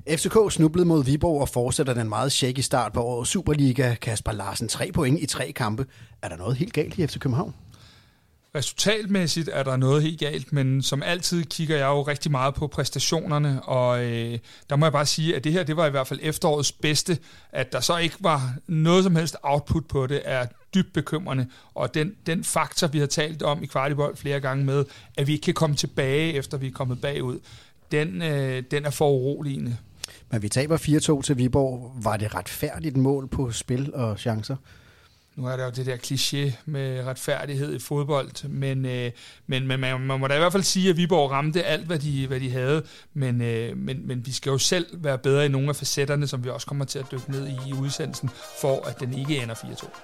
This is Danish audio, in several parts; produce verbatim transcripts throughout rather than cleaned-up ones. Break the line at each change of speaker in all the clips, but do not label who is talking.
F C K snublede mod Viborg og fortsætter den meget shaky start på årets Superliga. Kasper Larsen, tre point i tre kampe. Er der noget helt galt i F C København?
Resultatmæssigt er der noget helt galt, men som altid kigger jeg jo rigtig meget på præstationerne, og øh, der må jeg bare sige, at det her, det var i hvert fald efterårets bedste. At der så ikke var noget som helst output på det, er dybt bekymrende, og den, den faktor, vi har talt om i Kvartibold flere gange med, at vi ikke kan komme tilbage, efter vi er kommet bagud, den, øh, den er for uroligende.
Men vi taber fire to til Viborg. Var det retfærdigt mål på spil og chancer?
Nu er der jo det der kliché med retfærdighed i fodbold, men, øh, men, men man, man må da i hvert fald sige, at Viborg ramte alt, hvad de, hvad de havde, men, øh, men, men vi skal jo selv være bedre i nogle af facetterne, som vi også kommer til at dykke ned i i udsendelsen, for at den ikke ender fire to.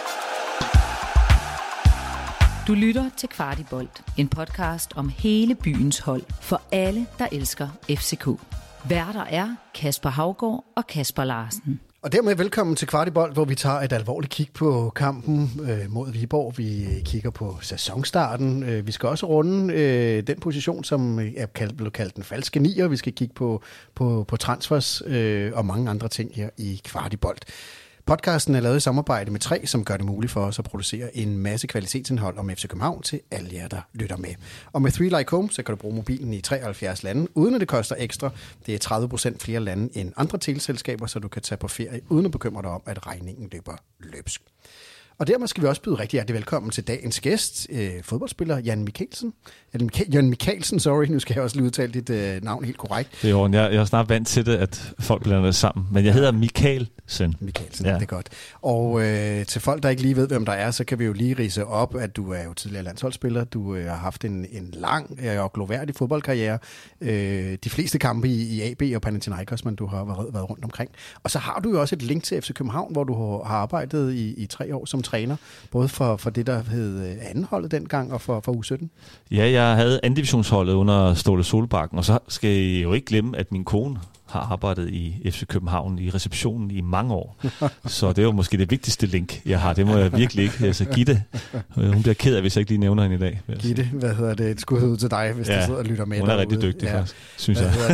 Du lytter til Kvartibold, en podcast om hele byens hold, for alle, der elsker F C K. Værter er Kasper Haugaard og Kasper Larsen.
Og dermed velkommen til Kvartibold, hvor vi tager et alvorligt kig på kampen øh, mod Viborg. Vi kigger på sæsonstarten. Øh, vi skal også runde øh, den position, som er kaldt, blev kaldt den falske nier. Vi skal kigge på, på, på transfers øh, og mange andre ting her i Kvartibold. Podcasten er lavet i samarbejde med Tre, som gør det muligt for os at producere en masse kvalitetsindhold om F C København til alle jer, der lytter med. Og med Three Like Home, så kan du bruge mobilen i treoghalvfjerds lande, uden at det koster ekstra. Det er tredive procent flere lande end andre teleselskaber, så du kan tage på ferie, uden at bekymre dig om, at regningen løber løbsk. Og dermed skal vi også byde rigtig hjertelig velkommen til dagens gæst, øh, fodboldspiller Jan Mikkelsen. Eller Mika- Jan Mikkelsen, sorry, nu skal jeg også lige udtale dit øh, navn helt korrekt.
Det er jo, jeg, jeg er snart vant til det, at folk blander det sammen. Men jeg hedder Mikkelsen.
Mikkelsen, ja. Det er godt. Og øh, til folk, der ikke lige ved, hvem der er, så kan vi jo lige ridse op, at du er jo tidligere landsholdsspiller. Du øh, har haft en, en lang og gloværdig fodboldkarriere. Øh, de fleste kampe i, i A B og Panathinaikos, men du har været, været rundt omkring. Og så har du jo også et link til F C København, hvor du har arbejdet i, i tre år som træner, både for, for det, der hed andenholdet dengang, og for, for U sytten.
Ja, jeg havde andendivisionsholdet under Ståle Solbakken, og så skal jeg jo ikke glemme, at min kone har arbejdet i F C København i receptionen i mange år. Så det er jo måske det vigtigste link, jeg har. Det må jeg virkelig ikke. Altså Gitte, hun bliver ked af, hvis jeg ikke lige nævner hende i dag.
Gitte, hvad hedder det? Et skud ud til dig, hvis ja, du sidder og lytter med.
Hun er derude. Rigtig dygtig, ja, faktisk, synes
hvad
jeg.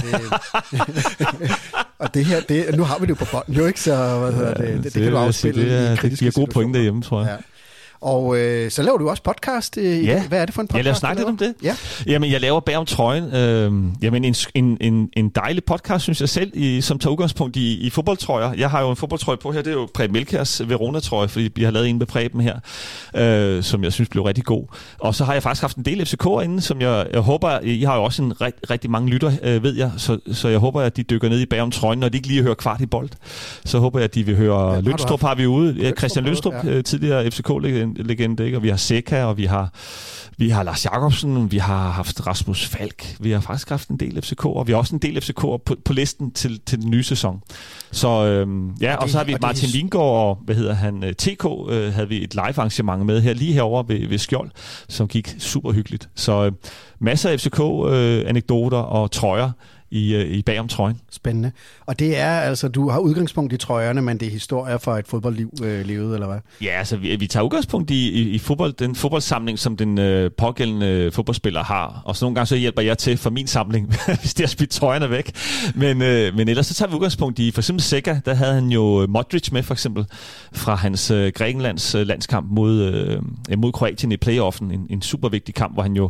Det? Og det her, det, nu har vi det jo på bånd, jo ikke? Så hvad hedder det? Det, det, det kan du afspille
det, er,
i kritiske
det giver gode point derhjemme, tror jeg. Ja.
Og øh, så laver du også podcast. Øh,
ja.
Hvad er det for en podcast?
Jeg laver snakke lidt om det.
Ja.
Jamen, jeg laver Bag om trøjen. Øh, jamen, en, en, en, en dejlig podcast, synes jeg selv, i, som tager udgangspunkt i, i fodboldtrøjer. Jeg har jo en fodboldtrøje på her. Det er jo Preben Melkjærs Verona-trøje, fordi vi har lavet en med Preben her, øh, som jeg synes blev rigtig god. Og så har jeg faktisk haft en del F C K'er inde, som jeg, jeg håber, I har jo også en rigt, rigtig mange lytter, øh, ved jeg, så, så jeg håber, at de dykker ned i Bag om trøjen, når de ikke lige hører Kvartibold. Så håber jeg, at de vil høre ja, Lønstrup har vi ude. Ja, Christian Lønstrup, ja. Tidligere F C K-legende, ikke? Og vi har Seca, og vi har, vi har Lars Jacobsen, vi har haft Rasmus Falk, vi har faktisk haft en del F C K, og vi har også en del F C K'er på, på listen til, til den nye sæson. Så øhm, ja, og, og så har vi og Martin Lindgaard og, hvad hedder han, T K, øh, havde vi et live arrangement med her, lige herovre ved, ved Skjold, som gik super hyggeligt. Så øh, masser af F C K-anekdoter øh, og trøjer i, i bag om trøjen.
Spændende. Og det er altså, du har udgangspunkt i trøjerne, men det er historier fra et fodboldliv øh, levet, eller hvad?
Ja, altså vi, vi tager udgangspunkt i, i, i fodbold, den fodboldsamling, som den øh, pågældende fodboldspiller har. Og så nogle gange så hjælper jeg til for min samling, hvis det har spidt trøjerne væk. Men, øh, men ellers så tager vi udgangspunkt i, for eksempel Seca, der havde han jo Modric med, for eksempel, fra hans øh, Grækenlands øh, landskamp mod, øh, mod Kroatien i playoffen. En, en super vigtig kamp, hvor han jo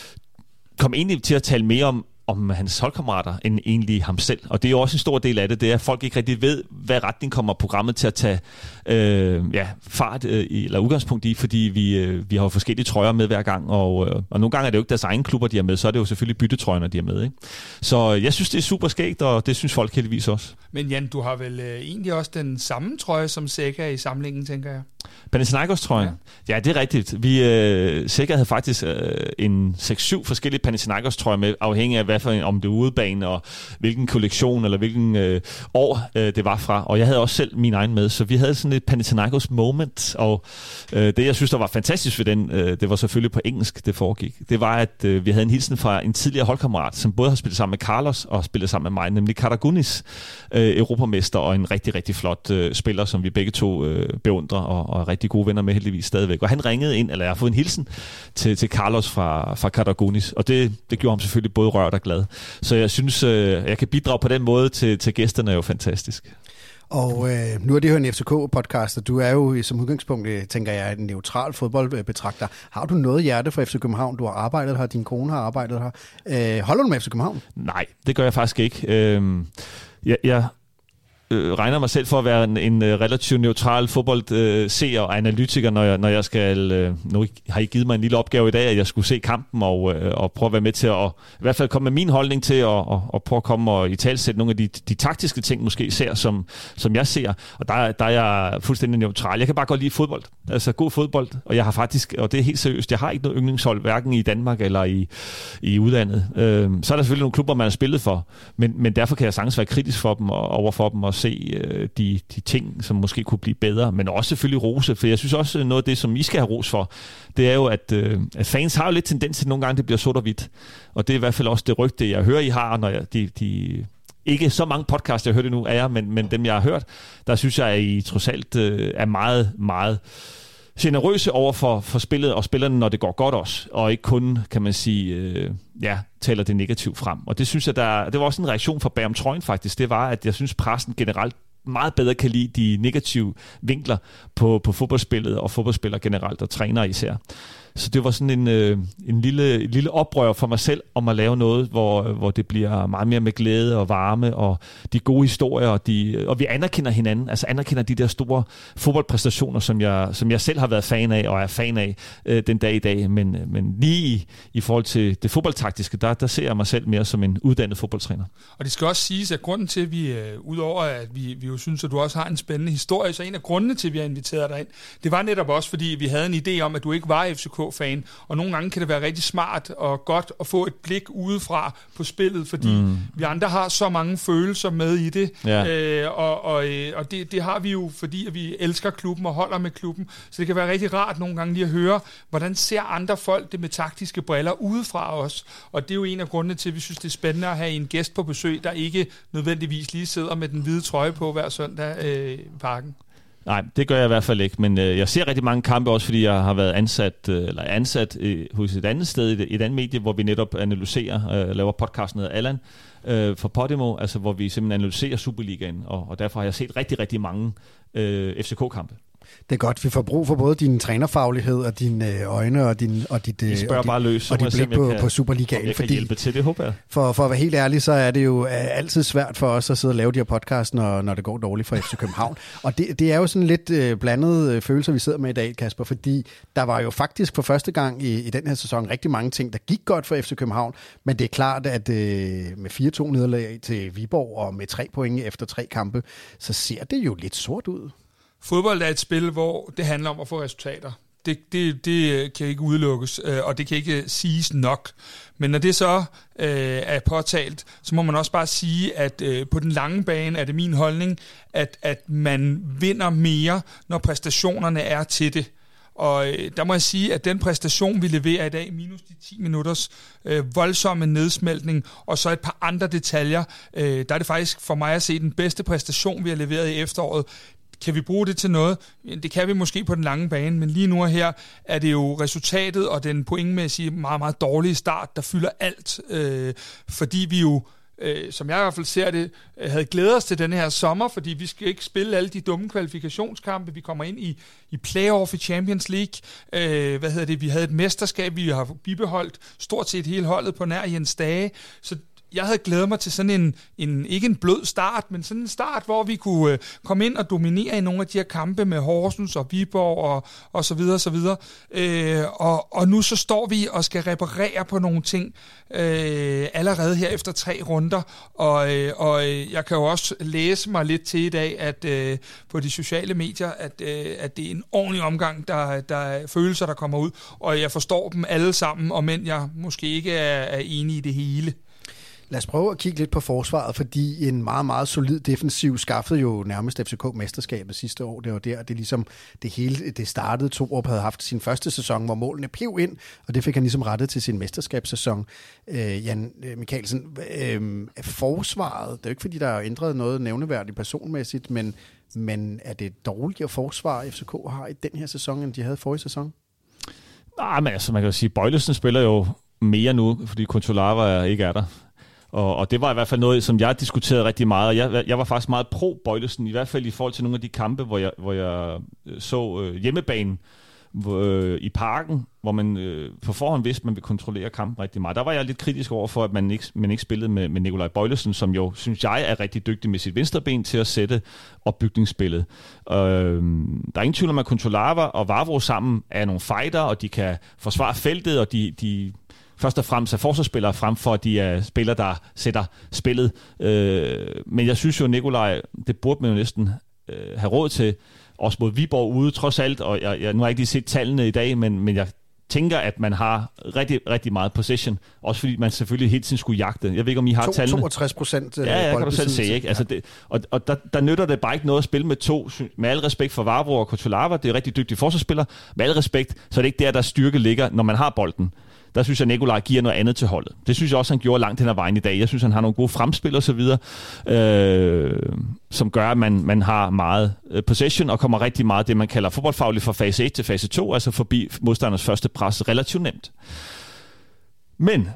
kom egentlig til at tale mere om om hans holdkammerater, end egentlig ham selv. Og det er jo også en stor del af det, det er, at folk ikke rigtig ved, hvad retning kommer programmet til at tage øh, ja, fart øh, eller udgangspunkt i, fordi vi, øh, vi har jo forskellige trøjer med hver gang, og, øh, og nogle gange er det jo ikke deres egen klubber, de er med, så er det jo selvfølgelig byttetrøjerne, de er med. Ikke? Så jeg synes, det er super skægt, og det synes folk heldigvis også.
Men Jan, du har vel øh, egentlig også den samme trøje som Seca i samlingen, tænker jeg?
Panathinaikos-trøjen? Ja. ja, det er rigtigt. Vi, øh, Seca havde faktisk øh, en seks syv forskellige Panathinaikos-trøjer med, afhængig af hvad for en, om det er udebane, og hvilken kollektion, eller hvilken øh, år øh, det var fra. Og jeg havde også selv min egen med, så vi havde sådan et Panathinaikos moment, og øh, det, jeg synes, der var fantastisk ved den, øh, det var selvfølgelig på engelsk, det foregik. Det var, at øh, vi havde en hilsen fra en tidligere holdkammerat, som både har spillet sammen med Carlos og spillet sammen med mig, nemlig Karagunis, øh, europamester, og en rigtig, rigtig flot øh, spiller, som vi begge to øh, beundrer, og, og er rigtig gode venner med heldigvis stadigvæk. Og han ringede ind, eller jeg har fået en hilsen til, til Carlos fra, fra Karagunis, og det, det gjorde ham selvfølgelig både rørt og glad. Så jeg synes, øh, jeg kan bidrage på den måde til, til gæsterne, er jo fantastisk.
Og øh, nu er det jo en F C K-podcast, og du er jo som udgangspunkt, tænker jeg, en neutral fodboldbetragter. Har du noget hjerte for F C København? Du har arbejdet her, din kone har arbejdet her. Øh, holder du med F C København?
Nej, det gør jeg faktisk ikke. Øh, jeg... jeg Øh, regner mig selv for at være en, en relativt neutral fodboldseer øh, og analytiker, når jeg, når jeg skal... Øh, nu har I givet mig en lille opgave i dag, at jeg skulle se kampen og, øh, og prøve at være med til at... I hvert fald komme med min holdning til at og, og prøve at komme og i talsætte nogle af de, de taktiske ting, måske især, som, som jeg ser. Og der, der er jeg fuldstændig neutral. Jeg kan bare godt lide fodbold. Altså god fodbold. Og jeg har faktisk... Og det er helt seriøst. Jeg har ikke noget yndlingshold, hverken i Danmark eller i, i udlandet. Øh, så er der selvfølgelig nogle klubber, man har spillet for. Men, men derfor kan jeg sagtens være kritisk for dem og over for dem og se øh, de, de ting, som måske kunne blive bedre, men også selvfølgelig rose, for jeg synes også noget af det, som I skal have ros for, det er jo, at, øh, at fans har jo lidt tendens til, at nogle gange det bliver sort og hvidt, og det er i hvert fald også det rygte, jeg hører, I har, når jeg, de, de ikke så mange podcasts, jeg har hørt endnu af jer, men, men dem, jeg har hørt, der synes jeg, at I trods alt øh, er meget, meget generøse over for, for spillet og spillerne, når det går godt også, og ikke kun, kan man sige, øh, ja, taler det negativt frem. Og det synes jeg, der, det var også en reaktion fra bag om trøjen faktisk, det var, at jeg synes, pressen generelt meget bedre kan lide de negative vinkler på, på fodboldspillet og fodboldspillere generelt, og trænere især. Så det var sådan en, øh, en lille, en lille oprør for mig selv om at lave noget, hvor, hvor det bliver meget mere med glæde og varme og de gode historier, og, de, og vi anerkender hinanden, altså anerkender de der store fodboldpræstationer, som jeg, som jeg selv har været fan af og er fan af øh, den dag i dag. Men, men lige i, i forhold til det fodboldtaktiske, der, der ser jeg mig selv mere som en uddannet fodboldtræner. Og
det skal også siges, at grunden til, at vi, øh, udover at vi, vi jo synes, at du også har en spændende historie, så en af grundene til, at vi har inviteret dig ind, det var netop også, fordi vi havde en idé om, at du ikke var F C K-fan, og nogle gange kan det være rigtig smart og godt at få et blik udefra på spillet, fordi mm. vi andre har så mange følelser med i det, ja. øh, og, og, og det, det har vi jo, fordi at vi elsker klubben og holder med klubben, så det kan være rigtig rart nogle gange lige at høre, hvordan ser andre folk det med taktiske briller udefra os, og det er jo en af grundene til, at vi synes, det er spændende at have en gæst på besøg, der ikke nødvendigvis lige sidder med den hvide trøje på hver søndag øh, i parken.
Nej, det gør jeg i hvert fald ikke, men øh, jeg ser rigtig mange kampe også, fordi jeg har været ansat, øh, eller ansat øh, hos et andet sted, i et, et andet medie, hvor vi netop analyserer, øh, laver podcasten hedder Allan øh, for Podimo, altså hvor vi simpelthen analyserer Superligaen, og, og derfor har jeg set rigtig, rigtig mange øh, F C K-kampe.
Det er godt, vi får brug for både din trænerfaglighed og dine øjne og, din, og dit,
I spørger
og dit,
bare løs,
og dit blik på,
kan,
på Superligaen.
Jeg kan hjælpe til det, håber jeg.
For, for at være helt ærlig, så er det jo altid svært for os at sidde og lave de her podcasts, når, når det går dårligt for F C København. Og det, det er jo sådan lidt øh, blandede følelser, vi sidder med i dag, Kasper, fordi der var jo faktisk for første gang i, i den her sæson rigtig mange ting, der gik godt for F C København, men det er klart, at øh, med fire to nederlag til Viborg og med tre point efter tre kampe, så ser det jo lidt sort ud.
Fodbold er et spil, hvor det handler om at få resultater. Det, det, det kan ikke udelukkes, og det kan ikke siges nok. Men når det så øh, er påtalt, så må man også bare sige, at øh, på den lange bane er det min holdning, at, at man vinder mere, når præstationerne er til det. Og øh, der må jeg sige, at den præstation, vi leverer i dag, minus de ti minutters øh, voldsomme nedsmeltning, og så et par andre detaljer, øh, der er det faktisk for mig at se den bedste præstation, vi har leveret i efteråret. Kan vi bruge det til noget? Det kan vi måske på den lange bane, men lige nu og her er det jo resultatet og den pointmæssige meget, meget dårlige start, der fylder alt, øh, fordi vi jo, øh, som jeg i hvert fald ser det, havde glædet os til den her sommer, fordi vi skal ikke spille alle de dumme kvalifikationskampe. Vi kommer ind i, i playoff i Champions League. Øh, hvad hedder det? Vi havde et mesterskab, vi har bibeholdt stort set hele holdet på nær Jens Dage, så jeg havde glædet mig til sådan en, en, ikke en blød start, men sådan en start, hvor vi kunne øh, komme ind og dominere i nogle af de her kampe med Horsens og Viborg og, og så videre, så videre. Øh, og, og nu så står vi og skal reparere på nogle ting øh, allerede her efter tre runder, og, øh, og jeg kan jo også læse mig lidt til i dag, at øh, på de sociale medier, at, øh, at det er en ordentlig omgang, der, der er følelser, der kommer ud, og jeg forstår dem alle sammen, og men jeg måske ikke er, er enig i det hele.
Lad os prøve at kigge lidt på forsvaret, fordi en meget, meget solid defensiv skaffede jo nærmest F C K-mesterskabet sidste år. Det var der, det ligesom det hele det startede. Torup havde haft sin første sæson, hvor målene pev ind, og det fik han ligesom rettet til sin mesterskabssæson. Øh, Jan Michaelsen, øh, forsvaret, det er jo ikke fordi, der er ændret noget nævneværdigt personmæssigt, men, men er det et dårligere forsvar, F C K har i den her sæson, end de havde forrige sæson?
Nej, men altså, man kan jo sige, Bøjlesen spiller jo mere nu, fordi Kontolava ikke er der. Og, og det var i hvert fald noget, som jeg diskuterede rigtig meget, og jeg, jeg var faktisk meget pro Bøjlesen, i hvert fald i forhold til nogle af de kampe, hvor jeg, hvor jeg så øh, hjemmebanen øh, i Parken, hvor man øh, på forhånd vidste, at man ville kontrollere kampen rigtig meget. Der var jeg lidt kritisk over for, at man ikke, man ikke spillede med, med Nikolaj Bøjlesen, som jo, synes jeg, er rigtig dygtig med sit venstre ben til at sætte opbygningsspillet. Øh, der er ingen tvivl om, at Kontolava og Vavro sammen er nogle fighter, og de kan forsvare feltet, og de... de først og fremmest er forsvarsspillere, frem for at de er spillere, der sætter spillet. Øh, men jeg synes jo, Nikolaj, det burde man jo næsten øh, have råd til, også mod Viborg ude, trods alt, og jeg, jeg, nu har jeg ikke lige set tallene i dag, men, men jeg tænker, at man har rigtig, rigtig meget possession, også fordi man selvfølgelig hele tiden skulle jagte. Jeg ved ikke, om I har tallene.
toogtres procent
Ja, ja, kan du selv se, ikke? Altså det, og og der, der nytter det bare ikke noget at spille med to, med al respekt for Vavro og Kontolava, det er rigtig dygtige forsvarsspillere, med al respekt, så er det ikke der, der styrke ligger, når man har bolden. Der synes jeg, at Nikolaj giver noget andet til holdet. Det synes jeg også, han gjorde langt hen ad vejen i dag. Jeg synes, han har nogle gode fremspil og så videre, øh, som gør, at man, man har meget øh, possession og kommer rigtig meget det, man kalder fodboldfagligt fra fase et til fase to, altså forbi modstanders første pres relativt nemt. Men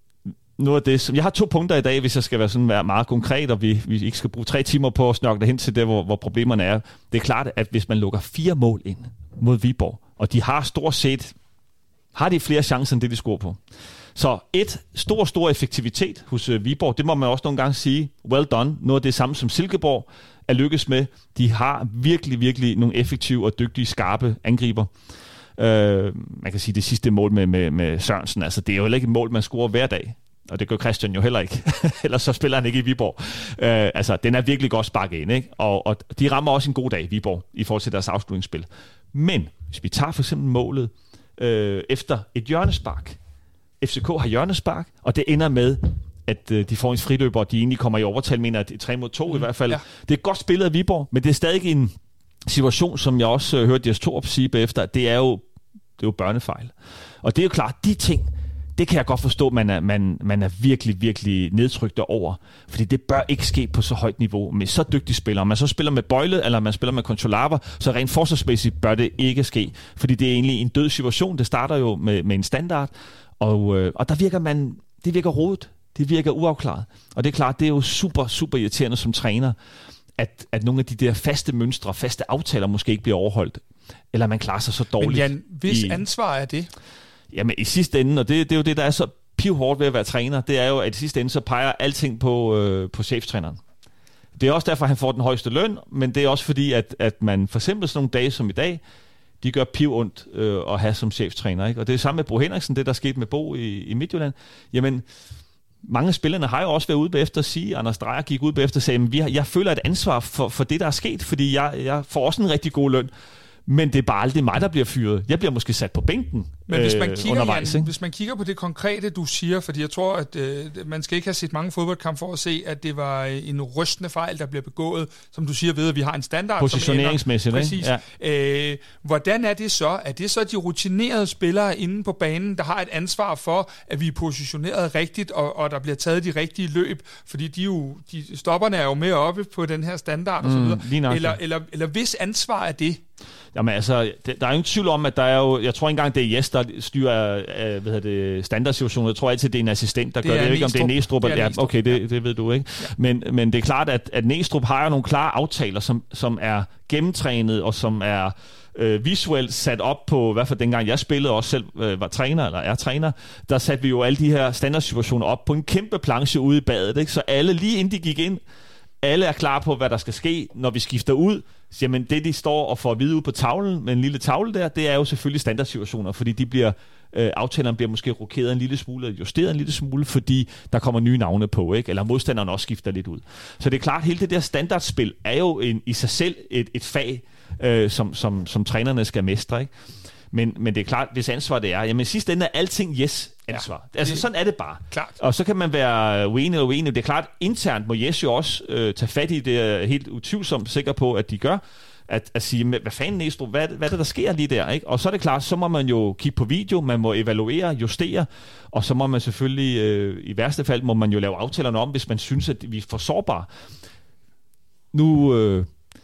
noget af det, som jeg har to punkter i dag, hvis jeg skal være sådan være meget konkret, og vi, vi ikke skal bruge tre timer på at snørkle hen til det, hvor, hvor problemerne er. Det er klart, at hvis man lukker fire mål ind mod Viborg, og de har stort set har de flere chancer end det, de scorer på. Så et, stor, stor effektivitet hos uh, Viborg, det må man også nogle gange sige, well done, noget af det samme som Silkeborg er lykkes med. De har virkelig, virkelig nogle effektive og dygtige, skarpe angriber. Uh, man kan sige, det sidste mål med, med, med Sørensen, altså det er jo heller ikke et mål, man scorer hver dag, og det gør Christian jo heller ikke. Ellers så spiller han ikke i Viborg. Uh, altså, den er virkelig godt sparket ind, ikke? Og, og de rammer også en god dag i Viborg, i forhold til deres afslutningsspil. Men, hvis vi tager for eksempel målet, Øh, efter et hjørnespark. F C K har hjørnespark, og det ender med, at øh, de får en friløber, og de egentlig kommer i overtal, mener at tre mod to mm, i hvert fald. Ja. Det er godt spillet af Viborg, men det er stadig en situation, som jeg også øh, hørte Jes Torup sige bagefter, det er jo, det er jo børnefejl. Og det er jo klart, de ting, det kan jeg godt forstå, man er, man, man er virkelig, virkelig nedtrykt over. Fordi det bør ikke ske på så højt niveau med så dygtige spillere. Om man så spiller med Bøjle, eller man spiller med Kontolava, så rent forsvarsmæssigt bør det ikke ske. Fordi det er egentlig en død situation. Det starter jo med, med en standard, og, øh, og der virker man, det virker rodet. Det virker uafklaret. Og det er klart, det er jo super, super irriterende som træner, at, at nogle af de der faste mønstre, faste aftaler måske ikke bliver overholdt. Eller man klarer sig så dårligt.
Men Jan, hvis i, ansvar er det?
Jamen i sidste ende, og det, det er jo det, der er så pivhårdt ved at være træner, det er jo, at i sidste ende, så peger alting på, øh, på cheftræneren. Det er også derfor, han får den højeste løn, men det er også fordi, at, at man for eksempel sådan nogle dage som i dag, de gør piv ondt øh, at have som cheftræner. Ikke? Og det er samme med Bo Henriksen, det der skete med Bo i, i Midtjylland. Jamen, mange af spillerne har jo også været ude bagefter at sige, Anders Dreyer gik ud bagefter og sagde, at jeg føler et ansvar for, for det, der er sket, fordi jeg, jeg får også en rigtig god løn. Men det er bare aldrig mig, der bliver fyret. Jeg bliver måske sat på bænken.
Men hvis man,
øh,
kigger, Jan, hvis man kigger på det konkrete, du siger, fordi jeg tror, at øh, man skal ikke have set mange fodboldkampe for at se, at det var en rystende fejl, der bliver begået, som du siger ved, at vi har en standard.
Positioneringsmæssigt,
præcis. Ja. Øh, hvordan er det så? Er det så de rutinerede spillere inde på banen, der har et ansvar for, at vi er positioneret rigtigt, og, og der bliver taget de rigtige løb? Fordi de, jo, de stopperne er jo med oppe på den her standard og så videre.
Mm,
eller, eller, eller hvis ansvar er det?
Jamen altså, der er jo ingen tvivl om, at der er jo, jeg tror ikke engang, det er Jes, der styrer øh, hvad hedder det, standardsituationen. Jeg tror altid, det er en assistent, der det gør det. Jeg ved ikke, om det er Næstrup. Det er ja, okay, det, det ved du ikke. Ja. Men, men det er klart, at, at Næstrup har jo nogle klare aftaler, som, som er gennemtrænet, og som er øh, visuelt sat op på, i hvert fald dengang jeg spillede, også selv øh, var træner, eller er træner, der satte vi jo alle de her standardsituationer op på en kæmpe planche ude i badet, ikke? Så alle, lige inden de gik ind, alle er klar på, hvad der skal ske, når vi skifter ud. Jamen det, de står og får at vide ud på tavlen, med en lille tavle der, det er jo selvfølgelig standardsituationer, fordi de bliver, øh, aftalerne bliver måske rokeret en lille smule, justeret en lille smule, fordi der kommer nye navne på, ikke? Eller modstanderen også skifter lidt ud. Så det er klart, hele det der standardspil er jo en, i sig selv et, et fag, øh, som, som, som trænerne skal mestre, ikke? Men, men det er klart, hvis ansvar det er, jamen i sidste ende er alting yes ansvar. Ja, altså det, sådan er det bare.
Klart.
Og så kan man være uenig eller uenig. Det er klart, internt må Jes jo også øh, tage fat i det, er helt utvivlsomt sikker på, at de gør, at, at sige, hvad fanden Næstrup, hvad, hvad er det, der sker lige der? Ikke? Og så er det klart, så må man jo kigge på video, man må evaluere, justere, og så må man selvfølgelig, øh, i værste fald, må man jo lave aftalerne om, hvis man synes, at vi er for sårbare. Nu... Øh,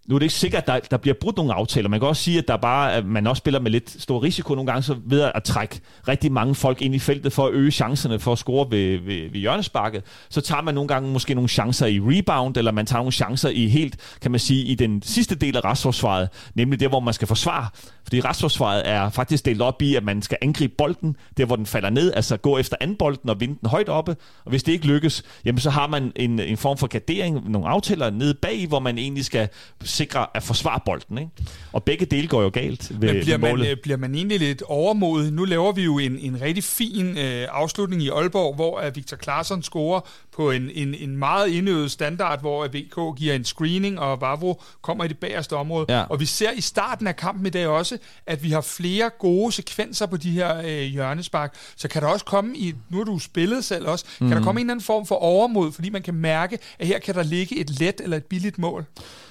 nu er det ikke sikkert, at der, der bliver brudt nogle aftaler. Man kan også sige, at der bare, at man også spiller med lidt stor risiko nogle gange, så ved at trække rigtig mange folk ind i feltet for at øge chancerne for at score ved, ved, ved hjørnesparket. Så tager man nogle gange måske nogle chancer i rebound, eller man tager nogle chancer i helt, kan man sige, i den sidste del af restforsvaret, nemlig der, hvor man skal forsvare. Fordi restforsvaret er faktisk delt op i, at man skal angribe bolden, der hvor den falder ned, altså gå efter anden bolden og vinde den højt oppe. Og hvis det ikke lykkes, jamen så har man en, en form for gardering, nogle aftaler nede bag, hvor man egentlig skal sikre at forsvare bolden, ikke? Og begge dele går jo galt ved,
Men bliver
ved målet.
man, bliver man egentlig lidt overmodig? Nu laver vi jo en, en rigtig fin øh, afslutning i Aalborg, hvor uh, Victor Claesson scorer på en, en, en meget indøvet standard, hvor V K giver en screening, og Vavro kommer i det bagerste område. Ja. Og vi ser i starten af kampen i dag også, at vi har flere gode sekvenser på de her øh, hjørnespark. Så kan der også komme i, nu har du spillet selv også, mm. kan der komme en eller anden form for overmod, fordi man kan mærke, at her kan der ligge et let eller et billigt mål.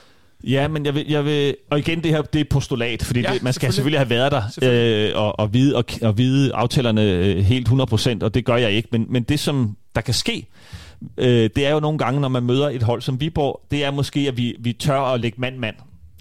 Ja, men jeg vil, jeg vil, og igen det her, det er postulat, fordi ja, det, man skal selvfølgelig, selvfølgelig have været der øh, og, og, vide, og, og vide aftalerne helt hundrede procent, og det gør jeg ikke. Men, men det, som der kan ske, øh, det er jo nogle gange, når man møder et hold som Viborg, det er måske, at vi, vi tør at lægge mand-mand.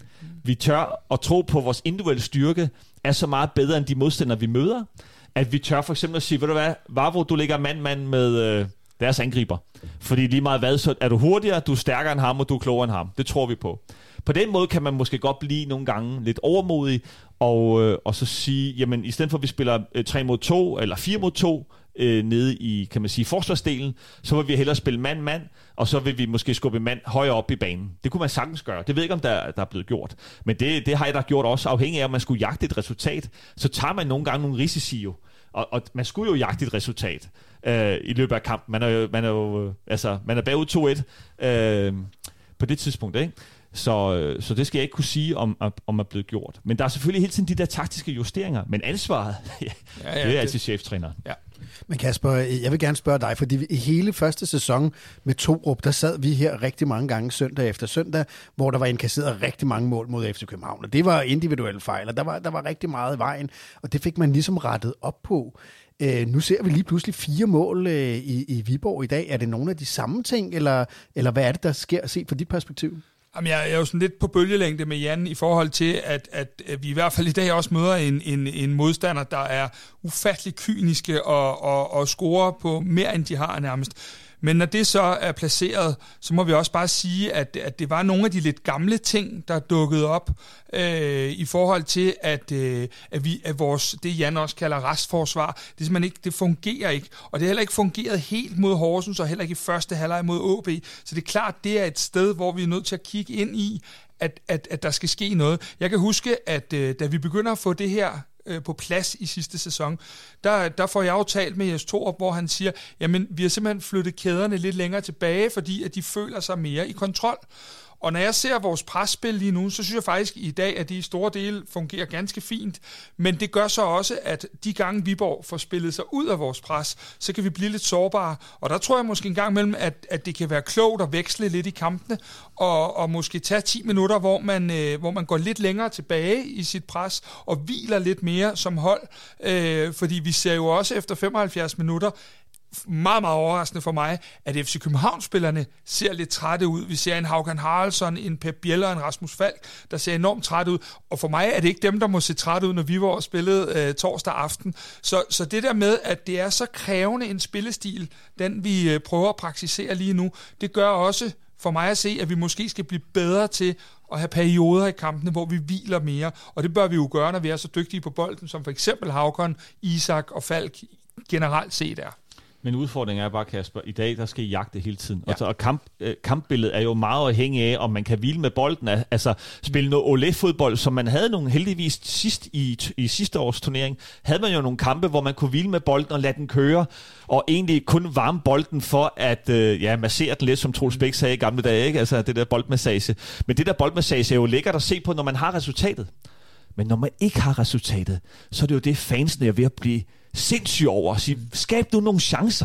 Vi tør at tro på, at vores individuelle styrke er så meget bedre end de modstandere, vi møder, at vi tør for eksempel at sige, ved du hvad, Vavro, du ligger mand-mand med øh, deres angriber. Fordi lige meget hvad, så er du hurtigere, du er stærkere end ham, og du er klogere end ham. Det tror vi på. På den måde kan man måske godt blive nogle gange lidt overmodig, og, øh, og så sige, jamen i stedet for at vi spiller øh, tre mod to eller fire mod to øh, nede i, kan man sige, forsvarsdelen, så vil vi hellere spille mand-mand, og så vil vi måske skubbe mand højere op i banen. Det kunne man sagtens gøre. Det ved jeg ikke, om der, der er blevet gjort. Men det, det har jeg da gjort også, afhængig af, om man skulle jagte et resultat. Så tager man nogle gange nogle risici jo. Og, og man skulle jo jagte et resultat øh, i løbet af kampen. Man er jo, man er jo altså, man er bagud to et øh, på det tidspunkt, ikke? Så, så det skal jeg ikke kunne sige, om, om er blevet gjort. Men der er selvfølgelig hele tiden de der taktiske justeringer. Men ansvaret, ja, ja, ja, det er altid cheftræneren. Ja.
Men Kasper, jeg vil gerne spørge dig, fordi i hele første sæson med Torup, der sad vi her rigtig mange gange søndag efter søndag, hvor der var indkasseret rigtig mange mål mod F C København. Og det var individuelle fejl, og der var, der var rigtig meget i vejen, og det fik man ligesom rettet op på. Uh, nu ser vi lige pludselig fire mål uh, i, i Viborg i dag. Er det nogle af de samme ting, eller, eller hvad er det, der sker set fra dit perspektiv?
Jamen, jeg er jo sådan lidt på bølgelængde med Jan i forhold til, at, at vi i hvert fald i dag også møder en, en, en modstander, der er ufattelig kyniske og, og, og scorer på mere, end de har nærmest. Men når det så er placeret, så må vi også bare sige, at, at det var nogle af de lidt gamle ting, der dukkede op øh, i forhold til, at, øh, at, vi, at vores, det Jan også kalder restforsvar, det, simpelthen ikke, det fungerer ikke. Og det har heller ikke fungeret helt mod Horsens, og heller ikke i første halvleg mod O B. Så det er klart, det er et sted, hvor vi er nødt til at kigge ind i, at, at, at der skal ske noget. Jeg kan huske, at øh, da vi begynder at få det her på plads i sidste sæson, der, der får jeg jo talt med Jes Torup, hvor han siger, jamen vi har simpelthen flyttet kæderne lidt længere tilbage, fordi at de føler sig mere i kontrol. Og når jeg ser vores presspil lige nu, så synes jeg faktisk i dag, at de store dele fungerer ganske fint. Men det gør så også, at de gange Viborg får spillet sig ud af vores pres, så kan vi blive lidt sårbare. Og der tror jeg måske en gang imellem, at, at det kan være klogt at veksle lidt i kampene, og, og måske tage ti minutter, hvor man, øh, hvor man går lidt længere tilbage i sit pres, og hviler lidt mere som hold. Øh, fordi vi ser jo også efter femoghalvfjerds minutter, meget, meget overraskende for mig, at F C København-spillerne ser lidt trætte ud. Vi ser en Haugan Haraldsson, en Pep Biel og en Rasmus Falk, der ser enormt trætte ud. Og for mig er det ikke dem, der må se trætte ud, når vi var spillet øh, torsdag aften. Så, så det der med, at det er så krævende en spillestil, den vi øh, prøver at praktisere lige nu, det gør også for mig at se, at vi måske skal blive bedre til at have perioder i kampene, hvor vi hviler mere. Og det bør vi jo gøre, når vi er så dygtige på bolden, som for eksempel Haugan, Isak og Falk generelt set er.
Men udfordringen er bare, Kasper, i dag, der skal I jagte hele tiden. Ja. Og kamp, øh, kampbilledet er jo meget afhængig af, om man kan hvile med bolden. Altså spille noget Olé-fodbold, som man havde nogle heldigvis sidst i, i sidste års turnering, havde man jo nogle kampe, hvor man kunne hvile med bolden og lade den køre, og egentlig kun varme bolden for at øh, ja, massere den lidt, som Troels Bæk sagde i gamle dage, ikke? Altså det der boldmassage. Men det der boldmassage er jo lækkert at se på, når man har resultatet. Men når man ikke har resultatet, så er det jo det, fansene er ved at blive sindssygt over at sige, skab nu nogle chancer.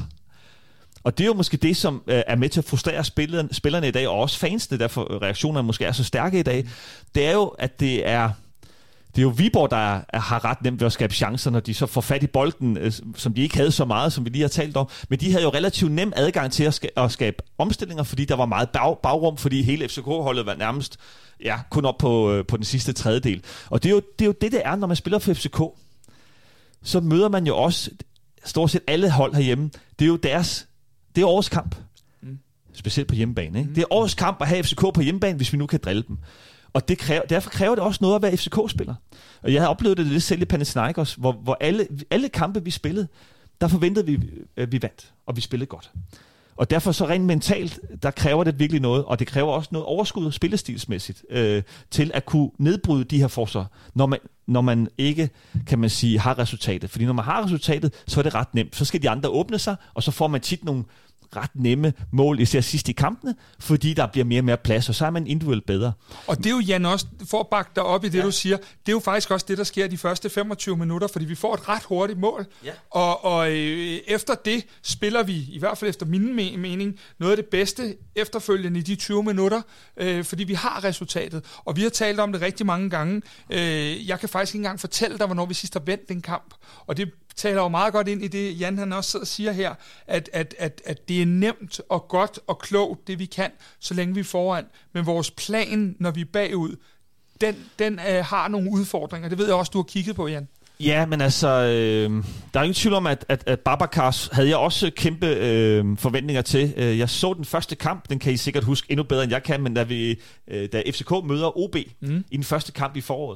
Og det er jo måske det, som øh, er med til at frustrere spillerne, spillerne i dag, og også fansene, derfor reaktionerne måske er så stærke i dag. Det er jo, at det er, det er jo Viborg, der er, har ret nemt ved at skabe chancer, når de så får fat i bolden, øh, som de ikke havde så meget, som vi lige har talt om. Men de havde jo relativt nem adgang til at, ska- at skabe omstillinger, fordi der var meget bag- bagrum, fordi hele F C K-holdet var nærmest ja, kun op på, øh, på den sidste tredjedel. Og det er, jo, det er jo det, det er, når man spiller for F C K. Så møder man jo også stort set alle hold herhjemme. Det er jo deres, det er årets kamp. Mm. Specielt på hjemmebane. Ikke? Mm. Det er årets kamp at have F C K på hjemmebane, hvis vi nu kan drille dem. Og det kræver, derfor kræver det også noget at være F C K-spiller. Og jeg har oplevet det lidt selv i Panathinaikos, hvor, hvor alle, alle kampe, vi spillede, der forventede vi, at vi vandt, og vi spillede godt. Og derfor så rent mentalt, der kræver det virkelig noget, og det kræver også noget overskud spillestilsmæssigt, øh, til at kunne nedbryde de her forsvar, når man, når man ikke, kan man sige, har resultatet. Fordi når man har resultatet, så er det ret nemt. Så skal de andre åbne sig, og så får man tit nogle ret nemme mål, især sidst i kampene, fordi der bliver mere og mere plads, og så er man individuelt bedre.
Og det er jo, Jan, også, for at bakke dig op i det, ja. du siger, det er jo faktisk også det, der sker de første femogtyve minutter, fordi vi får et ret hurtigt mål, ja. og, og øh, efter det spiller vi, i hvert fald efter min mening, noget af det bedste efterfølgende i de tyve minutter, øh, fordi vi har resultatet, og vi har talt om det rigtig mange gange. Øh, jeg kan faktisk ikke engang fortælle dig, hvornår vi sidst har vendt en kamp, og det taler jo meget godt ind i det, Jan han også sidder og siger her, at, at, at, at det er nemt og godt og klogt, det vi kan, så længe vi er foran. Men vores plan, når vi er bagud, den, den øh, har nogle udfordringer. Det ved jeg også, du har kigget på, Jan.
Ja, men altså, øh, der er ingen tvivl om, at, at, at Babacar havde jeg også kæmpe øh, forventninger til. Jeg så den første kamp, den kan I sikkert huske endnu bedre, end jeg kan, men da, vi, øh, da F C K møder O B mm. i den første kamp i foråret,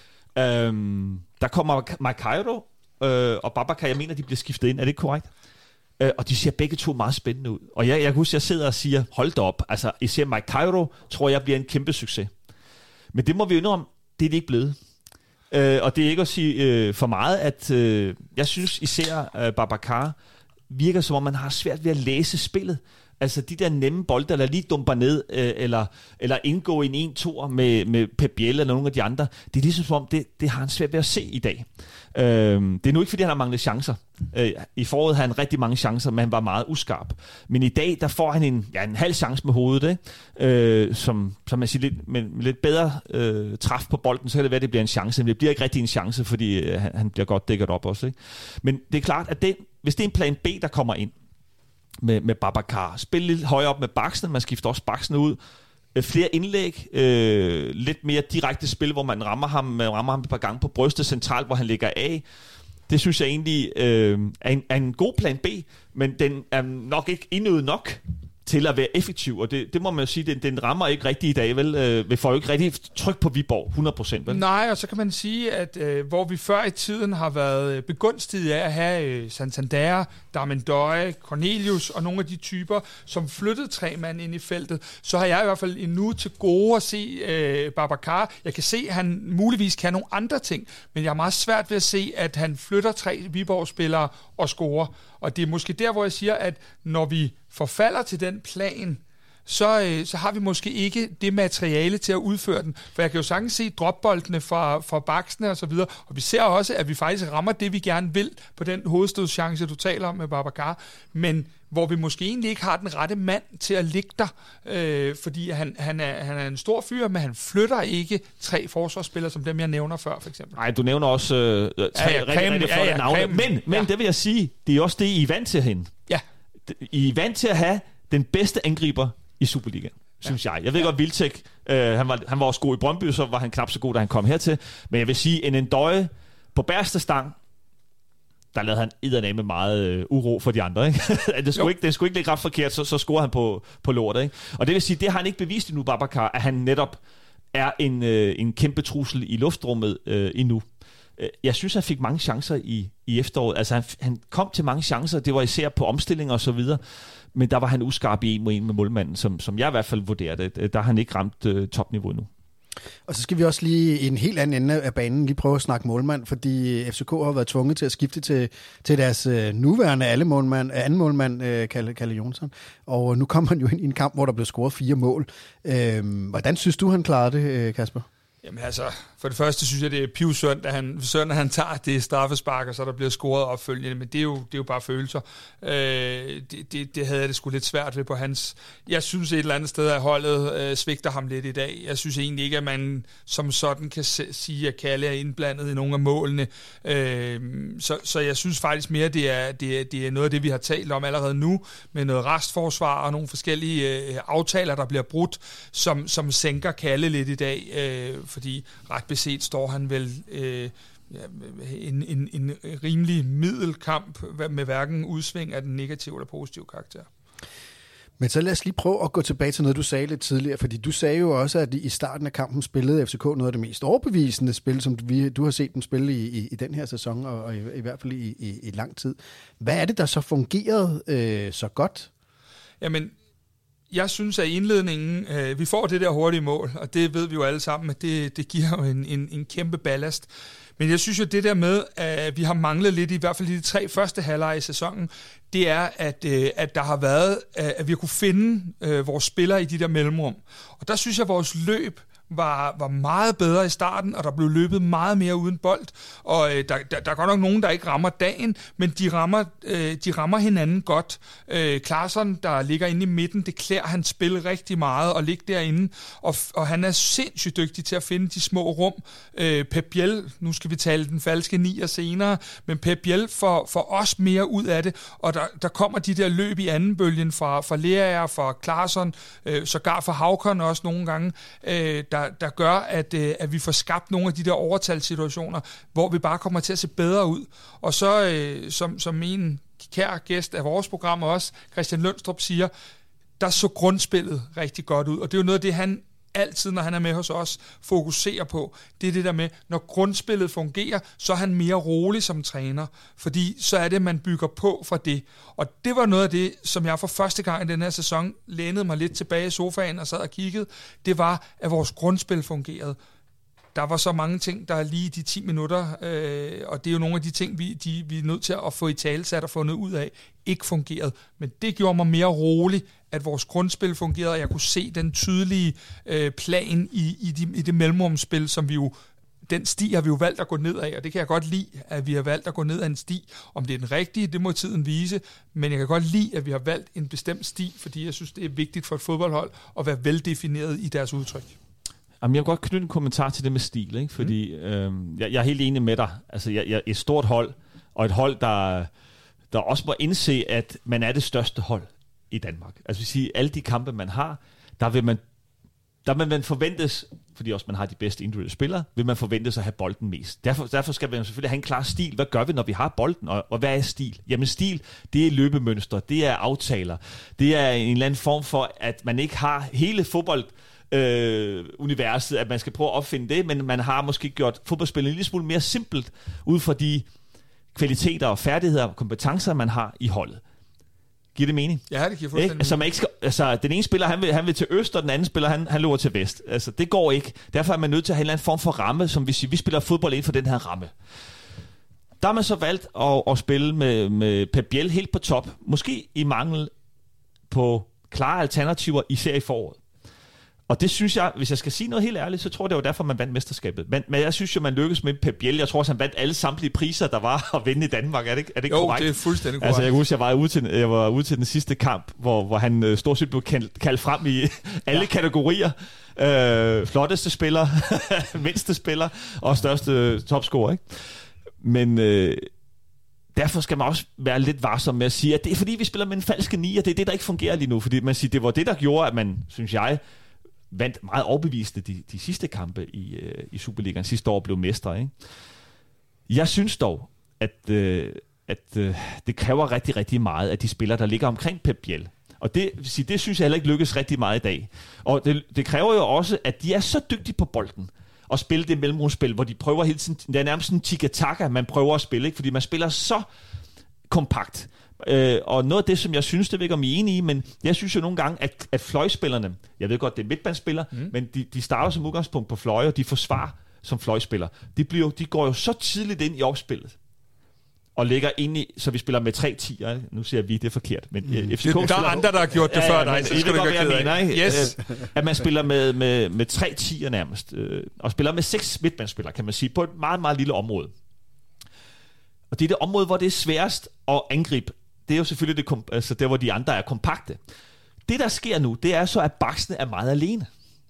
øh, der kommer Mike Cairo og Babacar, jeg mener, de bliver skiftet ind. Er det ikke korrekt? Øh, og de ser begge to meget spændende ud. Og jeg, jeg kan huske, jeg sidder og siger, hold da op. Altså, især Mike Cairo, tror jeg, bliver en kæmpe succes. Men det må vi jo indrømme, det er det ikke blevet. Øh, og det er ikke at sige øh, for meget, at øh, jeg synes især øh, Babacar virker som om, man har svært ved at læse spillet. Altså de der nemme bolde, der lige dumper ned, øh, eller, eller indgå i en en-toer med, med Pep Biel eller nogle af de andre. Det er ligesom som om, det, det har han svært ved at se i dag. Øh, det er nu ikke, fordi han har manglet chancer. Øh, I foråret havde han rigtig mange chancer, men han var meget uskarp. Men i dag, der får han en, ja, en halv chance med hovedet, ikke? Øh, som, som man siger, lidt, med, med lidt bedre øh, træf på bolden, så kan det være, at det bliver en chance. Men det bliver ikke rigtig en chance, fordi øh, han, han bliver godt dækket op også. Ikke? Men det er klart, at den, hvis det er en plan B, der kommer ind, med, med Babacar. Spil lidt højere op med baksen, man skifter også baksen ud. Øh, flere indlæg, øh, lidt mere direkte spil, hvor man rammer ham, man rammer ham et par gange på brystet centralt, hvor han ligger af. Det synes jeg egentlig øh, er, en, er en god plan B, men den er nok ikke indøvet nok til at være effektiv, og det, det må man jo sige, den, den rammer ikke rigtigt i dag, vel? Øh, vi får jo ikke rigtig tryk på Viborg, hundrede procent, vel?
Nej, og så kan man sige, at øh, hvor vi før i tiden har været begunstiget af at have øh, Santander, Darmendøje, Cornelius og nogle af de typer, som flyttede tre mand ind i feltet, så har jeg i hvert fald endnu til gode at se øh, Babacar. Jeg kan se, at han muligvis kan nogle andre ting, men jeg er meget svært ved at se, at han flytter tre Viborg-spillere og scorer. Og det er måske der, hvor jeg siger, at når vi forfalder til den plan, så, øh, så har vi måske ikke det materiale til at udføre den. For jeg kan jo sagtens se dropboldene fra, fra baksene og så videre, og vi ser også, at vi faktisk rammer det, vi gerne vil på den hovedstødschance, du taler om med Babacar, men hvor vi måske egentlig ikke har den rette mand til at ligge der, øh, fordi han, han, er, han er en stor fyr, men han flytter ikke tre forsvarsspillere, som dem, jeg nævner før, for eksempel.
Nej, du nævner også øh, tre ja, ja, rigtig, rigtig flotte ja, ja, navne, Krem, men, men ja. det vil jeg sige, det er også det, I er vant til at hende.
Ja.
I er vant til at have den bedste angriber i Superligaen, synes ja. jeg. Jeg ved ja. godt, Wilczek, øh, han, var, han var også god i Brøndby, så var han knap så god, da han kom hertil. Men jeg vil sige, en Ndøje på bærste stang, der lavede han eddermame meget øh, uro for de andre. Ikke? det, skulle ikke, det skulle ikke ligge ret forkert, så, så scorer han på, på lortet. Ikke? Og det vil sige, det har han ikke bevist endnu, Babacar, at han netop er en, øh, en kæmpe trussel i luftrummet øh, endnu. Jeg synes, han fik mange chancer i, i efteråret. Altså, han, han kom til mange chancer. Det var især på omstillinger og så videre. Men der var han uskarp i en mod en med målmanden, som, som jeg i hvert fald vurderede. Der har han ikke ramt uh, topniveau endnu.
Og så skal vi også lige i en helt anden ende af banen lige prøve at snakke målmand, fordi F C K har været tvunget til at skifte til, til deres øh, nuværende alle målmand, anden målmand, øh, Kalle, Kalle Jonsson. Og nu kommer han jo ind i en kamp, hvor der blev scoret fire mål. Øh, hvordan synes du, han klarede det, Kasper?
Jamen altså, for det første synes jeg, det er pivsynd, at han, synd, at han tager det straffespark, og så der bliver scoret opfølgende, men det er jo, det er jo bare følelser. Øh, det, det, det havde jeg det sgu lidt svært ved på hans... Jeg synes et eller andet sted, at holdet øh, svigter ham lidt i dag. Jeg synes egentlig ikke, at man som sådan kan se, sige, at Kalle er indblandet i nogle af målene. Øh, så, så jeg synes faktisk mere, det er, det, er, det er noget af det, vi har talt om allerede nu, med noget restforsvar og nogle forskellige øh, aftaler, der bliver brudt, som, som sænker Kalle lidt i dag. Øh, fordi ret beset står han vel øh, en, en, en rimelig middelkamp med hverken udsving af den negative eller positive karakter.
Men så lad os lige prøve at gå tilbage til noget, du sagde lidt tidligere, fordi du sagde jo også, at i starten af kampen spillede F C K noget af det mest overbevisende spil, som vi, du har set dem spille i, i, i den her sæson, og, og i, i hvert fald i, i, i lang tid. Hvad er det, der så fungerede øh, så godt?
Jamen, jeg synes, at indledningen, øh, vi får det der hurtige mål, og det ved vi jo alle sammen, at det, det giver jo en, en, en kæmpe ballast. Men jeg synes jo, det der med, at vi har manglet lidt, i hvert fald i de tre første halvleje i sæsonen, det er, at, øh, at der har været, at vi har kunne finde øh, vores spillere i de der mellemrum. Og der synes jeg, at vores løb var, var meget bedre i starten, og der blev løbet meget mere uden bold. Og øh, der, der, der er godt nok nogen, der ikke rammer dagen, men de rammer, øh, de rammer hinanden godt. Øh, Klaarsson, der ligger inde i midten, det klæder hans spil rigtig meget at ligge derinde, og, og han er sindssygt dygtig til at finde de små rum. Øh, Pep Biel, nu skal vi tale den falske nier senere, men Pep Biel får, får også mere ud af det, og der, der kommer de der løb i anden bølgen fra, fra Lerager, fra Klaarsson, øh, sågar fra Haukon også nogle gange, øh, der der gør, at, at vi får skabt nogle af de der overtalssituationer, hvor vi bare kommer til at se bedre ud. Og så, øh, som, som en kær gæst af vores program også, Christian Lønstrup siger, der så grundspillet rigtig godt ud. Og det er jo noget af det, han altid, når han er med hos os, fokuserer på. Det er det der med, når grundspillet fungerer, så er han mere rolig som træner, fordi så er det, man bygger på fra det. Og det var noget af det, som jeg for første gang i den her sæson lænede mig lidt tilbage i sofaen og sad og kiggede. Det var, at vores grundspil fungerede. Der var så mange ting, der lige de ti minutter, øh, og det er jo nogle af de ting, vi, de, vi er nødt til at få i talesat og fundet ud af, ikke fungerede. Men det gjorde mig mere rolig, at vores grundspil fungerede, og jeg kunne se den tydelige øh, plan i, i, de, i det mellemrumsspil, som vi jo, den sti har vi jo valgt at gå ned af, og det kan jeg godt lide, at vi har valgt at gå ned af en sti. Om det er den rigtige, det må tiden vise, men jeg kan godt lide, at vi har valgt en bestemt sti, fordi jeg synes, det er vigtigt for et fodboldhold at være veldefineret i deres udtryk.
Jamen, jeg vil godt knytte en kommentar til det med stil, ikke? Fordi mm. øh, jeg, jeg er helt enig med dig. Altså, jeg, jeg, et stort hold, og et hold, der, der også må indse, at man er det største hold i Danmark. Altså, vil sige, alle de kampe, man har, der vil man, der vil man forventes, fordi også man har de bedste individuelle spillere, vil man forventes at have bolden mest. Derfor, derfor skal man selvfølgelig have en klar stil. Hvad gør vi, når vi har bolden? Og, og hvad er stil? Jamen, stil, det er løbemønstre, det er aftaler, det er en eller anden form for, at man ikke har hele fodbold Øh, universet, at man skal prøve at opfinde det, men man har måske gjort fodboldspillet en lille smule mere simpelt, ud fra de kvaliteter og færdigheder og kompetencer, man har i holdet. Giver det mening?
Ja, det giver fuldstændig
altså, man ikke skal, altså, den ene spiller, han vil, han vil til øst, og den anden spiller, han, han løber til vest. Altså, det går ikke. Derfor er man nødt til at have en eller anden form for ramme, som vi siger, vi spiller fodbold inden for den her ramme. Der har man så valgt at, at spille med, med Pep Biel helt på top, måske i mangel på klare alternativer, især i foråret. Og det synes jeg, hvis jeg skal sige noget helt ærligt, så tror jeg, det var derfor, man vandt mesterskabet. Men, men jeg synes jo, man lykkedes med Pep Biel. Jeg tror også, han vandt alle samtlige priser, der var at vinde i Danmark. Er det, er det
jo,
korrekt?
Jo, det er fuldstændig korrekt.
Altså, jeg husker, jeg var ude til, jeg var ude til den sidste kamp, hvor, hvor han øh, stort set blev kaldt, kaldt frem i alle ja. kategorier. Øh, flotteste spiller, mindste spiller og største topscorer, ikke? Men øh, derfor skal man også være lidt varsom med at sige, at det er fordi, vi spiller med en falske nier. Det er det, der ikke fungerer lige nu. Fordi man siger, det var det, der gjorde, at man, synes jeg, vandt meget overbeviste de, de sidste kampe i, øh, i Superligaen. Sidste år blev mestre, ikke? Jeg synes dog, at, øh, at øh, det kræver rigtig, rigtig meget af de spillere, der ligger omkring Pep Biel. Og det, det synes jeg heller ikke lykkes rigtig meget i dag. Og det, det kræver jo også, at de er så dygtige på bolden og spille det mellemrumsspil, hvor de prøver hele tiden, det er nærmest sådan en tiki-taka, man prøver at spille, ikke? Fordi man spiller så kompakt. Øh, og noget af det, som jeg synes, det ved ikke, om I er enige i, men jeg synes jo nogle gange, at, at fløjspillerne, jeg ved godt, det er midtbanespillere, mm. men de, de starter som udgangspunkt på fløje, og de forsvarer som fløjspillere. De, bliver, de går jo så tidligt ind i opspillet. og ligger ind i, så vi spiller med tre tier. Nu siger vi, det er forkert, men mm. F C K
der er andre, der har gjort det ja, før dig,
men,
så skal du ikke
mener, ikke?
Yes.
At man spiller med, med, med tre tier nærmest, og spiller med seks midtbanespillere, kan man sige, på et meget, meget lille område. Og det er det område, hvor det er sværest at angribe. Det er jo selvfølgelig det, altså der, hvor de andre er kompakte. Det, der sker nu, det er så, at baksene er meget alene.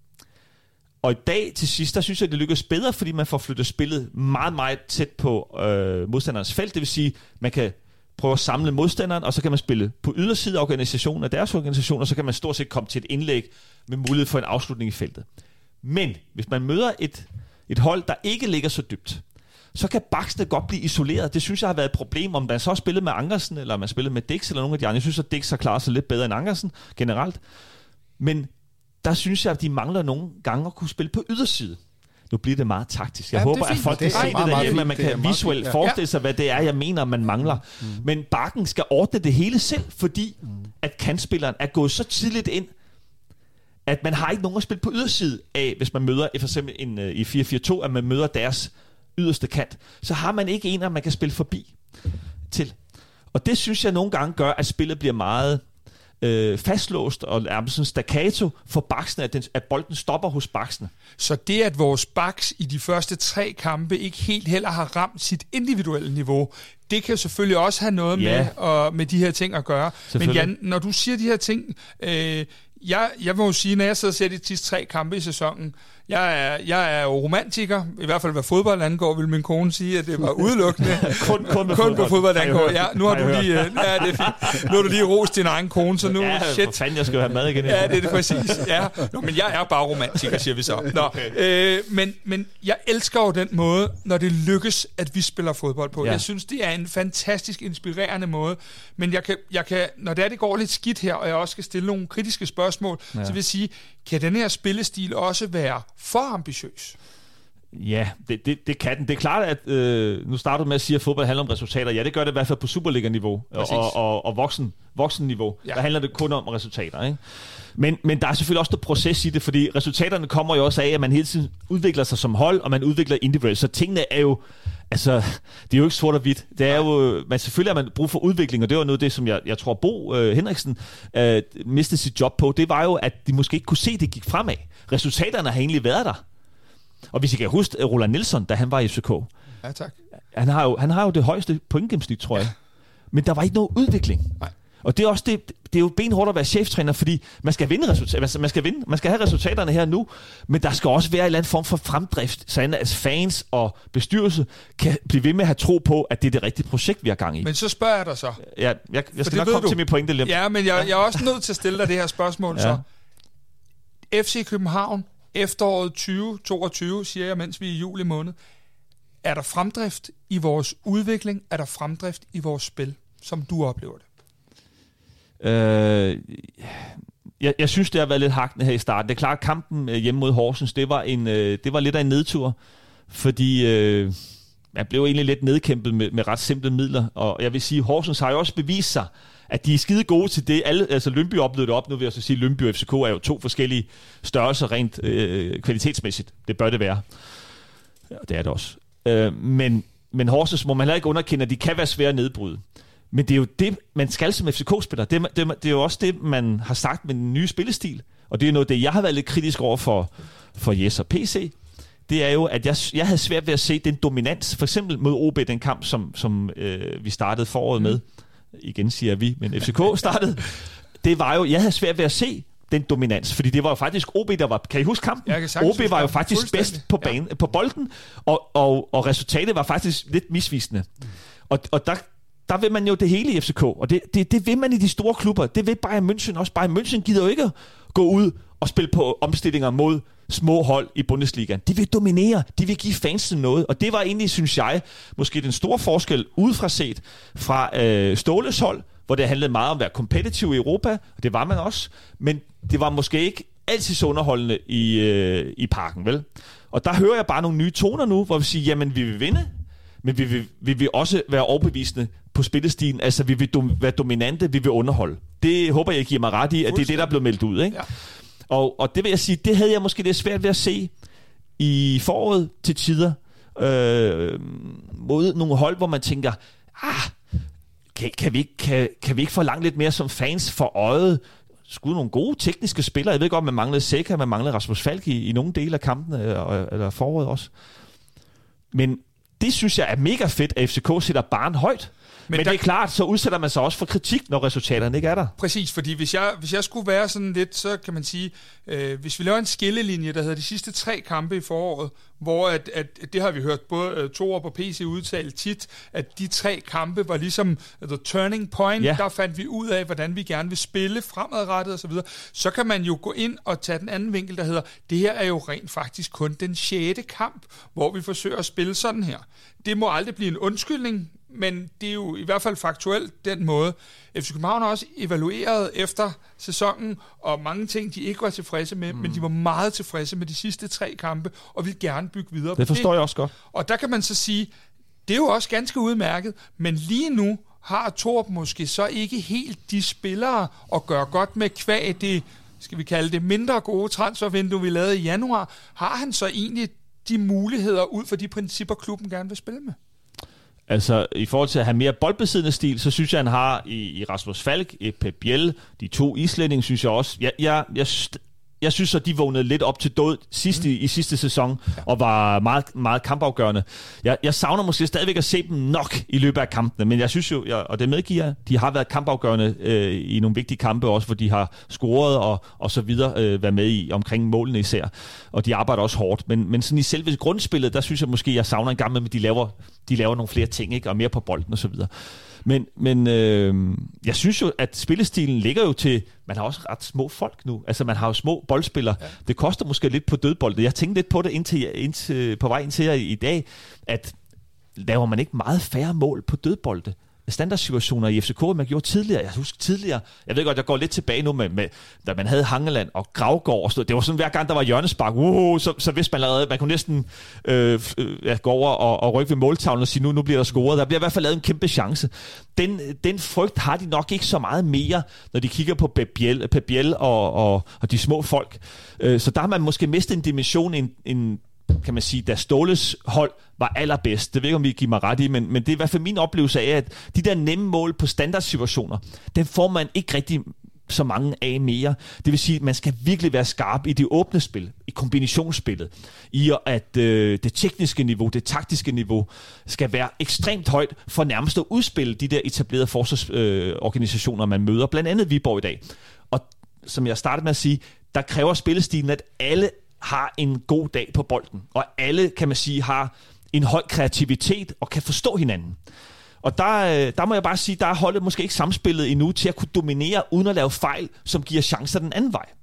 Og i dag til sidst, der synes jeg, det lykkes bedre, fordi man får flyttet spillet meget, meget tæt på øh, modstanderens felt. Det vil sige, man kan prøve at samle modstanderen, og så kan man spille på yderside af organisationen af deres organisation, og så kan man stort set komme til et indlæg med mulighed for en afslutning i feltet. Men hvis man møder et, et hold, der ikke ligger så dybt, så kan baksene godt blive isoleret. Det synes jeg har været et problem, om man så har spillet med Ankersen, eller man spillet med Dix, eller nogle af de andre. Jeg synes, at Dix har klaret sig lidt bedre end Ankersen generelt. Men der synes jeg, at de mangler nogle gange at kunne spille på yderside. Nu bliver det meget taktisk. Jeg ja, håber, at folk kan se det derhjemme, at man kan visuelt forestille sig, hvad det er, jeg mener, man mangler. Mm. Men bakken skal ordne det hele selv, fordi mm. at kantspilleren er gået så tidligt ind, at man har ikke nogen at spille på yderside af, hvis man møder for eksempel en, uh, i fire fire to, at man møder deres yderste kant. Så har man ikke en, at man kan spille forbi til. Og det synes jeg nogle gange gør, at spillet bliver meget øh, fastlåst og er sådan staccato for baksene, at, den, at bolden stopper hos baksene.
Så det, at vores baks i de første tre kampe ikke helt heller har ramt sit individuelle niveau, det kan selvfølgelig også have noget ja. med, og, med de her ting at gøre. Men Jan, når du siger de her ting, øh, jeg, jeg må jo sige, når jeg sidder og ser de sidste tre kampe i sæsonen, jeg er, jeg er jo romantiker, i hvert fald hvad fodbold angår, vil min kone sige, at det var udelukkende.
kun kun,
kun fodbold. på fodbold angår. Ja, nu har, har du lige, ja, det er fint. Nu har du lige rost din egen kone, så nu,
ja,
shit.
For fanden, jeg skal jo have mad igen.
Ja, det er det præcis. Ja. Nå, men jeg er bare romantiker, siger vi så. Nå, okay. øh, men, men jeg elsker jo den måde, når det lykkes, at vi spiller fodbold på. Ja. Jeg synes, det er en fantastisk inspirerende måde, men jeg kan, jeg kan, når det er, det går lidt skidt her, og jeg også skal stille nogle kritiske spørgsmål, ja. så vil jeg sige, kan den her spillestil også være for ambitiøs?
Ja, det, det, det kan den. Det er klart, at øh, nu starter du med at sige, at fodbold handler om resultater. Ja, det gør det i hvert fald på Superliga-niveau og, og, og, og voksen, voksen-niveau. Ja. Der handler det kun om resultater, ikke? Men, men der er selvfølgelig også noget proces i det, fordi resultaterne kommer jo også af, at man hele tiden udvikler sig som hold, og man udvikler individuelt. Så tingene er jo, altså, det er jo ikke sort og hvidt. Det er jo, man selvfølgelig har man brug for udvikling, og det var noget af det, som jeg, jeg tror, Bo øh, Henriksen øh, mistede sit job på. Det var jo, at de måske ikke kunne se, at det gik fremad. Resultaterne har egentlig været der. Og hvis I kan huske Roland Nielsen, da han var i F C K.
Ja, tak. Han
har jo, han har jo det højeste pointgennemsnit, tror jeg. Ja. Men der var ikke nogen udvikling. Nej. Og det er også det, det er jo benhårdt at være cheftræner, fordi man skal vinde resultater, man skal vinde, man skal have resultaterne her nu, men der skal også være en eller anden form for fremdrift, så at fans og bestyrelse kan blive ved med at have tro på, at det er det rigtige projekt, vi har gang i.
Men så spørger jeg dig så.
Ja, jeg, jeg skal nok komme du. til min pointe lidt.
Ja, men jeg, jeg er også nødt til at stille dig det her spørgsmål ja. så. F C København, efteråret tyve toogtyve, siger jeg, mens vi er i juli måned. Er der fremdrift i vores udvikling? Er der fremdrift i vores spil, som du oplever det?
Øh, jeg, jeg synes, det har været lidt hakkende her i starten. Det er klart, at kampen hjemme mod Horsens, det var, en, det var lidt af en nedtur, fordi øh, man blev egentlig lidt nedkæmpet med, med ret simple midler. Og jeg vil sige, at Horsens har jo også bevist sig, at de er skide gode til det. Alle, altså Lyngby oplevede det op, nu vil jeg så sige, at Lyngby og F C K er jo to forskellige størrelser rent øh, kvalitetsmæssigt. Det bør det være. Ja, det er det også. Øh, men, men Horsens må man heller ikke underkende, at de kan være svære at nedbryde. Men det er jo det, man skal som F C K-spiller. Det, det, det er jo også det, man har sagt med den nye spillestil. Og det er noget, det jeg har været lidt kritisk over for, for Jes og P C. Det er jo, at jeg, jeg havde svært ved at se den dominans, for eksempel mod O B, den kamp, som, som øh, vi startede foråret med. Igen siger vi, men F C K startede. Det var jo, jeg havde svært ved at se den dominans, fordi det var jo faktisk O B, der var, kan I huske kampen? O B var jo faktisk bedst på banen, ja. på bolden, og, og, og resultatet var faktisk lidt misvisende. Og, og der Der vil man jo det hele i F C K, og det, det, det vil man i de store klubber. Det vil Bayern München også. Bayern München gider jo ikke gå ud og spille på omstillinger mod små hold i Bundesligaen. De vil dominere, de vil give fansen noget, og det var egentlig, synes jeg, måske den store forskel udefra set fra øh, Ståles hold, hvor det handlede meget om at være kompetitiv i Europa, og det var man også, men det var måske ikke altid så underholdende i, øh, i parken, vel? Og der hører jeg bare nogle nye toner nu, hvor vi siger, jamen vi vil vinde, men vi vil, vi vil også være overbevisende på spillestilen. Altså, vi vil dom, være dominante, vi vil underholde. Det håber jeg giver mig ret i, at det er det, der er blevet meldt ud, ikke? Ja. Og, og det vil jeg sige, det havde jeg måske lidt svært ved at se i foråret til tider, øh, mod nogle hold, hvor man tænker, ah, kan, kan, vi ikke, kan, kan vi ikke forlange lidt mere som fans for øjet? Skulle nogle gode tekniske spillere. Jeg ved godt, man manglede Seca, man manglede Rasmus Falk i, i nogle dele af kampen, eller, eller foråret også. Men det synes jeg er mega fedt, at F C K sætter barren højt. Men, Men der, det er klart, så udsætter man sig også for kritik, når resultaterne ikke er der.
Præcis, fordi hvis jeg, hvis jeg skulle være sådan lidt, så kan man sige, øh, hvis vi laver en skillelinje, der hedder de sidste tre kampe i foråret, hvor at, at, at det har vi hørt både uh, to år på P C udtale tit, at de tre kampe var ligesom the turning point, ja. Der fandt vi ud af, hvordan vi gerne vil spille fremadrettet osv. Så, så kan man jo gå ind og tage den anden vinkel, der hedder, det her er jo rent faktisk kun den sjette kamp, hvor vi forsøger at spille sådan her. Det må aldrig blive en undskyldning, men det er jo i hvert fald faktuelt den måde. F C København har også evalueret efter sæsonen, og mange ting, de ikke var tilfredse med, mm. men de var meget tilfredse med de sidste tre kampe, og vil gerne bygge videre på det.
Det forstår jeg også godt.
Og der kan man så sige, det er jo også ganske udmærket, men lige nu har Torp måske så ikke helt de spillere at gøre godt med kvæg det, skal vi kalde det, mindre gode transfervindue, vi lavede i januar. Har han så egentlig de muligheder ud for de principper, klubben gerne vil spille med?
Altså, i forhold til at have mere boldbesiddende stil, så synes jeg, han har i, i Rasmus Falk, i Pep Biel, de to islændinge, synes jeg også. Jeg, jeg, jeg, jeg synes, at de vågnede lidt op til død sidste, mm. i sidste sæson, ja. Og var meget, meget kampafgørende. Jeg, jeg savner måske stadigvæk at se dem nok i løbet af kampene, men jeg synes jo, jeg, og det medgiver, de har været kampafgørende øh, i nogle vigtige kampe også, hvor de har scoret og, og så videre øh, været med i omkring målene især. Og de arbejder også hårdt. Men, men sådan i selve grundspillet, der synes jeg måske, jeg savner en gang med, at de laver, de laver nogle flere ting, ikke? Og mere på bolden og så videre. Men, men øh, jeg synes jo, at spillestilen ligger jo til, man har også ret små folk nu. Altså man har jo små boldspillere. Ja. Det koster måske lidt på dødbolde. Jeg tænkte lidt på det indtil, indtil, på vej ind til jer i dag, at laver man ikke meget færre mål på dødbolde? Standardsituationer i F C K, man gjorde tidligere. Jeg husker tidligere, jeg ved godt, jeg går lidt tilbage nu, med, med da man havde Hangeland og Gravgaard og sådan noget. Det var sådan, hver gang der var hjørnespark, uh, så, så vidste man allerede, man kunne næsten øh, øh, gå over og, og rykke ved måltavlen og sige, nu, nu bliver der scoret. Der bliver i hvert fald lavet en kæmpe chance. Den, den frygt har de nok ikke så meget mere, når de kigger på Pep Biel, Pep Biel og, og, og de små folk. Øh, så der har man måske mistet en dimension, en, en kan man sige, da Ståles hold var allerbedst. Det ved ikke, om vi giver mig ret i, men, men det er i hvert fald min oplevelse af, at de der nemme mål på standardsituationer, den får man ikke rigtig så mange af mere. Det vil sige, at man skal virkelig være skarp i det åbne spil, i kombinationsspillet, i at øh, det tekniske niveau, det taktiske niveau, skal være ekstremt højt for nærmest at udspille de der etablerede forsvarsorganisationer, øh, man møder, blandt andet Viborg i dag. Og som jeg startede med at sige, der kræver spillestilen, at alle har en god dag på bolden, og alle, kan man sige, har en høj kreativitet og kan forstå hinanden. Og der, der må jeg bare sige, der er holdet måske ikke samspillet endnu til at kunne dominere, uden at lave fejl, som giver chancer den anden vej.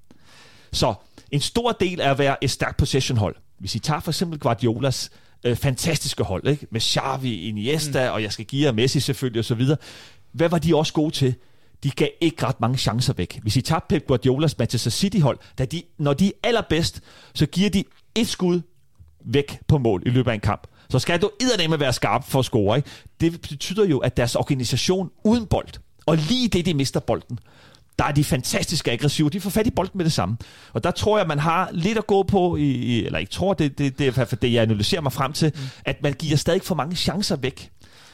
Så en stor del er at være et stærkt possession-hold. Hvis I tager for eksempel Guardiolas øh, fantastiske hold, ikke? Med Xavi, Iniesta, mm. og jeg skal give jer Messi selvfølgelig osv. Hvad var de også gode til? De gav ikke ret mange chancer væk. Hvis I tager Pep Guardiolas Manchester City-hold, da de, når de er allerbedst, så giver de et skud væk på mål i løbet af en kamp. Så skal du eddermame være skarp for at score, ikke? Det betyder jo, at deres organisation uden bold, og lige det, de mister bolden, der er de fantastiske aggressive. De får fat i bolden med det samme. Og der tror jeg, man har lidt at gå på, i, eller ikke tror, det, det, det er i hvert fald det, jeg analyserer mig frem til, mm. at man giver stadig for mange chancer væk.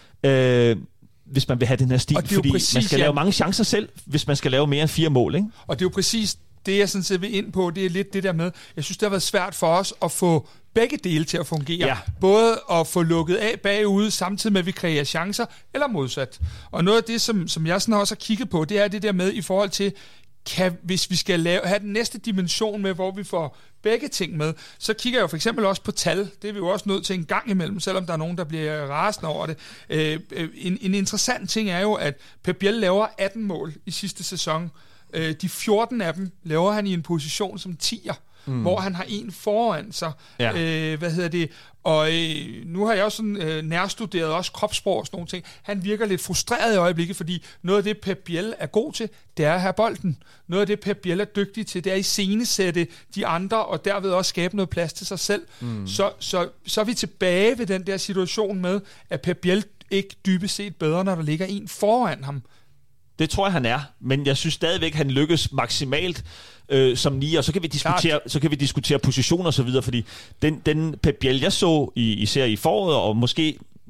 Øh, hvis man vil have den her stil, fordi præcis, man skal ja. lave mange chancer selv, hvis man skal lave mere end fire mål, ikke?
Og det er jo præcis det, jeg sådan set vil ind på, det er lidt det der med, jeg synes, det har været svært for os at få begge dele til at fungere. Ja. Både at få lukket af bagude, samtidig med, at vi kreerer chancer, eller modsat. Og noget af det, som, som jeg sådan også har kigget på, det er det der med i forhold til, kan, hvis vi skal lave, have den næste dimension med, hvor vi får begge ting med, så kigger jeg jo for eksempel også på tal. Det er vi jo også nødt til en gang imellem, selvom der er nogen, der bliver rasende over det. Øh, en, en interessant ting er jo, at Pep Biel laver atten mål i sidste sæson. Øh, de fjorten af dem laver han i en position som tier, mm. hvor han har en foran sig. Ja. Øh, hvad hedder det? Og øh, nu har jeg også sådan, øh, nærstuderet også kropssprog og sådan nogle ting. Han virker lidt frustreret i øjeblikket, fordi noget af det, Pep Biel er god til, det er at have bolden. Noget af det, Pep Biel er dygtig til, det er at iscenesætte de andre, og derved også skabe noget plads til sig selv. Mm. Så, så, så er vi tilbage ved den der situation med, at Pep Biel ikke dybest set bedre, når der ligger en foran ham.
Det tror jeg, han er, men jeg synes stadigvæk, han lykkes maksimalt øh, som nier, og så kan vi diskutere, så kan vi diskutere positioner og så videre, fordi den, den Pep Biel, jeg så i, især i foråret, og måske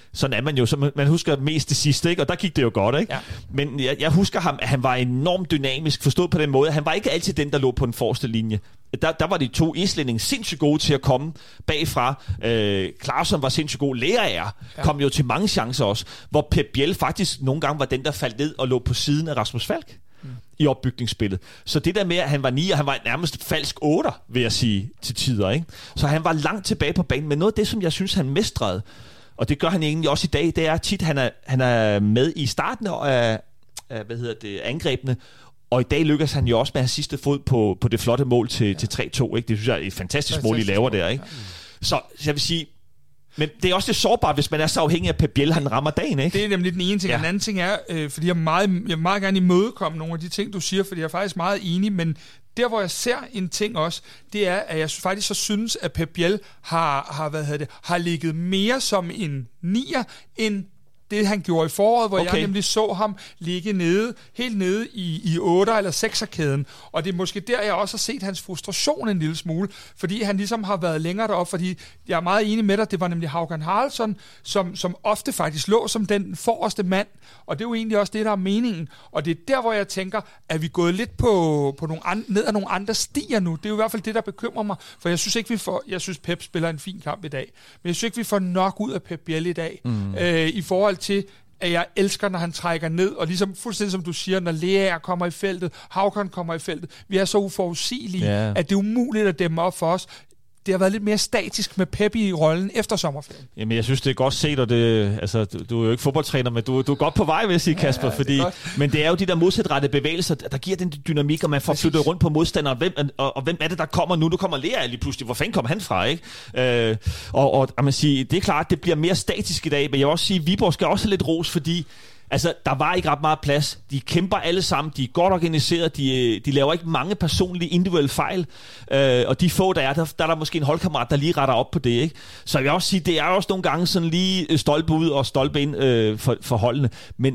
sådan er man jo, så man, man husker mest det sidste, ikke? Og der gik det jo godt, ikke? Ja. Men jeg, jeg husker ham, at han var enormt dynamisk, forstået på den måde. Han var ikke altid den, der lå på den forreste linje. Der, der var de to islændinge sindssygt gode til at komme bagfra. Øh, Claesson var sindssygt god. Lerager ja. kom jo til mange chancer også, hvor Pep Biel faktisk nogle gange var den, der faldt ned og lå på siden af Rasmus Falk mm. i opbygningsspillet. Så det der med, at han var ni, og han var nærmest falsk otter, vil jeg sige, til tider, ikke? Så han var langt tilbage på banen, men noget af det, som jeg synes, han mestrede, og det gør han egentlig også i dag, det er tit, han er, han er med i starten af, af hvad hedder det, angrebene, og i dag lykkes han jo også med at have sidste fod på, på det flotte mål til, ja. til tre to. Ikke? Det synes jeg er et fantastisk mål, I laver der. Ikke? Ja. Så, så jeg vil sige, men det er også lidt sårbart, hvis man er så afhængig af Pep Biel, han rammer dagen. Ikke?
Det er nemlig den ene ting. Ja. Den anden ting er, øh, fordi jeg meget, jeg vil meget gerne imødekomme nogle af de ting, du siger, fordi jeg er faktisk meget enig, men der, hvor jeg ser en ting også, det er, at jeg faktisk så synes, at Pep Biel har, har, hvad hedder det, har ligget mere som en nier, end det han gjorde i foråret, hvor okay. jeg nemlig så ham ligge nede, helt nede i, i otter eller sekser-kæden. Og det er måske der, jeg også har set hans frustration en lille smule, fordi han ligesom har været længere deroppe, fordi jeg er meget enig med dig, det var nemlig Haugan Haraldsson, som, som ofte faktisk lå som den forreste mand, og det er jo egentlig også det, der er meningen. Og det er der, hvor jeg tænker, at vi gået lidt på, på nogle an, ned ad nogle andre stier nu. Det er jo i hvert fald det, der bekymrer mig, for jeg synes ikke, vi får, jeg synes Pep spiller en fin kamp i dag, men jeg synes ikke, vi får nok ud af Pep Biel i dag, mm. øh, i forhold til, at jeg elsker, når han trækker ned, og ligesom fuldstændig som du siger, når Lea kommer i feltet, Haugan kommer i feltet, vi er så uforudsigelige, yeah. at det er umuligt at dæmme op for os. Det har været lidt mere statisk med Pep i rollen efter sommerferien. Jamen,
jeg synes, det er godt set, og det, altså, du, du er jo ikke fodboldtræner, men du, du er godt på vej, vil jeg sige, Kasper, ja, ja, fordi, men det er jo de der modsatrettede bevægelser, der giver den dynamik, og man får flyttet rundt på modstanderen, hvem, og, og hvem er det, der kommer nu? Nu kommer Lea lige pludselig. Hvor fanden kommer han fra, ikke? Øh, og, og, og man siger, det er klart, det bliver mere statisk i dag, men jeg vil også sige, at Viborg skal også have lidt ros, fordi altså, der var ikke ret meget plads. De kæmper alle sammen. De er godt organiseret. De, de laver ikke mange personlige, individuelle fejl. Øh, og de få, der er, der, der er der måske en holdkammerat, der lige retter op på det. Ikke? Så jeg vil også sige, det er også nogle gange sådan lige stolpe ud og stolpe ind øh, for, for holdene. Men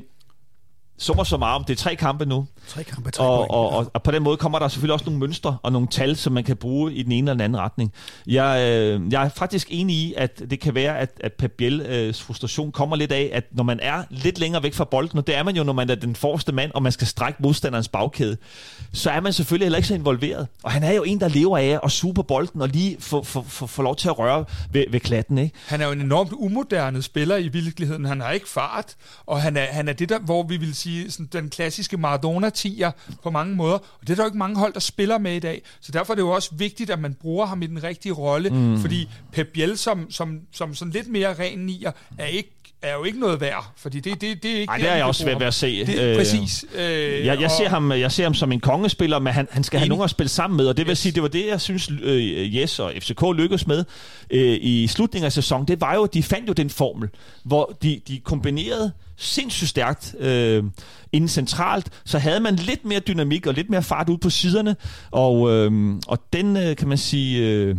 summer så meget om, det er tre kampe nu.
Tre kampe, tre
og, og, og, og på den måde kommer der selvfølgelig også nogle mønstre og nogle tal, som man kan bruge i den ene eller den anden retning. Jeg, øh, jeg er faktisk enig i, at det kan være, at, at Pep Biels øh, frustration kommer lidt af, at når man er lidt længere væk fra bolden, og det er man jo, når man er den forreste mand, og man skal strække modstanderens bagkæde, så er man selvfølgelig heller ikke så involveret. Og han er jo en, der lever af at suge på bolden og lige få, få, få, få lov til at røre ved, ved klatten. Ikke?
Han er jo en enormt umoderne spiller i virkeligheden. Han har ikke fart, og han er, han er det der, hvor vi vil sige, sådan den klassiske Maradona-tier på mange måder, og det er der jo ikke mange hold, der spiller med i dag, så derfor er det jo også vigtigt, at man bruger ham i den rigtige rolle, mm. fordi Pep Biel som, som, som sådan lidt mere ren nier, er ikke er jo ikke noget værd, fordi det, det, det er ikke...
Nej, det er jeg også svært ved at se.
Det, øh, præcis.
Øh, jeg, jeg, ser ham, jeg ser ham som en kongespiller, men han, han skal have nogen at spille sammen med, og det vil yes. sige, det var det, jeg synes, øh, Jes og F C K lykkedes med øh, i slutningen af sæsonen. Det var jo, de fandt jo den formel, hvor de, de kombinerede sindssygt stærkt øh, inden centralt, så havde man lidt mere dynamik og lidt mere fart ud på siderne, og, øh, og den, øh, kan man sige... Øh,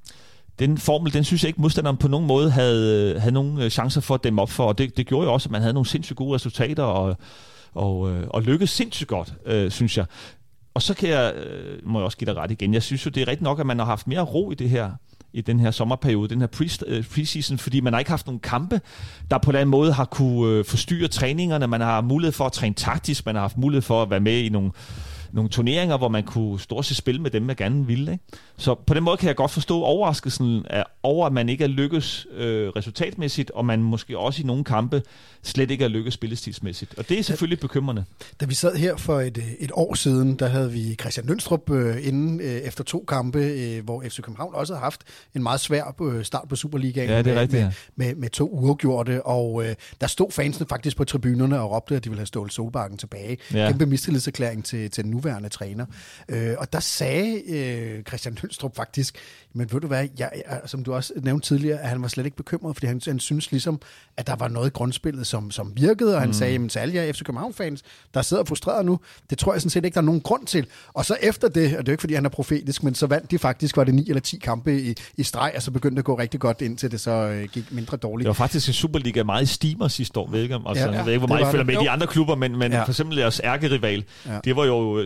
Den formel, den synes jeg ikke, modstanderen på nogen måde havde, havde nogen chancer for at dæmme op for, og det, det gjorde jo også, at man havde nogle sindssygt gode resultater, og, og, og lykkedes sindssygt godt, øh, synes jeg. Og så kan jeg, øh, må jeg også give dig ret igen, jeg synes jo, det er rigtigt nok, at man har haft mere ro i det her, i den her sommerperiode, den her preseason, fordi man har ikke haft nogle kampe, der på en eller anden måde har kunne forstyrre træningerne, man har mulighed for at træne taktisk, man har haft mulighed for at være med i nogle nogle turneringer, hvor man kunne stort set spille med dem, man gerne ville. Ikke? Så på den måde kan jeg godt forstå overraskelsen over, at man ikke er lykkes øh, resultatmæssigt, og man måske også i nogle kampe slet ikke er lykkes spillestilsmæssigt. Og det er selvfølgelig da, bekymrende.
Da vi sad her for et, et år siden, der havde vi Christian Lønstrup øh, inden øh, efter to kampe, øh, hvor F C København også havde haft en meget svær øh, start på Superligaen.
Ja, det er
med,
rigtigt, ja.
med, med, med to uafgjorte, og øh, der stod fansene faktisk på tribunerne og råbte, at de ville have Ståle Solbakken tilbage. Ja. Kæmpe mistillidserklæring til, til den nuværende træner. Øh, og der sagde øh, Christian Lønstrup faktisk, men ved du hvad, jeg, jeg, som du også nævnte tidligere, at han var slet ikke bekymret, fordi han, han synes ligesom, at der var noget i grundspillet, som, som virkede, og han mm. sagde, jamen til alle jer F C København-fans, der sidder frustreret nu, det tror jeg sådan set ikke, der er nogen grund til. Og så efter det, og det er jo ikke, fordi han er profetisk, men så vandt de faktisk, var det ni eller ti kampe i, i streg, og så begyndte det at gå rigtig godt, indtil det så øh, gik mindre dårligt.
Det var faktisk en Superliga meget stimer sidste år, ved ikke? Altså, ja, ja, jeg ved ikke, hvor meget I følger med i de andre klubber, men, men ja. for eksempel deres ærkerival, ja. det var jo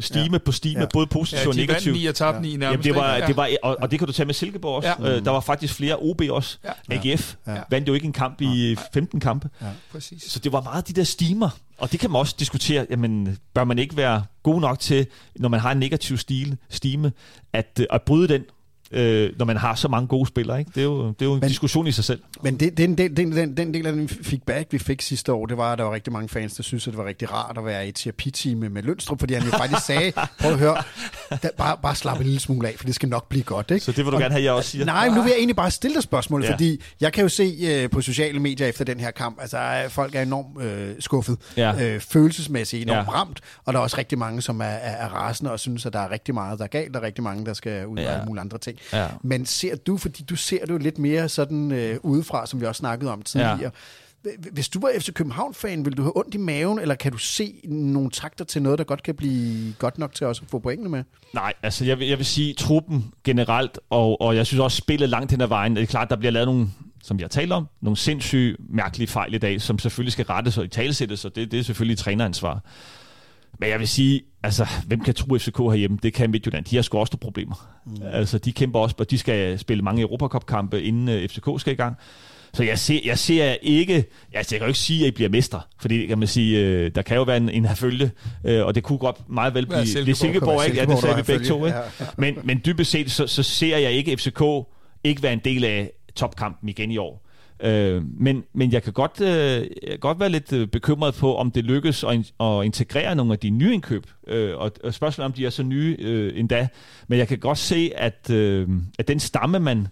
stime
ja.
på stime,
ja.
både positiv
ja,
og negativ.
Ja, de vandt ni og tabte ni nærmest.
Jamen, det var, det var, og, og det kan du tage med Silkeborg også. Ja. Øh, der var faktisk flere O B også. Ja. A G F ja. vandt jo ikke en kamp i femten kampe. Ja.
Præcis.
Så det var meget de der stimer. Og det kan man også diskutere, jamen, bør man ikke være god nok til, når man har en negativ stil, stime, at, at bryde den, øh, når man har så mange gode spillere. Ikke? Det er jo, det er jo en men, diskussion i sig selv.
Men det, den, den, den, den del af den feedback, vi fik sidste år, det var, at der var rigtig mange fans, der synes, at det var rigtig rart at være i et terapi-team med Lønstrup, fordi han jo faktisk sagde, prøv at høre, der, bare, bare slap en lille smule af, for det skal nok blive godt. Ikke?
Så det vil du og, gerne have, jeg også siger?
Nej, men nu vil jeg egentlig bare stille dig spørgsmål, ja. fordi jeg kan jo se uh, på sociale medier efter den her kamp, altså folk er enormt uh, skuffet, ja. uh, følelsesmæssigt enormt ja. ramt, og der er også rigtig mange, som er, er, er rasende og synes, at der er rigtig meget, der er galt, og rigtig mange, der skal ud og ja. alle mulige andre ting. Ja. Men ser du, fordi du ser det jo lidt mere sådan øh, udefra, som vi også snakkede om tidligere. Ja. Hvis du var F C København-fan, ville du have ondt i maven, eller kan du se nogle takter til noget, der godt kan blive godt nok til os at få pointene med?
Nej, altså jeg vil, jeg vil sige truppen generelt, og, og jeg synes også spillet langt hen ad vejen. Det er klart, der bliver lavet nogle, som vi har talt om, nogle sindssygt mærkelige fejl i dag, som selvfølgelig skal rettes og italesættes, og det, det er selvfølgelig et træneransvar. Men jeg vil sige, altså, hvem kan tro F C K herhjemme? Det kan Midtjylland. De har sgu også problemer. Mm. Altså, de kæmper også, og de skal spille mange Europacup-kampe, inden uh, F C K skal i gang. Så jeg ser, jeg ser ikke, altså, jeg kan jo ikke sige, at I bliver mester, fordi kan man sige, uh, der kan jo være en, en herfølge, uh, og det kunne godt meget vel blive
Silkeborg.
det er Silkeborg, ikke? Ja, det sagde vi begge to, ikke? Ja. Men, men dybest set, så, så ser jeg ikke F C K ikke være en del af topkampen igen i år. Øh, men, men jeg kan godt, øh, jeg kan godt være lidt øh, bekymret på, om det lykkes at, in, at integrere nogle af de nye indkøb. Øh, og, og spørgsmålet om de er så nye øh, endda. Men jeg kan godt se, at, øh, at den stamme, man,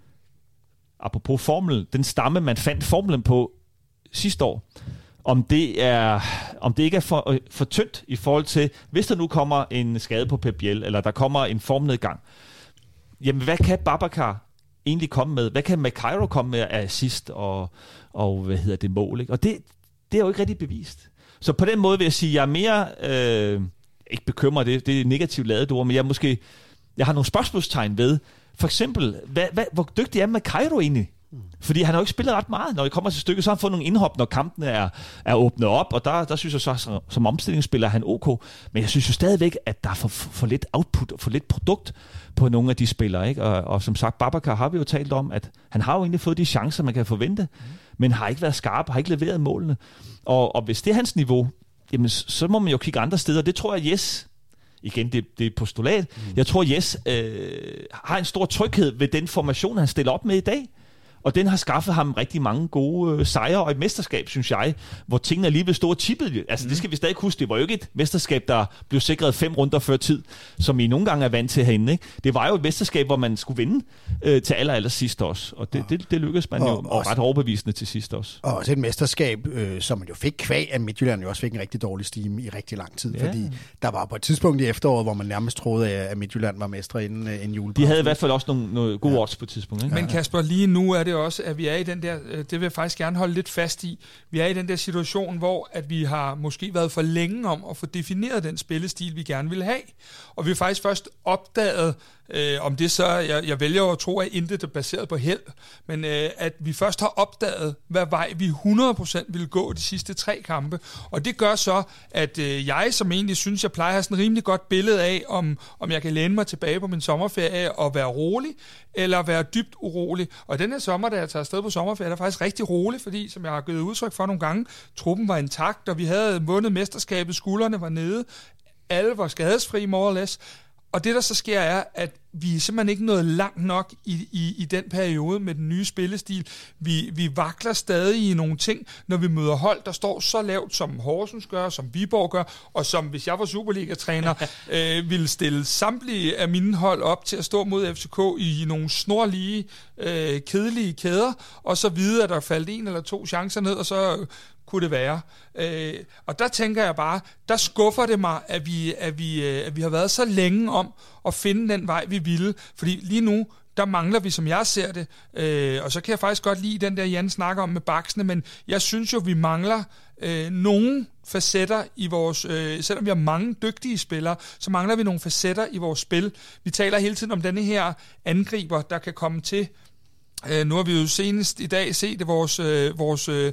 apropos formel, den stamme, man fandt formelen på sidste år, om det, er, om det ikke er for, for tyndt i forhold til, hvis der nu kommer en skade på Pep Biel, eller der kommer en formnedgang, jamen hvad kan Babacar egentlig komme med? Hvad kan Makairo komme med af assist og, og hvad hedder det, mål? Ikke? Og det, det er jo ikke rigtig bevist. Så på den måde vil jeg sige, at jeg er mere, øh, ikke bekymret, det, det er negativt ladet ord, men jeg måske, jeg har nogle spørgsmålstegn ved, for eksempel, hvad, hvad, hvor dygtig er Makairo egentlig? Fordi han har jo ikke spillet ret meget. Når det kommer til stykket, så har han fået nogle indhop, når kampene er, er åbnet op, og der, der synes jeg så, som, som omstillingsspiller er han ok. Men jeg synes jo stadigvæk, at der er for, for lidt output og for lidt produkt på nogle af de spillere. Ikke? Og, og som sagt, Babacar har vi jo talt om, at han har jo egentlig fået de chancer, man kan forvente, mm. men har ikke været skarp, har ikke leveret målene. Og, og hvis det er hans niveau, jamen, så må man jo kigge andre steder. Det tror jeg, yes. Igen, det, det er et postulat. Mm. Jeg tror, yes øh, har en stor tryghed ved den formation, han stiller op med i dag. Og den har skaffet ham rigtig mange gode øh, sejre og et mesterskab, synes jeg, hvor tingene alligevel stod og tippede. Altså, mm. det skal vi stadig huske. Det var jo ikke et mesterskab, der blev sikret fem runder før tid, som I nogle gange er vant til herinde. Ikke? Det var jo et mesterskab, hvor man skulle vinde øh, til aller, aller sidst også. Og det, og, det, det lykkedes man og, jo og ret overbevisende til sidst også.
Og også et mesterskab, øh, som man jo fik kvæg, at Midtjylland jo også fik en rigtig dårlig stime i rigtig lang tid. Ja. Fordi der var på et tidspunkt i efteråret, hvor man nærmest troede, at Midtjylland var mestre inden en julepause.
De havde i hvert fald også nogle, nogle gode ja. odds på et tidspunkt. Ikke?
Men Kasper, lige nu er det også, at vi er i den der, det vil jeg faktisk gerne holde lidt fast i, vi er i den der situation, hvor at vi har måske været for længe om at få defineret den spillestil, vi gerne vil have. Og vi har faktisk først opdaget, øh, om det så, jeg, jeg vælger at tro, at intet er baseret på held, men øh, at vi først har opdaget, hvad vej vi hundrede procent vil gå de sidste tre kampe. Og det gør så, at øh, jeg, som egentlig synes, jeg plejer at have sådan et rimelig godt billede af, om, om jeg kan læne mig tilbage på min sommerferie og være rolig, eller være dybt urolig. Og den her sommer, da jeg tager afsted på sommerferie, er faktisk rigtig rolig, fordi, som jeg har givet udtryk for nogle gange, truppen var intakt, og vi havde vundet mesterskabet, skuldrene var nede, alle var skadesfri, more or less. Og det, der så sker, er, at vi er simpelthen ikke nået langt nok i, i, i den periode med den nye spillestil. Vi, vi vakler stadig i nogle ting, når vi møder hold, der står så lavt, som Horsens gør, som Viborg gør, og som, hvis jeg var Superliga-træner, øh, ville stille samtlige af mine hold op til at stå mod F C K i nogle snorlige, øh, kedelige kæder, og så vide, at der faldt en eller to chancer ned, og så kunne det være. Øh, og der tænker jeg bare, der skuffer det mig, at vi, at vi, at vi har været så længe om at finde den vej, vi ville. Fordi lige nu, der mangler vi, som jeg ser det, øh, og så kan jeg faktisk godt lide den der, Jan snakker om med baksene, men jeg synes jo, vi mangler øh, nogle facetter i vores, øh, selvom vi har mange dygtige spillere, så mangler vi nogle facetter i vores spil. Vi taler hele tiden om denne her angriber, der kan komme til. Øh, nu har vi jo senest i dag set det, vores, øh, vores øh,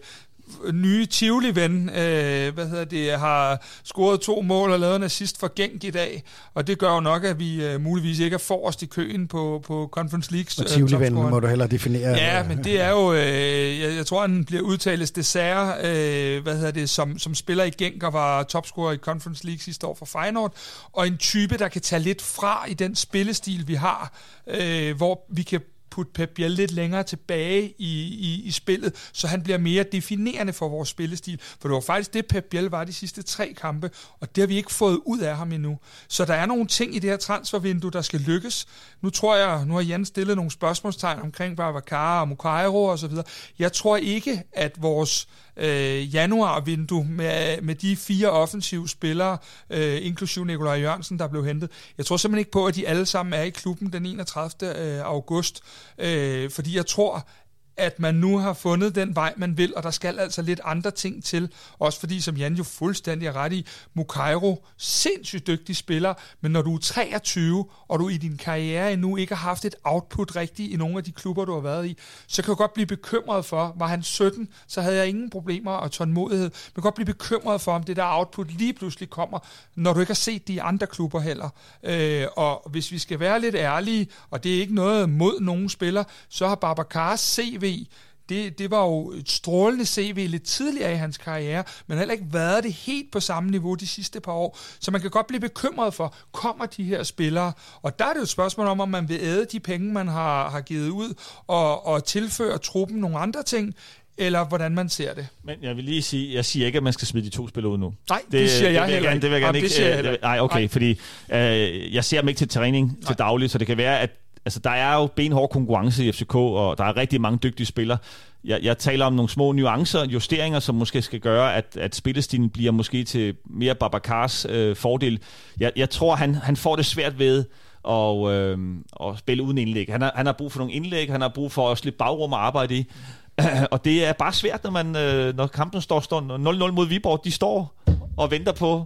nye Tivoli-ven, øh, hvad hedder det, har scoret to mål og lavet en assist for Genk i dag, og det gør jo nok, at vi øh, muligvis ikke er forrest i køen på, på Conference League.
Og Tivoli-ven må du heller definere.
Ja, men det er jo, øh, jeg, jeg tror, han bliver udtalt Dessert, øh, hvad hedder det, som, som spiller i Genk og var topscorer i Conference League sidste år for Feyenoord, og en type, der kan tage lidt fra i den spillestil, vi har, øh, hvor vi kan putte Pep Biel lidt længere tilbage i, i, i spillet, så han bliver mere definerende for vores spillestil. For det var faktisk det, Pep Biel var de sidste tre kampe, og det har vi ikke fået ud af ham endnu. Så der er nogle ting i det her transfervindue, der skal lykkes. Nu tror jeg, nu har Jan stillet nogle spørgsmålstegn omkring Babacar og Mukairo og så videre. Jeg tror ikke, at vores øh, januarvindue med, med de fire offensive spillere, øh, inklusive Nikolaj Jørgensen, der blev hentet, jeg tror simpelthen ikke på, at de alle sammen er i klubben den enogtredivte august. Øh, fordi jeg tror, at man nu har fundet den vej, man vil, og der skal altså lidt andre ting til. Også fordi, som Jan jo fuldstændig er ret i, Mukairo, sindssygt dygtig spiller, men når du er treogtyve, og du i din karriere endnu ikke har haft et output rigtigt i nogle af de klubber, du har været i, så kan du godt blive bekymret for, var han sytten, så havde jeg ingen problemer og tålmodighed, men kan godt blive bekymret for, om det der output lige pludselig kommer, når du ikke har set de andre klubber heller. Øh, og hvis vi skal være lidt ærlige, og det er ikke noget mod nogen spiller, så har Babacars C V, Det, det var jo et strålende C V lidt tidligere i hans karriere, men heller ikke været det helt på samme niveau de sidste par år. Så man kan godt blive bekymret for, kommer de her spillere? Og der er det jo et spørgsmål om, om man vil æde de penge, man har, har givet ud, og, og tilføre truppen nogle andre ting, eller hvordan man ser det.
Men jeg vil lige sige, jeg siger ikke, at man skal smide de to spillere ud nu.
Nej, det, det siger jeg, jeg heller
ikke. Det vil jeg gerne ikke.
Jeg heller.
Nej, okay, Nej. fordi øh, jeg ser dem ikke til træning Nej. til daglig, så det kan være, at altså, der er jo benhård konkurrence i F C K, og der er rigtig mange dygtige spillere. Jeg, jeg taler om nogle små nuancer, justeringer, som måske skal gøre, at, at spillestilen bliver måske til mere Babacars øh, fordel. Jeg, jeg tror, han, han får det svært ved at, øh, at spille uden indlæg. Han har, han har brug for nogle indlæg, han har brug for også lidt bagrum at arbejde i. Og det er bare svært, når, man, øh, når kampen står, står nul nul mod Viborg. De står og venter på,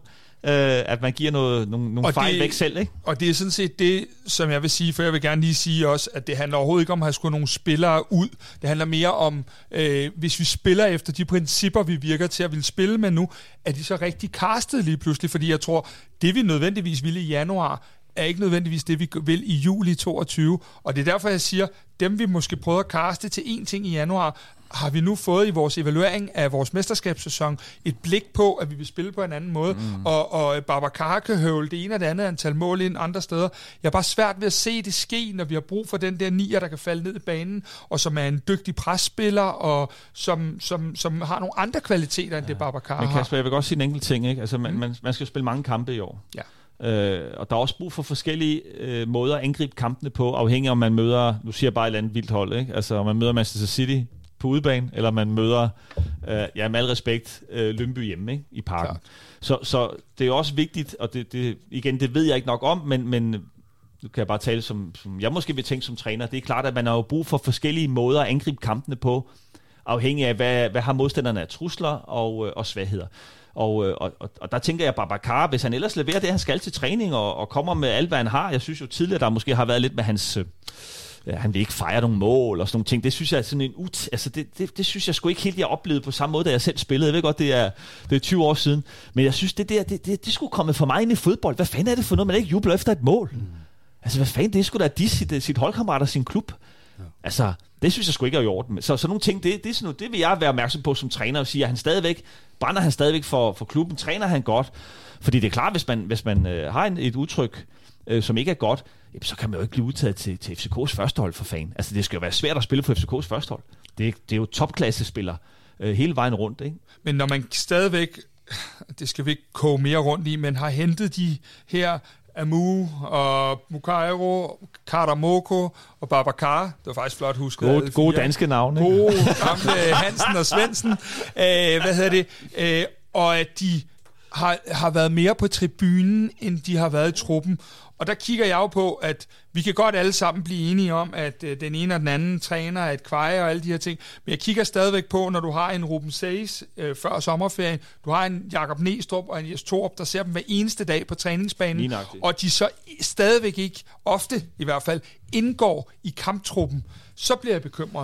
at man giver noget, nogle, nogle fejl det, væk selv, ikke?
Og det er sådan set det, som jeg vil sige, for jeg vil gerne lige sige også, at det handler overhovedet ikke om at have sgu nogle spillere ud. Det handler mere om, øh, hvis vi spiller efter de principper, vi virker til at ville spille med nu, er de så rigtig castet lige pludselig, fordi jeg tror, det vi nødvendigvis ville i januar, er ikke nødvendigvis det, vi vil i juli toogtyve. Og det er derfor, jeg siger, dem vi måske prøver at kaste til én ting i januar, har vi nu fået i vores evaluering af vores mesterskabssæson et blik på, at vi vil spille på en anden måde, mm. og, og Babacar kan høvle det ene og det andet antal mål ind andre steder. Jeg er bare svært ved at se det ske, når vi har brug for den der nier, der kan falde ned i banen, og som er en dygtig presspiller, og som, som, som har nogle andre kvaliteter, end ja. det Babacar har.
Men Kasper, jeg vil godt sige en enkelt ting, ikke? Altså, man, mm. man, man skal spille mange kampe i år. Ja. Øh, og der er også brug for forskellige øh, måder at angribe kampene på, afhængig om man møder, nu siger jeg bare et eller andet vildt hold, ikke? Altså om man møder Manchester City på udebane, eller man møder, øh, ja med al respekt, øh, Lyngby hjemme, ikke? I Parken. Så, så det er jo også vigtigt, og det, det, igen, det ved jeg ikke nok om, men, men nu kan jeg bare tale som, som jeg måske vil tænke som træner, det er klart, at man har jo brug for forskellige måder at angribe kampene på, afhængig af, hvad, hvad har modstanderne af trusler og, øh, og svagheder. Og, og, og der tænker jeg, Babacar, hvis han ellers leverer det, han skal til træning, og, og kommer med alt, hvad han har. Jeg synes jo tidligere, der måske har været lidt med hans... Øh, han vil ikke fejre nogle mål og sådan nogle ting. Det synes jeg er sådan en ut... Altså, det, det, det synes jeg sgu ikke helt, jeg oplevede på samme måde, da jeg selv spillede. Jeg ved godt, det er, det er tyve år siden. Men jeg synes, det der, det, det, det skulle komme for mig ind i fodbold. Hvad fanden er det for noget, man ikke jubler efter et mål? Mm. Altså, hvad fanden, det er sgu da de, sit, sit holdkammerat og sin klub. Ja. Altså, det synes jeg sgu ikke er i orden. Så sådan nogle ting, det, det, er sådan noget, det vil jeg være opmærksom på som træner og sige, at han stadigvæk, brænder han stadigvæk for, for klubben, træner han godt. Fordi det er klart, hvis man, hvis man øh, har en, et udtryk, øh, som ikke er godt, jamen, så kan man jo ikke blive udtaget til, til F C K's førstehold for fan. Altså, det skal jo være svært at spille for F C K's førstehold. Det, det er jo topklassespillere øh, hele vejen rundt, ikke?
Men når man stadigvæk, det skal vi ikke koge mere rundt i, men har hentet de her Amu og Mukairo, Karamoko og Babacar. Det var faktisk flot husket.
Gode, gode danske navne.
Gode gamle Hansen og Svendsen. Æh, hvad hedder det? Æh, og at de har, har været mere på tribunen, end de har været i truppen. Og der kigger jeg jo på, at vi kan godt alle sammen blive enige om, at øh, den ene og den anden træner er et kveje og alle de her ting. Men jeg kigger stadigvæk på, når du har en Ruben Says øh, før sommerferien, du har en Jakob Næstrup og en Jes Torup, der ser dem hver eneste dag på træningsbanen, og de så stadigvæk ikke, ofte i hvert fald, indgår i kamptruppen, så bliver jeg bekymret.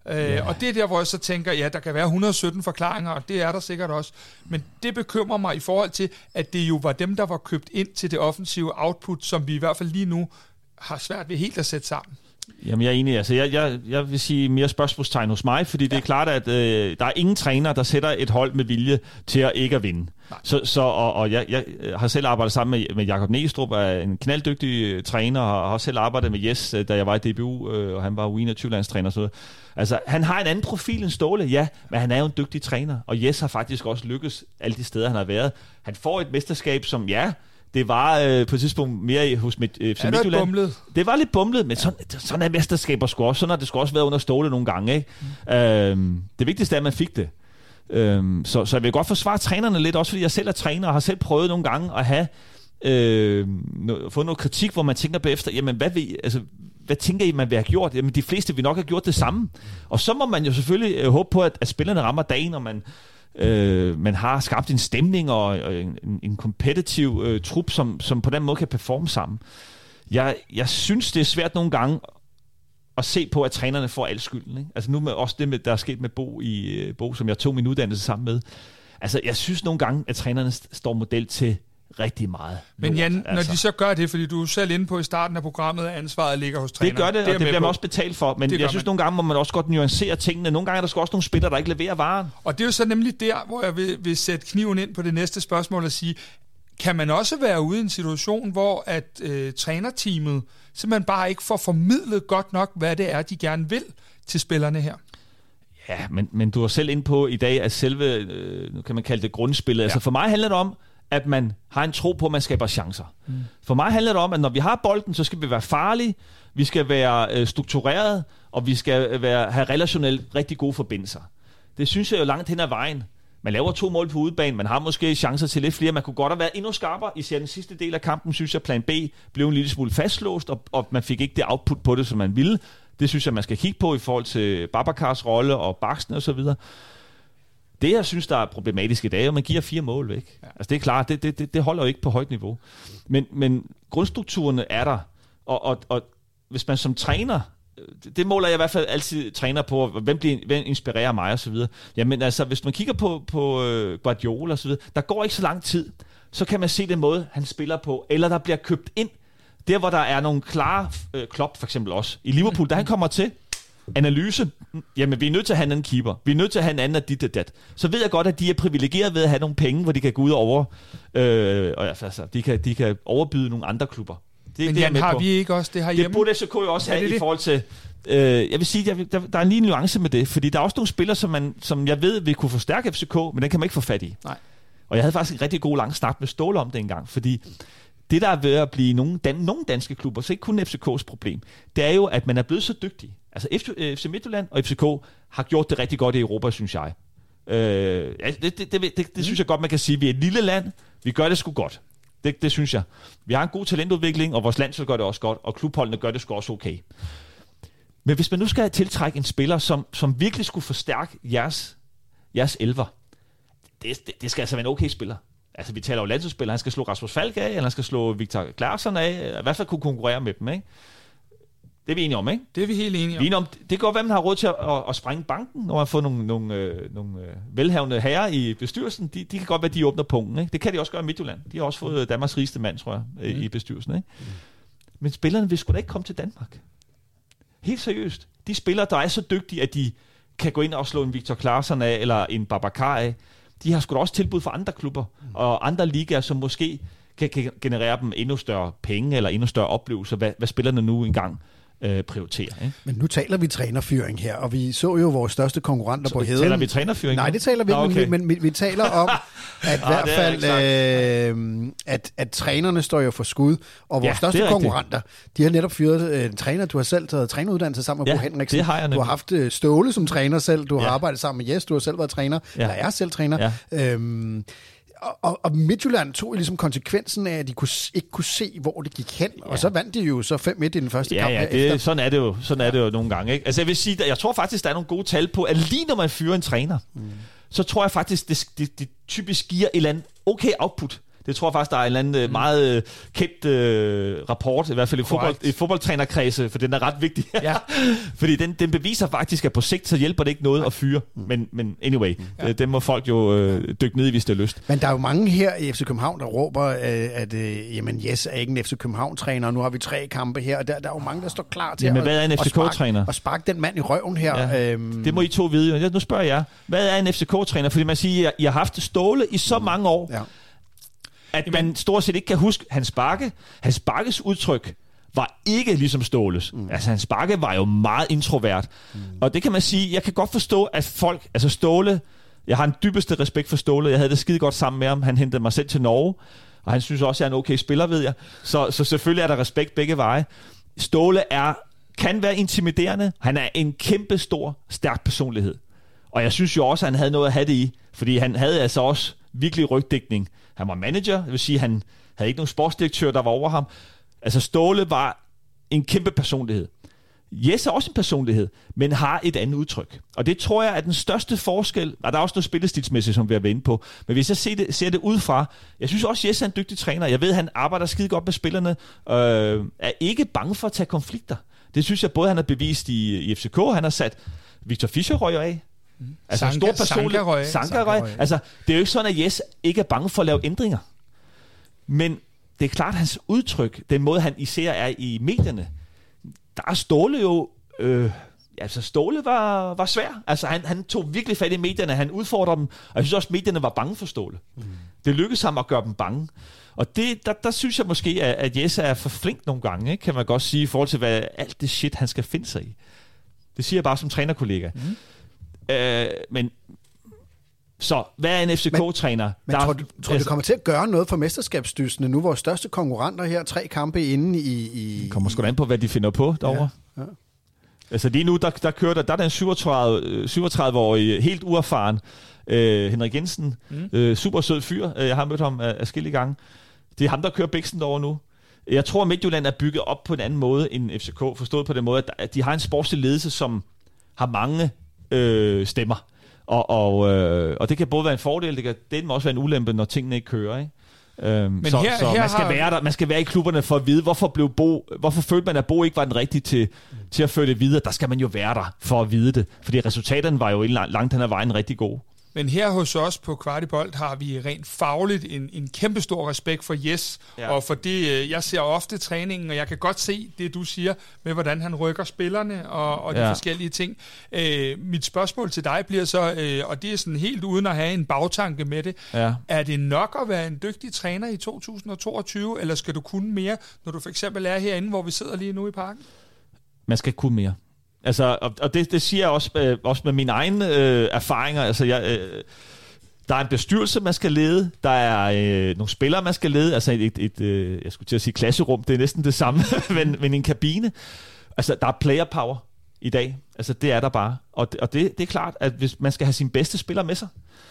Yeah. Øh, og det er der, hvor jeg så tænker, ja, der kan være et hundrede og sytten forklaringer, og det er der sikkert også. Men det bekymrer mig i forhold til, at det jo var dem, der var købt ind til det offensive output, som vi i hvert fald lige nu har svært ved helt at sætte sammen.
Jamen, jeg er enig. Altså, jeg, jeg, jeg vil sige mere spørgsmålstegn hos mig, fordi det er klart, at øh, der er ingen træner, der sætter et hold med vilje til at ikke at vinde. Så, så, og, og jeg, jeg har selv arbejdet sammen med, med Jakob Næstrup, er en knalddygtig træner, og har selv arbejdet med Jes, da jeg var i D B U, øh, og han var U enogtyve-landstræner. Så, altså, han har en anden profil end Ståle, ja, men han er jo en dygtig træner, og Jes har faktisk også lykkes alle de steder, han har været. Han får et mesterskab, som ja, det var øh, på et tidspunkt mere hos F C Midtjylland. Det var lidt bumlet, men sådan, sådan er mesterskaber sgu også. Sådan har det sgu også været under Ståle nogle gange. Ikke? Mm. Øhm, det vigtigste er, at man fik det. Øhm, så, så jeg vil godt forsvare trænerne lidt, også fordi jeg selv er træner og har selv prøvet nogle gange at have øh, no, få noget kritik, hvor man tænker bagefter, jamen hvad, vil, altså, hvad tænker I, man vil have gjort? Jamen de fleste vil nok have gjort det samme. Og så må man jo selvfølgelig øh, håbe på, at, at spillerne rammer dagen, og man Øh, man har skabt en stemning og, og en, en kompetitiv øh, trup, som, som på den måde kan performe sammen. Jeg, jeg synes, det er svært nogle gange at se på, at trænerne får al skylden. Ikke? Altså nu med også det, med, der er sket med Bo, i, Bo, som jeg tog min uddannelse sammen med. Altså jeg synes nogle gange, at trænerne står model til rigtig meget.
Men Jan, lort, altså. Når de så gør det, fordi du er selv inde på i starten af programmet, at ansvaret ligger hos træneren.
Det gør det, det og det bliver man også betalt for. Men jeg synes man. Nogle gange må man også godt nuancere tingene. Nogle gange er der sgu også nogle spillere, der ikke leverer varen.
Og det er jo så nemlig der, hvor jeg vil, vil sætte kniven ind på det næste spørgsmål og sige, kan man også være ude i en situation, hvor at øh, trænerteamet simpelthen bare ikke får formidlet godt nok, hvad det er, de gerne vil til spillerne her?
Ja, men, men du er selv inde på i dag, at selve, øh, nu kan man kalde det grundspillet. Ja. Altså for mig handler det om, at man har en tro på, at man skaber chancer. Mm. For mig handler det om, at når vi har bolden, så skal vi være farlige, vi skal være øh, struktureret, og vi skal være, have relationelt rigtig gode forbindelser. Det synes jeg jo langt hen ad vejen. Man laver to mål på udebane, man har måske chancer til lidt flere, man kunne godt have været endnu skarpere. Især den sidste del af kampen, synes jeg, plan B blev en lille smule fastlåst, og, og man fik ikke det output på det, som man ville. Det synes jeg, man skal kigge på i forhold til Babakars rolle og Baksen og så videre. Det, jeg synes, der er problematisk i dag, er, at man giver fire mål væk. Ja. Altså, det er klart, det, det, det holder jo ikke på højt niveau. Men, men grundstrukturerne er der, og, og, og hvis man som træner, det måler jeg i hvert fald altid træner på, hvem, bliver, hvem inspirerer mig og så videre. Jamen altså, hvis man kigger på, på uh, Guardiola og så videre, der går ikke så lang tid, så kan man se den måde, han spiller på, eller der bliver købt ind. Der, hvor der er nogle klare, uh, Klopp for eksempel også, i Liverpool, der han kommer til, analyse, jamen vi er nødt til at have en anden keeper, vi er nødt til at have en anden af dit og dat. Så ved jeg godt, at de er privilegeret ved at have nogle penge, hvor de kan gå ud over, øh, og altså, de kan, de kan overbyde nogle andre klubber. Det,
Men
det
Jan, har på. Vi ikke også det her hjemme?
Det burde F C K jo også have det i det? forhold til, øh, jeg vil sige, der, der, der er en lille nuance med det, fordi der er også nogle spillere, som, man, som jeg ved vil kunne forstærke F C K, men den kan man ikke få fat i. Nej. Og jeg havde faktisk en rigtig god lang snak med Ståle om det engang, fordi det, der er ved at blive nogle, dan- nogle danske klubber, så ikke kun F C K's problem, det er jo, at man er blevet så dygtig. Altså F C Midtjylland og F C K har gjort det rigtig godt i Europa, synes jeg. Øh, det, det, det, det, det synes jeg godt, man kan sige. Vi er et lille land, vi gør det sgu godt. Det, det synes jeg. Vi har en god talentudvikling, og vores landshold gør det også godt, og klubholdene gør det sgu også okay. Men hvis man nu skal tiltrække en spiller, som, som virkelig skulle forstærke jeres, jeres elver, det, det, det skal altså være en okay spiller. Altså, vi taler jo landsholdsspiller, han skal slå Rasmus Falk af, eller han skal slå Victor Claesson af, i hvert fald kunne konkurrere med dem, ikke? Det er vi enige om, ikke?
Det er vi helt enige om.
Vi er enige om. Det kan godt være, at man har råd til at, at, at sprænge banken, når man får nogle, nogle, øh, nogle øh, velhavende herrer i bestyrelsen. De, de kan godt være, at de åbner punkten, ikke? Det kan de også gøre i Midtjylland. De har også fået Danmarks rigeste mand, tror jeg, mm. i bestyrelsen, ikke? Mm. Men spillerne vil sgu da ikke komme til Danmark. Helt seriøst. De spillere, der er så dygtige, at de kan gå ind og slå en Victor Claesson af, eller en Babakar af, de har sgu da også tilbud fra andre klubber, mm. og andre ligaer, som måske kan, kan generere dem endnu større penge, eller endnu større oplevelser, hvad, hvad spillerne nu engang øh, prioriterer. Ikke?
Men nu taler vi trænerfyring her, og vi så jo vores største konkurrenter så, på heden.
Taler vi trænerfyring?
Nej, det taler vi ikke, okay. men, men vi, vi taler om, at i hvert fald, øh, at, at trænerne står jo for skud, og vores ja, største konkurrenter, de har netop fyret en træner. Du har selv taget træneruddannelse sammen med ja, Bo Henriksen.
Det har jeg
du har haft Ståle som træner selv, du har ja. arbejdet sammen med Jes, du har selv været træner, ja. eller er selv træner. Ja. Øhm, Og, og Midtjylland tog ligesom konsekvensen af, at de kunne, ikke kunne se, hvor det gik hen. Ja. Og så vandt de jo så fem et i den første
ja,
kamp
ja,
herefter.
Det, sådan er det jo, sådan er det jo nogle gange. Ikke? Altså jeg vil sige, jeg tror faktisk, der er nogle gode tal på, at lige når man fyrer en træner, mm. så tror jeg faktisk, det, det, det typisk giver et eller andet okay output. Det tror jeg faktisk, der er en eller anden mm. meget øh, kendt øh, rapport, i hvert fald i, fodbold, i fodboldtrænerkredse, for den er ret vigtig. Ja. Fordi den, den beviser faktisk, at på sigt, så hjælper det ikke noget at fyre. Mm. Men, men anyway, ja. øh, den må folk jo øh, dykke ned i, hvis det er lyst.
Men der er jo mange her i F C København, der råber, øh, at øh, jamen, yes, er ikke en F C København-træner, og nu har vi tre kampe her, og der, der er jo mange, der står klar til
jamen,
at,
hvad er en F C K-træner?
Og sparke den mand i røven her.
Ja. Øhm. Det må I to vide. Nu spørger jeg, hvad er en F C K-træner? Fordi man siger, at I har haft Ståle i så mange år, ja. at man stort set ikke kan huske hans Bakke. Hans Bakkes udtryk var ikke ligesom Ståles. Mm. Altså, hans Bakke var jo meget introvert. Mm. Og det kan man sige, jeg kan godt forstå, at folk, altså Ståle, jeg har en dybeste respekt for Ståle, jeg havde det skide godt sammen med ham, han hentede mig selv til Norge, og han synes også, at jeg er en okay spiller, ved jeg. Så, så selvfølgelig er der respekt begge veje. Ståle er, kan være intimiderende, han er en kæmpe stor, stærk personlighed. Og jeg synes jo også, at han havde noget at have det i, fordi han havde altså også virkelig rygdækning. Han var manager, det vil sige, han havde ikke nogen sportsdirektør, der var over ham. Altså Ståle var en kæmpe personlighed. Jes er også en personlighed, men har et andet udtryk. Og det tror jeg er den største forskel. Og der er også noget spillestilsmæssigt, som vi har været inde på. Men hvis jeg ser det, ser det udefra, jeg synes også, at Jes er en dygtig træner. Jeg ved, at han arbejder skide godt med spillerne. Øh, er ikke bange for at tage konflikter. Det synes jeg både, han har bevist i, i F C K. Han har sat Victor Fischer røg af. Mm. Altså
Sanka,
en stor personlighed. Sanka altså, det er jo ikke sådan, at Jes ikke er bange for at lave ændringer. Men det er klart, at hans udtryk, den måde, han især er i medierne, der er Ståle jo... Øh, altså, Ståle var, var svær. Altså, han, han tog virkelig fat i medierne. Han udfordrede dem. Og jeg synes også, at medierne var bange for Ståle. Mm. Det lykkedes ham at gøre dem bange. Og det, der, der synes jeg måske, at, at Jes er for flink nogle gange, ikke? Kan man godt sige, i forhold til hvad, alt det shit, han skal finde sig i. Det siger jeg bare som trænerkollega. Mm. Øh, men... Så, hvad er en F C K-træner?
Men, men der, tror du, tror, altså, det kommer til at gøre noget for mesterskabsdysene? Nu vores største konkurrenter her, tre kampe inde i... i
kommer sgu da an på, hvad de finder på derovre. Ja, ja. Altså lige nu, der, der kører der, der er den syvogtredive-årige, helt uerfaren, øh, Henrik Jensen. Mm. Øh, super sød fyr. Jeg har mødt ham adskillige gange. Det er ham, der kører Bæksen derovre nu. Jeg tror, at Midtjylland er bygget op på en anden måde end F C K. Forstået på den måde, at de har en sportslig ledelse, som har mange øh, stemmer. Og, og, øh, og det kan både være en fordel, det kan det må også være en ulempe, når tingene ikke kører, ikke? Øhm, Men så, her, så her man skal har... være der, man skal være i klubberne for at vide, hvorfor blev Bo, hvorfor følte man, at Bo ikke var den rigtige til, mm. til at føre det videre. Der skal man jo være der for at vide det, fordi resultaterne var jo langt hen ad vejen rigtig gode.
Men her hos os på Kvartibolt har vi rent fagligt en, en kæmpe stor respekt for Jes, ja. Og for det, jeg ser ofte træningen, og jeg kan godt se det, du siger, med hvordan han rykker spillerne og, og de ja. forskellige ting. Øh, mit spørgsmål til dig bliver så, øh, og det er sådan helt uden at have en bagtanke med det, ja. Er det nok at være en dygtig træner i to tusind toogtyve, eller skal du kunne mere, når du for eksempel er herinde, hvor vi sidder lige nu i parken?
Man skal kunne mere. Altså, og, og det, det siger jeg også, øh, også med mine egne øh, erfaringer. Altså, jeg, øh, der er en bestyrelse, man skal lede. Der er øh, nogle spillere, man skal lede. Altså, et, et, øh, jeg skulle til at sige klasserum. Det er næsten det samme, men, men en kabine. Altså, der er player power i dag. Altså, det er der bare. Og, og det, det er klart, at hvis man skal have sine bedste spillere med sig.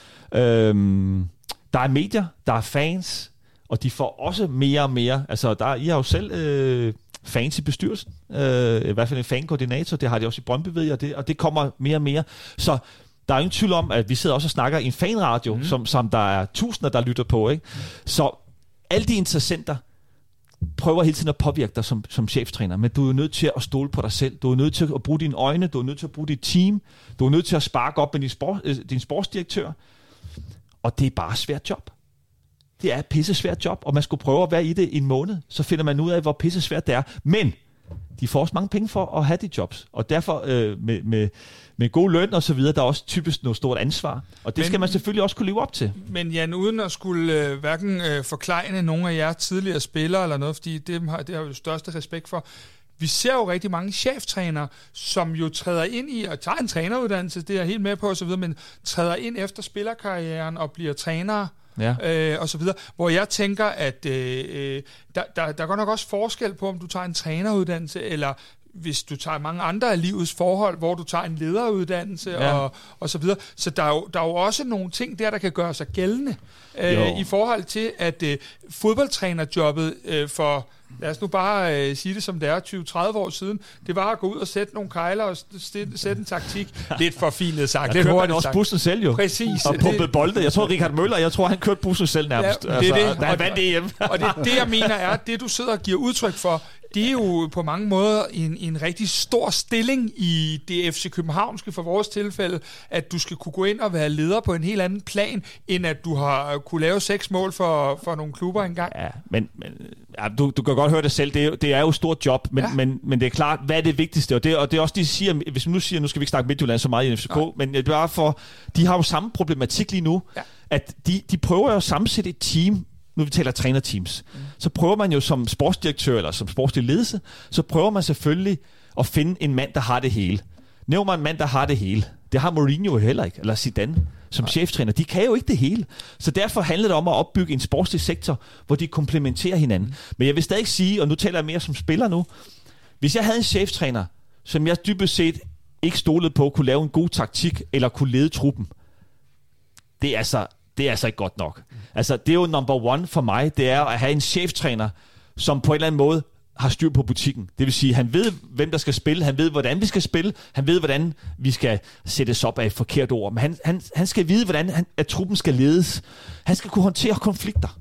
Øhm, der er medier, der er fans, og de får også mere og mere. Altså, der, I har jo selv... Øh, fans i bestyrelsen, øh, i hvert fald en fankoordinator, det har de også i Brøndby, ved jeg, og det, og det kommer mere og mere. Så der er ingen tvivl om, at vi sidder også og snakker i en fanradio, mm. som, som der er tusinder, der lytter på. Ikke? Mm. Så alle de interessenter prøver hele tiden at påvirke dig som, som cheftræner, men du er jo nødt til at stole på dig selv. Du er nødt til at bruge dine øjne, du er nødt til at bruge dit team, du er nødt til at sparke op med din, sport, øh, din sportsdirektør, og det er bare et svært job. Det er et pisse svært job, og man skulle prøve at være i det i en måned, så finder man ud af, hvor pisse svært det er. Men de får også mange penge for at have de jobs, og derfor øh, med, med, med god løn og så videre, der er også typisk noget stort ansvar, og det men, skal man selvfølgelig også kunne leve op til.
Men Jan, uden at skulle øh, hverken øh, forklejne nogle af jer tidligere spillere eller noget, fordi det har, det har jo største respekt for, vi ser jo rigtig mange cheftrænere, som jo træder ind i og tager en træneruddannelse, det er jeg helt med på og så videre, men træder ind efter spillerkarrieren og bliver trænere. Ja. Øh, og så videre, hvor jeg tænker, at øh, der, der, der er godt nok også forskel på, om du tager en træneruddannelse, eller hvis du tager mange andre af livets forhold, hvor du tager en lederuddannelse, ja. og, og så videre. Så der er, jo, der er jo også nogle ting der, der kan gøre sig gældende, øh, i forhold til, at øh, fodboldtrænerjobbet øh, for lad os nu bare øh, sige det som det er, tyve til tredive år siden, det var at gå ud og sætte nogle kejler og sætte, sætte en taktik. Lidt forfinet sagt.
Der kørte han også bussen selv jo.
Præcis.
Og pumpede bolde. Jeg tror, Richard Møller, jeg tror, han kørte bussen selv nærmest.
Ja, det er
altså,
det.
Da han vandt E M.
Og det, det, jeg mener, er, at det, du sidder og giver udtryk for, det er jo på mange måder en, en rigtig stor stilling i det F C Københavnske for vores tilfælde, at du skal kunne gå ind og være leder på en helt anden plan, end at du har kunne lave seks mål for, for nogle klubber engang.
Ja, men, men ja, du, du kan godt høre det selv. Det er, det er jo et stort job, men, ja. men, men det er klart, hvad er det vigtigste? Og det, og det er også de siger, hvis man nu siger, nu skal vi ikke snakke Midtjylland så meget i F C K, nej. Men det er bare for, de har jo samme problematik lige nu, ja. At de, de prøver jo at sammensætte et team. Nu vi taler trænerteams, mm. så prøver man jo som sportsdirektør eller som sportslig ledelse, så prøver man selvfølgelig at finde en mand, der har det hele. Nævn mig en mand, der har det hele. Det har Mourinho heller ikke, eller Zidane som Nej. cheftræner. De kan jo ikke det hele. Så derfor handler det om at opbygge en sportslig sektor, hvor de komplementerer hinanden. Mm. Men jeg vil stadig sige, og nu taler jeg mere som spiller nu, hvis jeg havde en cheftræner, som jeg dybest set ikke stolede på, kunne lave en god taktik, eller kunne lede truppen, det er altså... Det er altså ikke godt nok. Altså, det er jo number one for mig, det er at have en cheftræner, som på en eller anden måde har styr på butikken. Det vil sige, han ved, hvem der skal spille, han ved, hvordan vi skal spille, han ved, hvordan vi skal sættes op af et forkert ord, men han, han, han skal vide, hvordan han, at truppen skal ledes. Han skal kunne håndtere konflikter.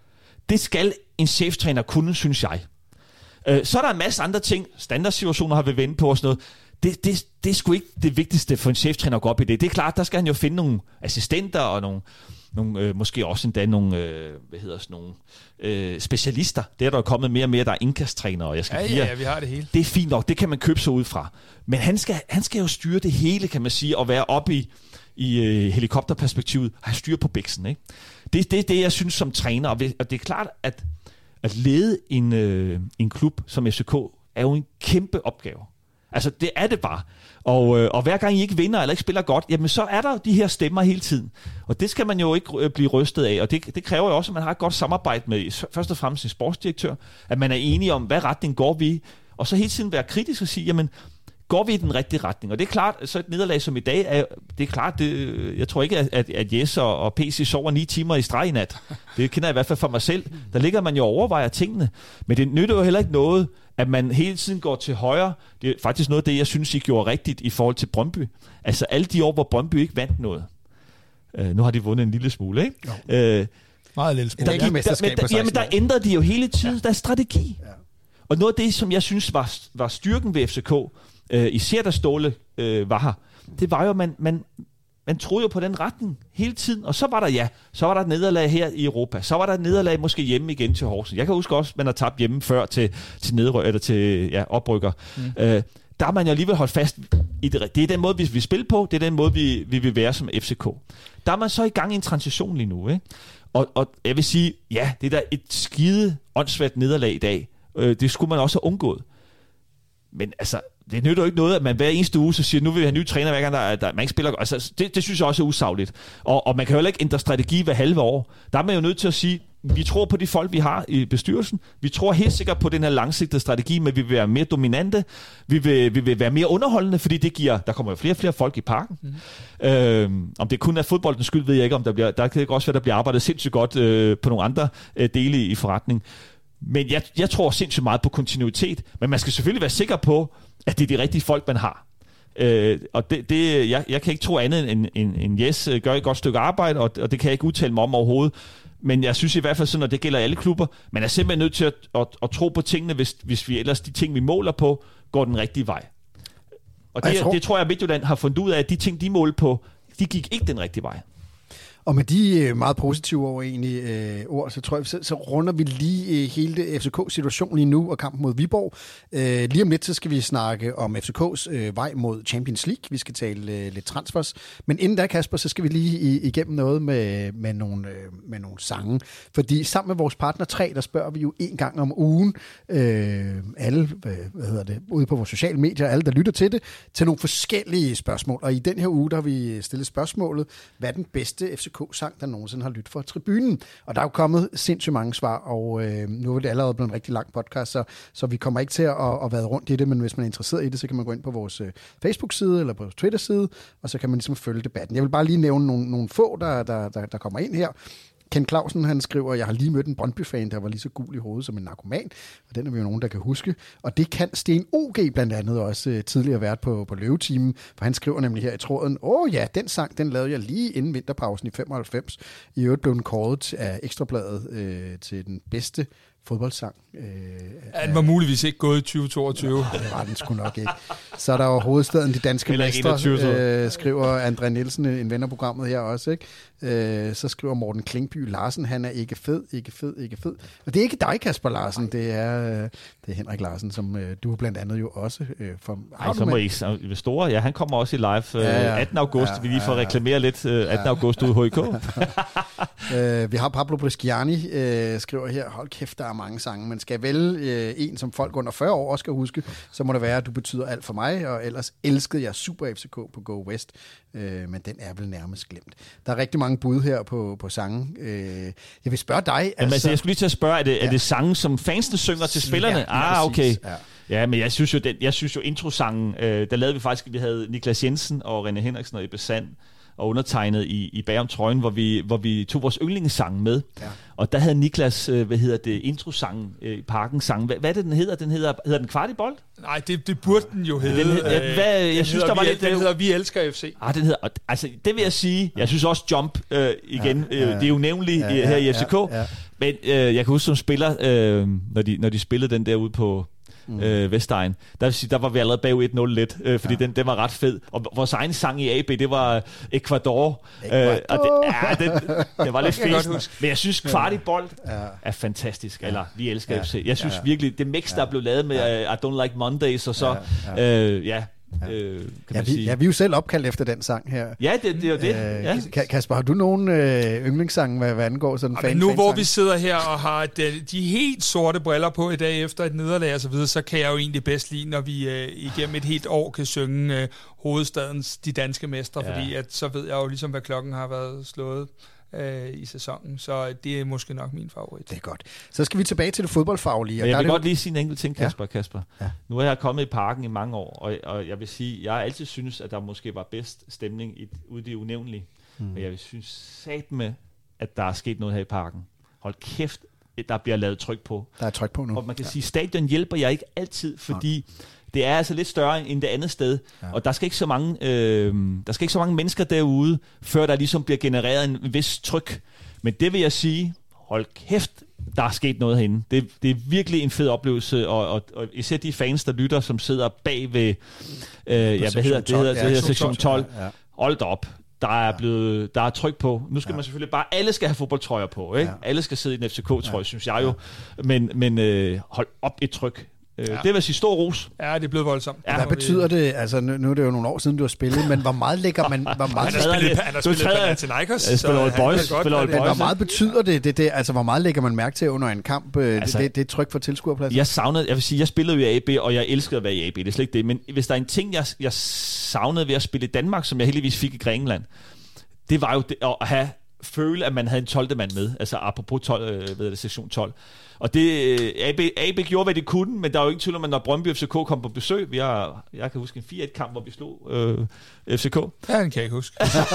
Det skal en cheftræner kunne, synes jeg. Øh, så er der en masse andre ting, standardsituationer har vi vendt på og sådan noget. Det, det, det er sgu ikke det vigtigste for en cheftræner at gå op i det. Det er klart, der skal han jo finde nogle assistenter og nogle, nogle øh, måske også endda nogle, øh, hvad hedder sådan nogle øh, specialister. Det er der jo kommet mere og mere, der er indkasttrænere, og jeg skal
ja,
give,
ja, ja, vi har det hele.
Det er fint nok, det kan man købe sig ud fra. Men han skal, han skal jo styre det hele, kan man sige, og være oppe i, i øh, helikopterperspektivet, have styr på bæksen, ikke? Det, det er det, jeg synes som træner, og det er klart, at, at lede en, øh, en klub som F C K er jo en kæmpe opgave. Altså, det er det bare. Og, øh, og hver gang I ikke vinder eller ikke spiller godt, jamen så er der de her stemmer hele tiden. Og det skal man jo ikke øh, blive rystet af. Og det, det kræver jo også, at man har et godt samarbejde med først og fremmest en sportsdirektør, at man er enige om, hvad retning går vi i, og så hele tiden være kritisk og sige, jamen, går vi i den rigtige retning? Og det er klart, så et nederlag som i dag, er, det er klart, det, jeg tror ikke, at, at Jes og, og P C sover ni timer i streg i nat. Det kender jeg i hvert fald for mig selv. Der ligger man jo og overvejer tingene. Men det nytter jo heller ikke noget, at man hele tiden går til højre. Det er faktisk noget af det, jeg synes, I gjorde rigtigt i forhold til Brøndby. Altså alle de år, hvor Brøndby ikke vandt noget. Uh, nu har de vundet en lille smule, ikke?
Uh, Meget lille smule.
Der, der, der, der, jamen, der ændrede de jo hele tiden ja. deres strategi. Ja. Og noget af det, som jeg synes var, var styrken ved F C K, uh, især da Ståle uh, var her, det var jo, at man, man, man troede jo på den retning hele tiden. Og så var der, ja, så var der et nederlag her i Europa. Så var der et nederlag måske hjemme igen til Horsens. Jeg kan huske også, at man har tabt hjemme før til, til nedrøg, eller til ja, oprykker. Mm. Uh, der har man jo alligevel holdt fast i det. Det er den måde, vi vil spille på. Det er den måde, vi, vi vil være som F C K. Der er man så i gang i en transition lige nu, ikke? Og, og jeg vil sige, ja, det er da et skide åndssvært nederlag i dag. Øh, det skulle man også have undgået. Men altså, det nytter jo ikke noget, at man hver eneste uge så siger, nu vil vi have nye træner, hver gang der, der, man ikke spiller. Altså, det, det synes jeg også er usagligt. Og, og man kan jo heller ikke ændre strategi hver halve år. Der er man jo nødt til at sige, vi tror på de folk, vi har i bestyrelsen. Vi tror helt sikkert på den her langsigtede strategi, men vi vil være mere dominante. Vi vil, vi vil være mere underholdende, fordi det giver, der kommer jo flere og flere folk i parken. Mm. Øhm, om det kun er fodboldens skyld, ved jeg ikke. Om der, bliver, der kan også være, der bliver arbejdet sindssygt godt øh, på nogle andre øh, dele i forretning. Men jeg, jeg tror sindssygt meget på kontinuitet. Men man skal selvfølgelig være sikker på, at det er de rigtige folk, man har. Øh, og det, det, jeg, jeg kan ikke tro andet end, end, end Jes gør et godt stykke arbejde, og, og det kan jeg ikke udtale mig om overhovedet. Men jeg synes i hvert fald sådan, at det gælder alle klubber. Man er simpelthen nødt til at, at, at tro på tingene, hvis, hvis vi ellers de ting, vi måler på, går den rigtige vej. Og det, tror... det tror jeg, at Midtjylland har fundet ud af, at de ting, de målte på, de gik ikke den rigtige vej.
Og med de meget positive over egentlig, øh, ord, så tror jeg, så, så runder vi lige øh, hele F C K-situationen lige nu og kampen mod Viborg. Øh, lige om lidt, så skal vi snakke om F C K's øh, vej mod Champions League. Vi skal tale øh, lidt transfers. Men inden da, Kasper, så skal vi lige i, igennem noget med, med, nogle, øh, med nogle sange. Fordi sammen med vores partner tre, der spørger vi jo en gang om ugen, øh, alle, hvad hedder det, ude på vores sociale medier, alle, der lytter til det, til nogle forskellige spørgsmål. Og i den her uge, der har vi stillet spørgsmålet, hvad er den bedste F C K-sang, der nogensinde har lyttet for tribunen. Og der er jo kommet sindssygt mange svar, og øh, nu er det allerede blevet en rigtig lang podcast, så, så vi kommer ikke til at, at, at være rundt i det, men hvis man er interesseret i det, så kan man gå ind på vores øh, Facebook-side eller på vores Twitter-side, og så kan man ligesom følge debatten. Jeg vil bare lige nævne nogle, nogle få, der, der, der, der kommer ind her. Ken Clausen, han skriver, jeg har lige mødt en Brøndby-fan, der var lige så gul i hovedet som en narkoman, og den er vi jo nogen, der kan huske. Og det kan Sten O G blandt andet også uh, tidligere været på, på Løvetimen, for han skriver nemlig her i tråden, åh ja, den sang, den lavede jeg lige inden vinterpausen i femoghalvfems. I øvrigt blev den kåret af Ekstrabladet øh, til den bedste fodboldsang. Øh,
ja, den var muligvis ikke gået i tyve toogtyve.
Ja, det var den sgu nok ikke. Så er der jo hovedstaden De Danske Mestre, øh, skriver André Nielsen, en ven af programmet her også. Ikke? Øh, så skriver Morten Klingby Larsen, han er ikke fed, ikke fed, ikke fed. Og det er ikke dig, Kasper Larsen, det er, det er Henrik Larsen, som øh, du blandt andet jo også. Øh, for,
Ej, så må I ved store, ja, han kommer også i live øh, ja, ja. attende august, ja, vi lige får ja, reklamere lidt øh, attende Ja. august ude i H I K.
øh, vi har Pablo Bresciani, øh, skriver her, hold kæft, der er mange sange, men skal vælge øh, en, som folk under fyrre år også skal huske, så må det være, at du betyder alt for mig, og ellers elskede jeg Super F C K på Go West, øh, men den er vel nærmest glemt. Der er rigtig mange bud her på, på sange. Øh, jeg vil spørge dig.
Altså, Jamen, altså, jeg skulle lige til at spørge, er det, ja. er det sange, som fansene synger til spillerne? Ja, ah, okay. Ja. Ja, men jeg synes jo, den, jeg synes jo introsangen, øh, der lavede vi faktisk, vi havde Niklas Jensen og René Henriksen og Ebbe Sand og undertegnet i, i bagom trøjen, hvor vi, hvor vi tog vores yndlingssange med. Ja. Og der havde Niklas, øh, hvad hedder det, introsangen øh, i Parken sang. Hvad, hvad er det, den hedder? Den hedder, hedder den Kvartibold?
Nej, det, det burde den jo hedde.
Den, ja, hvad, jeg
den
synes, der var
vi,
lidt...
Den hedder Vi Elsker F C.
Ah, den hedder... Altså, det vil jeg sige. Jeg synes også Jump øh, igen. Ja, ja, ja. Øh, det er jo nævnligt ja, ja, her i F C K. Ja, ja. Men øh, jeg kan huske, som spiller, øh, når, de, når de spillede den der ude på... Mm. Øh, Vestegn. Der, der var vi allerede bagud et nul lidt, øh, fordi ja. den, den var ret fed. Og vores egen sang i A B, det var Ecuador. Ecuador. Øh, og det, ja, det, det var lidt fedt. Men jeg synes, Kvartibold ja. er fantastisk. Eller, vi elsker ja. F C. Jeg synes ja. virkelig, det mix, der ja. blev lavet med ja. I Don't Like Mondays, og så... Ja. Ja. Øh, ja.
Ja. Øh, kan ja, man vi, sige. ja, vi er jo selv opkaldt efter den sang her.
Ja, det, det er jo det. Øh,
ja. Kasper, har du nogen øh, yndlingssange, hvad, hvad angår sådan en fan?
Nu hvor vi sidder her og har de, de helt sorte briller på i dag efter et nederlag og så videre, så kan jeg jo egentlig bedst lide, når vi øh, igennem et helt år kan synge øh, hovedstadens De Danske Mestre, ja. fordi at, så ved jeg jo ligesom, hvad klokken har været slået i sæsonen, så det er måske nok min favorit.
Det er godt. Så skal vi tilbage til det fodboldfaglige.
Men jeg vil
godt
det... lige sige en enkelt ting, Kasper. Ja. Kasper. Ja. Nu er jeg kommet i Parken i mange år, og, og jeg vil sige, jeg har altid synes, at der måske var bedst stemning i, ude i det unævnlige. Mm. Men jeg vil synes sat med, at der er sket noget her i Parken. Hold kæft, der bliver lavet tryk på.
Der er tryk på nu.
Og man kan ja. sige, stadion hjælper jeg ikke altid, fordi ja. det er altså lidt større end det andet sted, ja. og der skal ikke så mange, øh, der skal ikke så mange mennesker derude, før der ligesom bliver genereret en vis tryk. Men det vil jeg sige, hold kæft, der er sket noget herinde. Det, det er virkelig en fed oplevelse, og, og, og især de fans, der lytter, som sidder bag ved, øh, ja, hvad hedder det, hedder, ja, det hedder sektion tolv. Ja, ja. Hold op. Der er blevet, der er tryk på. Nu skal ja. man selvfølgelig bare, alle skal have fodboldtrøjer på, ikke? Ja. Alle skal sidde i en F C K-trøje, ja. synes jeg jo. Men, men øh, hold op et tryk. Ja. Det vil sige stor ros.
Ja, det er blevet voldsomt.
Ja. Hvad betyder det? Altså, nu, nu er det jo nogle år siden, du har spillet, men hvor meget lægger man... Hvor meget
han har spillet, han har spillet Panathinaikos.
Jeg spiller Old Boys.
Hvor meget betyder det, det, det? Altså, hvor meget lægger man mærke til under en kamp? Altså, det, det, det er tryk for tilskuerpladsen.
Jeg savnede... Jeg vil sige, jeg spillede jo i A B, og jeg elskede at være i A B. Det er slet ikke det. Men hvis der er en ting, jeg, jeg savnede ved at spille i Danmark, som jeg heldigvis fik i Grækenland, det var jo det, at have føle, at man havde en tolvte mand med. Altså, apropos tolv, øh, ved det, sektion tolv. Og det, A B, A B gjorde, hvad de kunne, men der er jo ikke tvivl om, at når Brøndby F C K kom på besøg, vi har, jeg kan huske en fire et-kamp, hvor vi slog øh, F C K.
Ja, den kan jeg ikke huske.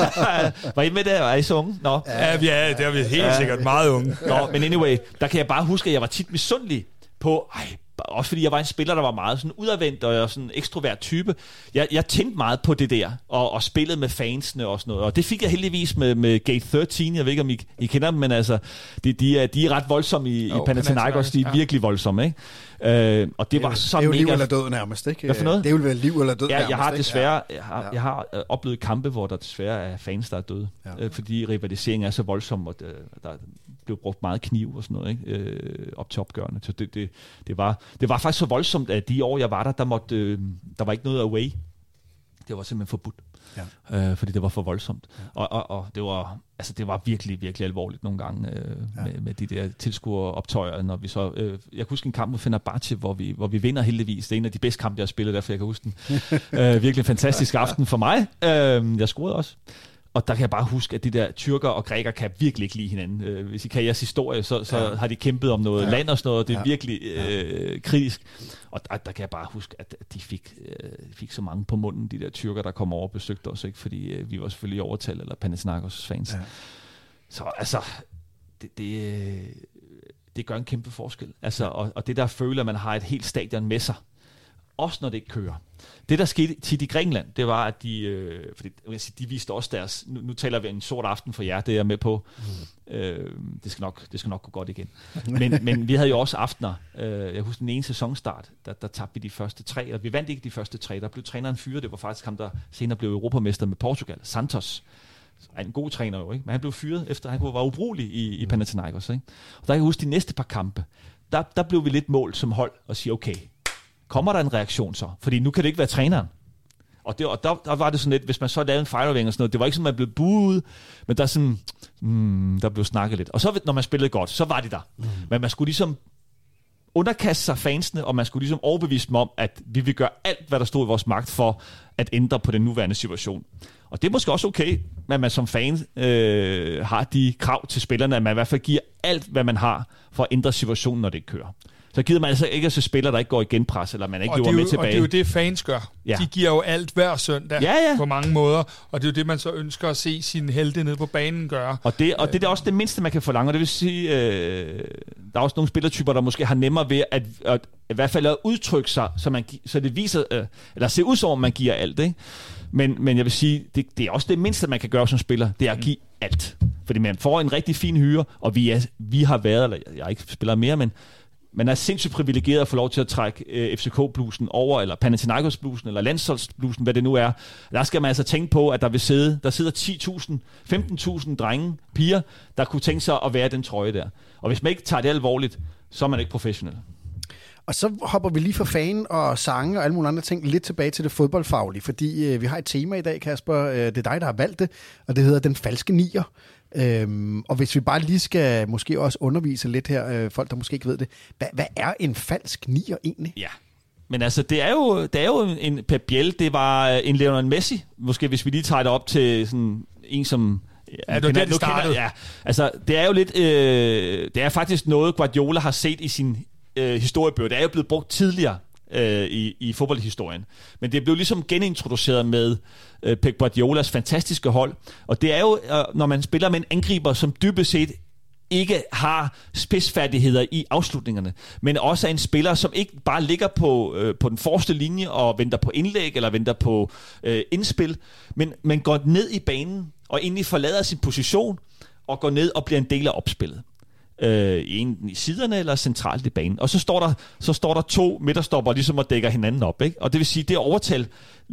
Var I med der? Er I så unge? Nå.
Ja, vi er, der er vi helt ja. sikkert meget unge.
Nå, men anyway, der kan jeg bare huske, at jeg var tit misundelig på... Ej, også fordi jeg var en spiller, der var meget sådan udadvendt og sådan en ekstrovert type. Jeg, jeg tænkte meget på det der, og, og spillede med fansene og sådan noget. Og det fik jeg heldigvis med, med Gate tretten. Jeg ved ikke, om I, I kender dem, men altså, de, de, er, de er ret voldsomme i, oh, i Panathinaikos. De er ja. virkelig voldsomme, ikke? Øh, og det, det var så
mega... Det er jo
mega...
liv eller død nærmest, ikke?
Hvad for noget?
Det er jo vel liv eller død
ja,
nærmest,
jeg har desværre,
ikke?
jeg har, jeg har øh, oplevet kampe, hvor der desværre er fans, der er døde. Ja. Øh, fordi rivaliseringen er så voldsom, og der, der blev brugt meget kniv og sådan noget, ikke? Øh, op til opgørende. Så det, det, det, var, det var faktisk så voldsomt, at de år, jeg var der, der, måtte, øh, der var ikke noget away. Det var simpelthen forbudt. Ja. Øh, fordi det var for voldsomt. Ja. Og, og, og det var altså det var virkelig, virkelig alvorligt nogle gange øh, ja. med, med de der tilskueroptøjer, når vi så... Øh, jeg kan huske en kamp mod Fenerbahce, hvor vi, hvor vi vinder heldigvis. Det er en af de bedste kampe, jeg har spillet, derfor jeg kan huske den. øh, virkelig en fantastisk aften for mig. Øh, jeg scorede også. Og der kan jeg bare huske, at de der tyrker og græker kan virkelig ikke lide hinanden. Øh, hvis I kan jeres historie, så, så ja. har de kæmpet om noget ja. land og sådan noget, og det er ja. virkelig øh, kritisk. Og der, der kan jeg bare huske, at de fik, øh, fik så mange på munden, de der tyrker, der kom over og besøgte os, ikke? Fordi øh, vi var selvfølgelig i overtal, eller Panathinaikos fans. Ja. Så altså, det, det, det gør en kæmpe forskel. Altså, og, og det der føler, at man har et helt stadion med sig, også når det ikke kører. Det, der skete tit i Grækenland, det var, at de, øh, fordi, de viste også deres, nu, nu taler vi en sort aften for jer, det er jeg med på, mm. øh, det, skal nok, det skal nok gå godt igen. Men, men vi havde jo også aftener, øh, jeg husker den ene sæsonstart, der, der tabte vi de første tre, og vi vandt ikke de første tre, der blev træneren fyret, det var faktisk ham, der senere blev europamester med Portugal, Santos. En god træner jo, ikke? Men han blev fyret, efter han var ubrugelig i, i Panathinaikos. Ikke? Og der kan jeg huske de næste par kampe, der, der blev vi lidt målt som hold og sige, okay, kommer der en reaktion så? Fordi nu kan det ikke være træneren. Og, det, og der, der var det sådan lidt, hvis man så lavede en fejlafværing og sådan noget, det var ikke sådan, man blev buet, men der, sådan, hmm, der blev snakket lidt. Og så når man spillede godt, så var de der. Mm. Men man skulle ligesom underkaste sig fansene, og man skulle ligesom overbevise dem om, at vi vil gøre alt, hvad der stod i vores magt for at ændre på den nuværende situation. Og det er måske også okay, at man som fan øh, har de krav til spillerne, at man i hvert fald giver alt, hvad man har for at ændre situationen, når det ikke kører. Så gider man altså ikke at se spillere, der ikke går i genpres, eller man ikke løber med tilbage.
Og det er jo det, fans gør. Ja. De giver jo alt hver søndag
ja, ja.
på mange måder, og det er jo det, man så ønsker at se sine helte nede på banen gøre.
Og det, og det er også det mindste, man kan forlange, og det vil sige, øh, der er også nogle spillertyper, der måske har nemmere ved at, at, at i hvert fald at udtrykke sig, så, man, så det viser, øh, eller ser ud som om, man giver alt, ikke? Men, men jeg vil sige, det, det er også det mindste, man kan gøre som spiller, det er at give alt. Fordi man får en rigtig fin hyre, og vi, er, vi har været, eller jeg ikke spiller mere, men man er sindssygt privilegeret at få lov til at trække øh, F C K-blusen over, eller Panathinaikos-blusen, eller landsholdsblusen, hvad det nu er. Der skal man altså tænke på, at der vil sidde, der sidder ti tusind, femten tusind drenge, piger, der kunne tænke sig at være den trøje der. Og hvis man ikke tager det alvorligt, så er man ikke professionel.
Og så hopper vi lige fra fanen og sange og alle mulige andre ting lidt tilbage til det fodboldfaglige, fordi øh, vi har et tema i dag, Kasper. Øh, det er dig, der har valgt det, og det hedder Den Falske Nier. Øhm, og hvis vi bare lige skal måske også undervise lidt her, øh, folk der måske ikke ved det, hvad, hvad er en falsk nier egentlig?
Ja, men altså det er jo, det er jo en Pep Biel, det var en Lionel Messi, måske hvis vi lige tager det op til sådan en som...
Ja, det var det, det startede.
Ja, altså det er jo lidt, øh, det er faktisk noget Guardiola har set i sin øh, historiebøger, det er jo blevet brugt tidligere øh, i, i fodboldhistorien, men det blev ligesom genintroduceret med øh, Pep Guardiolas fantastiske hold, og det er jo, øh, når man spiller med en angriber, som dybest set ikke har spidsfærdigheder i afslutningerne, men også er en spiller, som ikke bare ligger på, øh, på den forreste linje og venter på indlæg eller venter på øh, indspil, men, men går ned i banen og egentlig forlader sin position og går ned og bliver en del af opspillet. Øh, enten i siderne eller centralt i banen. Og så står der, så står der to midterstopper ligesom og dækker hinanden op. Ikke? Og det vil sige, det overtal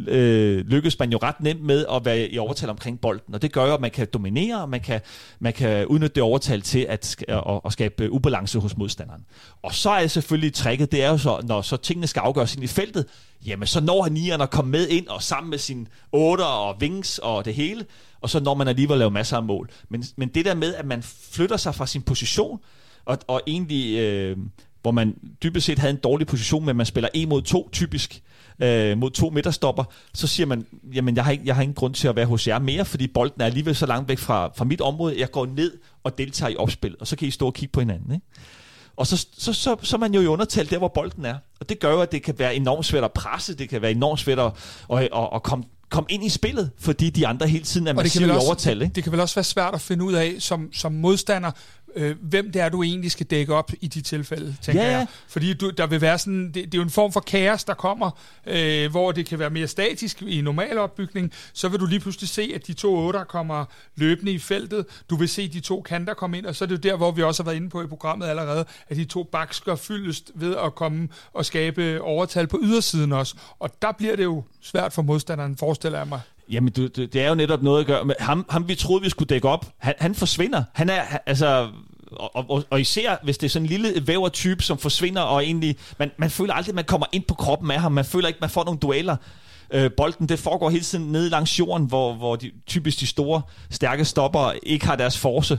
øh, lykkes man jo ret nemt med at være i overtal omkring bolden. Og det gør jo, at man kan dominere, og man kan, man kan udnytte det overtal til at, at, at skabe ubalance hos modstanderen. Og så er selvfølgelig tricket, det er jo så, når så tingene skal afgøres ind i feltet, jamen så når han nieren at komme med ind og sammen med sine otter og wings og det hele, og så når man alligevel laver masser af mål. Men, men det der med, at man flytter sig fra sin position, og, og egentlig, øh, hvor man dybest set havde en dårlig position, men man spiller en mod to typisk, øh, mod to midterstopper, så siger man, jamen jeg har, ikke, jeg har ingen grund til at være hos jer mere, fordi bolden er alligevel så langt væk fra, fra mit område, jeg går ned og deltager i opspil, og så kan I stå og kigge på hinanden, ikke? Og så, så, så, så er man jo i undertal der, hvor bolden er. Og det gør jo, at det kan være enormt svært at presse, det kan være enormt svært at, at, at, at komme kom ind i spillet, fordi de andre hele tiden er massivt i overtal. Ikke?
Det kan vel også være svært at finde ud af, som, som modstander, øh, hvem det er, du egentlig skal dække op i de tilfælde, tænker
ja.
jeg. Fordi du, der vil være sådan, det, det er jo en form for kaos, der kommer, øh, hvor det kan være mere statisk i normal opbygning. Så vil du lige pludselig se, at de to otter kommer løbende i feltet. Du vil se de to kanter komme ind, og så er det jo der, hvor vi også har været inde på i programmet allerede, at de to backs skal fyldes ved at komme og skabe overtal på ydersiden også. Og der bliver det jo svært for modstanderen, forestiller jeg mig.
Jamen, du, det er jo netop noget at gøre med ham, ham vi troede, vi skulle dække op. Han, han forsvinder. Han er, altså... Og, og, og især hvis det er sådan en lille vævertype, som forsvinder, og egentlig, man, man føler aldrig, at man kommer ind på kroppen af ham, man føler ikke, man får nogle dueller. Øh, bolden, det foregår hele tiden nede langs jorden, hvor, hvor de, typisk de store, stærke stopper ikke har deres force.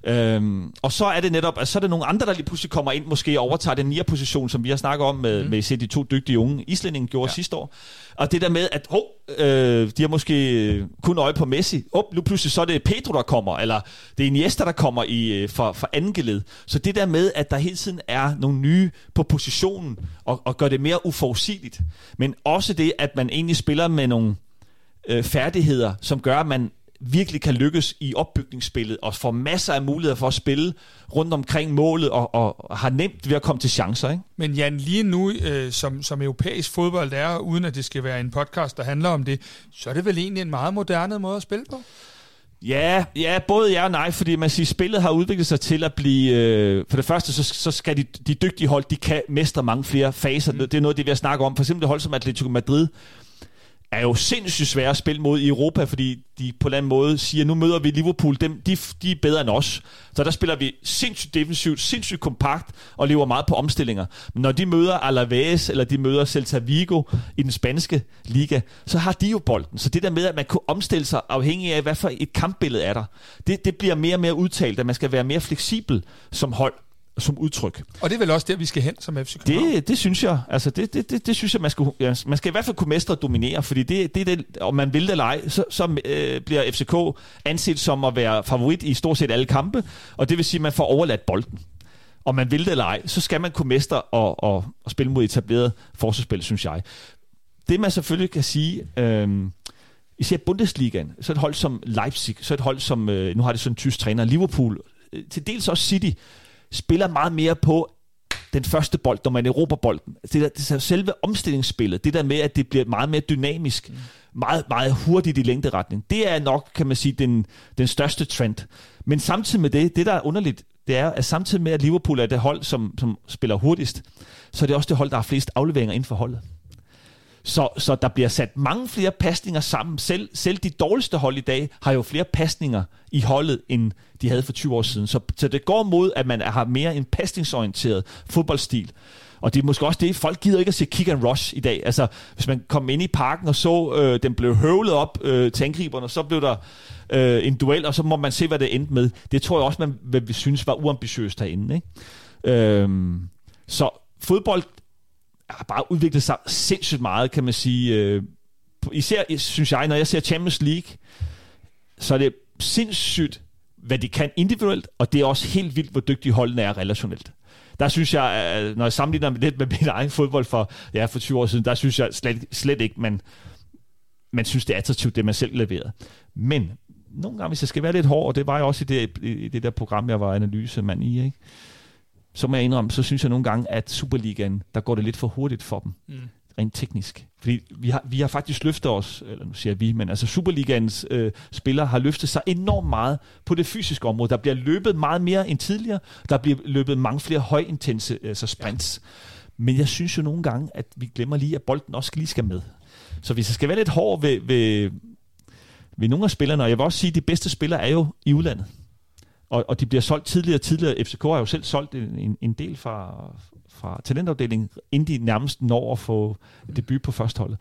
Øhm, og så er det netop, at så er det nogle andre, der lige pludselig kommer ind, måske overtager den nier-position, som vi har snakket om med, mm. med de to dygtige unge islændinge gjorde ja. sidste år. Og det der med, at oh, øh, de har måske kun øje på Messi. Oh, nu pludselig så er det Pedro, der kommer, eller det er Iniesta, der kommer i, for, for anden geled. Så det der med, at der hele tiden er nogle nye på positionen, og, og gør det mere uforudsigeligt. Men også det, at man egentlig spiller med nogle øh, færdigheder, som gør, at man virkelig kan lykkes i opbygningsspillet, og får masser af muligheder for at spille rundt omkring målet, og, og har nemt ved at komme til chancer, ikke?
Men Jan, lige nu, øh, som, som europæisk fodbold er, uden at det skal være en podcast, der handler om det, så er det vel egentlig en meget moderne måde at spille på?
Ja, ja, både ja og nej, fordi man siger, spillet har udviklet sig til at blive, øh, for det første, så, så skal de, de dygtige hold, de kan mestre mange flere faser. Mm. Det er noget, det vi har snakket om. For eksempel det hold som Atletico Madrid er jo sindssygt svære at spille mod i Europa, fordi de på en eller anden måde siger, nu møder vi Liverpool, dem, de, de er bedre end os. Så der spiller vi sindssygt defensivt, sindssygt kompakt og lever meget på omstillinger. Men når de møder Alaves, eller de møder Celta Vigo i den spanske liga, så har de jo bolden. Så det der med, at man kan omstille sig afhængig af, hvad for et kampbillede er der, det, det bliver mere og mere udtalt, at man skal være mere fleksibel som hold, som udtryk.
Og det er vel også der, vi skal hen som F C København?
Det, det synes jeg. Altså, det, det, det, det synes jeg, man skal, ja, man skal i hvert fald kunne mestre og dominere, fordi det, det, det om man vil det eller ej, så, så øh, bliver F C K anset som at være favorit i stort set alle kampe, og det vil sige, at man får overladt bolden. Om man vil det eller ej, så skal man kunne mestre og, og, og spille mod etableret forsvarsspil, synes jeg. Det man selvfølgelig kan sige, øh, især Bundesligaen, så et hold som Leipzig, så et hold som, øh, nu har det sådan en tysk træner, Liverpool, øh, til dels også City, spiller meget mere på den første bold, når man erobrer bolden. Det der, det er selve omstillingsspillet, det der med, at det bliver meget mere dynamisk, mm. meget, meget hurtigt i længderetning, det er nok, kan man sige, den, den største trend. Men samtidig med det, det der er underligt, det er, at samtidig med, at Liverpool er det hold, som, som spiller hurtigst, så er det også det hold, der har flest afleveringer inden for holdet. Så, så der bliver sat mange flere pasninger sammen. Selv, selv de dårligste hold i dag har jo flere pasninger i holdet, end de havde for tyve år siden. Så, så det går mod, at man har mere en pasningsorienteret fodboldstil. Og det er måske også det, folk gider ikke at se kick and rush i dag. Altså, hvis man kom ind i parken og så, øh, den blev høvlet op øh, til angriberne, så blev der øh, en duel, og så må man se, hvad det endte med. Det tror jeg også, man vil synes var uambitiøst herinde, ikke? Øhm, så fodbold har bare udviklet sig sindssygt meget, kan man sige. Øh, især, synes jeg, når jeg ser Champions League, så er det sindssygt, hvad de kan individuelt, og det er også helt vildt, hvor dygtige holdene er relationelt. Der synes jeg, når jeg sammenligner lidt med min egen fodbold for, ja, for tyve år siden, der synes jeg slet, slet ikke, man, man synes, det er attraktivt, det man selv leverede. Men nogle gange, hvis jeg skal være lidt hård, og det var jeg også i det, i det der program, jeg var analysemand i, ikke? Så må jeg indrømme, så synes jeg nogle gange, at Superligaen, der går det lidt for hurtigt for dem, mm. rent teknisk. Fordi vi har, vi har faktisk løftet os, eller nu siger vi, men altså Superligaens øh, spillere har løftet sig enormt meget på det fysiske område. Der bliver løbet meget mere end tidligere. Der bliver løbet mange flere højintense altså sprints. Ja. Men jeg synes jo nogle gange, at vi glemmer lige, at bolden også lige skal med. Så hvis jeg skal være lidt hård ved, ved, ved nogle af spillerne, og jeg vil også sige, at de bedste spillere er jo i udlandet. Og, og de bliver solgt tidligere og tidligere. F C K har jo selv solgt en, en del fra, fra talentafdelingen, inden de nærmest når at få debut på førsteholdet.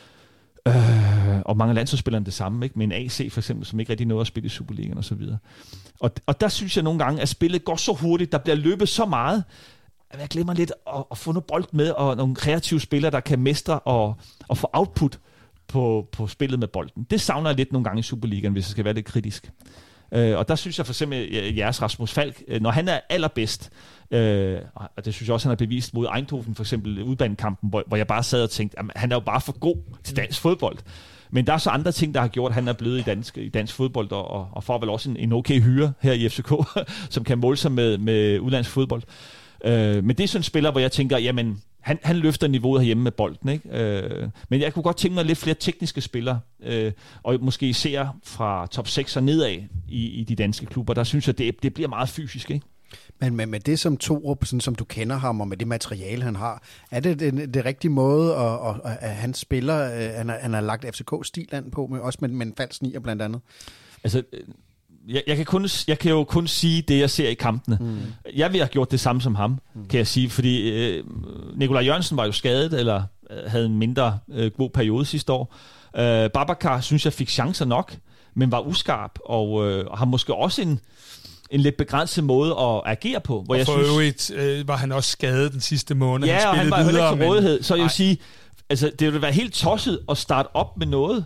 Øh, og mange landsholdsspillere det samme, ikke? Med en A C for eksempel, som ikke rigtig nåede at spille i Superligaen og så videre. Og, og der synes jeg nogle gange, at spillet går så hurtigt, der bliver løbet så meget, at jeg glemmer lidt at, at få noget bold med, og nogle kreative spillere, der kan mestre og, og få output på, på spillet med bolden. Det savner jeg lidt nogle gange i Superligaen, hvis jeg skal være lidt kritisk. Øh, og der synes jeg for eksempel, jeres Rasmus Falk, når han er allerbedst, øh, og det synes jeg også, han har bevist mod Eindhoven, for eksempel udbanekampen, hvor, hvor jeg bare sad og tænkte, at han er jo bare for god til dansk fodbold. Men der er så andre ting, der har gjort, at han er blevet i dansk, i dansk fodbold, og, og får vel også en, en okay hyre her i F C K, som kan måle sig med, med udlandsk fodbold. Øh, men det er sådan en spiller, hvor jeg tænker, jamen, han, han løfter niveauet herhjemme med bolden, ikke? Øh, men jeg kunne godt tænke mig lidt flere tekniske spillere, øh, og måske især fra top seks og nedad i, i de danske klubber. Der synes jeg, det, det bliver meget fysisk, ikke?
Men med, med det som Torup, sådan som du kender ham, og med det materiale, han har, er det det, det rigtige måde, at, at, at han spiller, han har, han har lagt F C K-stil an på, med, også med, med en falsk nier blandt andet?
Altså, jeg, jeg, kan kun, jeg kan jo kun sige det, jeg ser i kampene. Mm. Jeg vil have gjort det samme som ham, mm. kan jeg sige, fordi øh, Nikolaj Jørgensen var jo skadet, eller øh, havde en mindre øh, god periode sidste år. Øh, Babacar, synes jeg, fik chancer nok, men var uskarp, og øh, har måske også en en lidt begrænset måde at agere på. Hvor
og
jeg
for
synes,
øvrigt øh, var han også skadet den sidste måned.
Ja,
han
og han var heller ikke til rådighed. Så jeg
nej.
vil sige, altså, det ville være helt tosset at starte op med noget,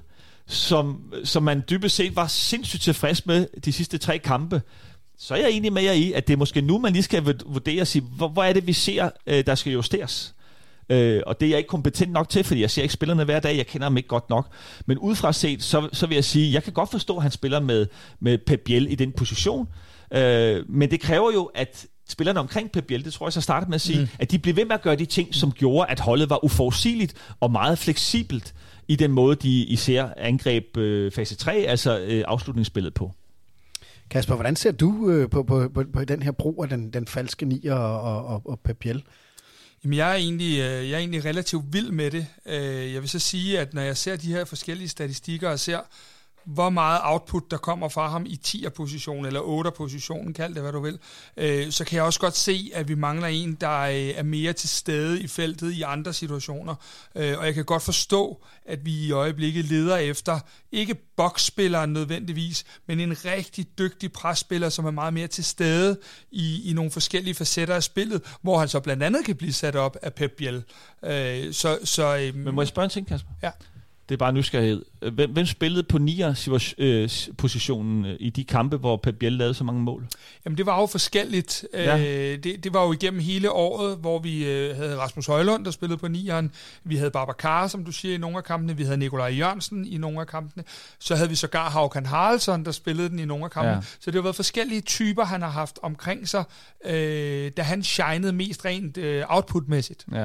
som, som man dybest set var sindssygt tilfreds med de sidste tre kampe. Så er jeg enig med jer i, at det er måske nu, man lige skal vurdere og sige, hvor, hvor er det, vi ser, der skal justeres. Øh, og det er jeg ikke kompetent nok til, fordi jeg ser ikke spillerne hver dag, jeg kender dem ikke godt nok. Men udefra set, så, så vil jeg sige, jeg kan godt forstå, at han spiller med, med Pep Biel i den position, øh, men det kræver jo, at spillerne omkring Pep Biel, det tror jeg så startede med at sige, mm. at de blev ved med at gøre de ting, som gjorde, at holdet var uforudsigeligt og meget fleksibelt i den måde, de især angreb øh, fase tre, altså øh, afslutningsspillet på.
Kasper, hvordan ser du øh, på, på, på, på den her brug af den, den falske nier og, og, og Pep Biel?
Jamen, jeg er, egentlig, jeg er egentlig relativt vild med det. Jeg vil så sige, at når jeg ser de her forskellige statistikker og ser, hvor meget output der kommer fra ham i tier-position eller otter-positionen, kald det hvad du vil, øh, så kan jeg også godt se, at vi mangler en, der er mere til stede i feltet i andre situationer. Øh, og jeg kan godt forstå, at vi i øjeblikket leder efter, ikke boksspilleren nødvendigvis, men en rigtig dygtig presspiller, som er meget mere til stede i, i nogle forskellige facetter af spillet, hvor han så blandt andet kan blive sat op af Pep Biel. Øh, så, så, øh,
men må jeg spørge en ting, Kasper?
Ja.
Det er bare nysgerrighed. Hvem, hvem spillede på nier-positionen i de kampe, hvor Pep Biel lavede så mange mål?
Jamen, det var jo forskelligt. Ja. Det, det var jo igennem hele året, hvor vi havde Rasmus Højlund, der spillede på nieren. Vi havde Babacar, som du siger, i nogle af kampene. Vi havde Nikolaj Jørgensen i nogle af kampene. Så havde vi sågar Håkan Haraldsson, der spillede den i nogle af kampene. Ja. Så det har været forskellige typer, han har haft omkring sig, øh, da han shinede mest rent øh, outputmæssigt. Ja.